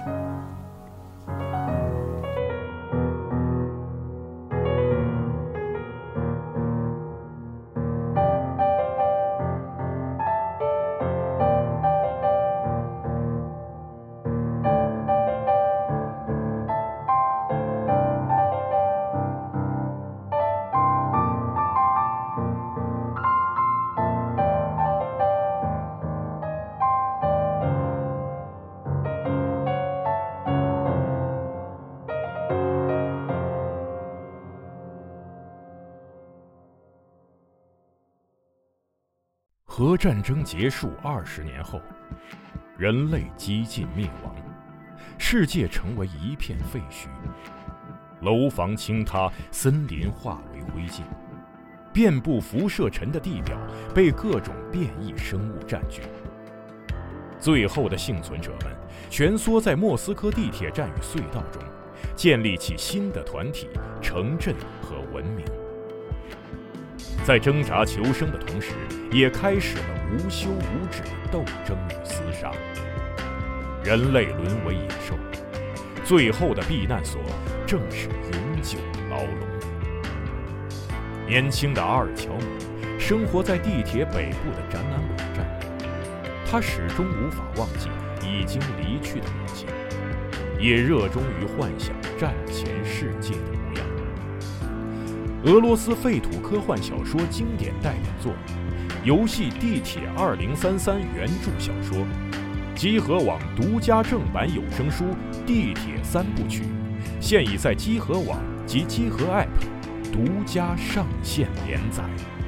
S3: 核战争结束20年后，人类几近灭亡，世界成为一片废墟，楼房倾塌，森林化为灰烬，遍布辐射尘的地表被各种变异生物占据。最后的幸存者们蜷缩在莫斯科地铁站与隧道中，建立起新的团体、城镇和文明。在挣扎求生的同时，也开始了无休无止的斗争与厮杀。人类沦为野兽，最后的避难所正是永久牢笼。年轻的阿尔乔姆生活在地铁北部的展览馆站，他始终无法忘记已经离去的母亲，也热衷于幻想战前世界的模样。俄罗斯废土科幻小说经典代表作，游戏《地铁2033》原著小说，集合网独家正版有声书《地铁3部曲》，现已在集合网及集合 App 独家上线连载。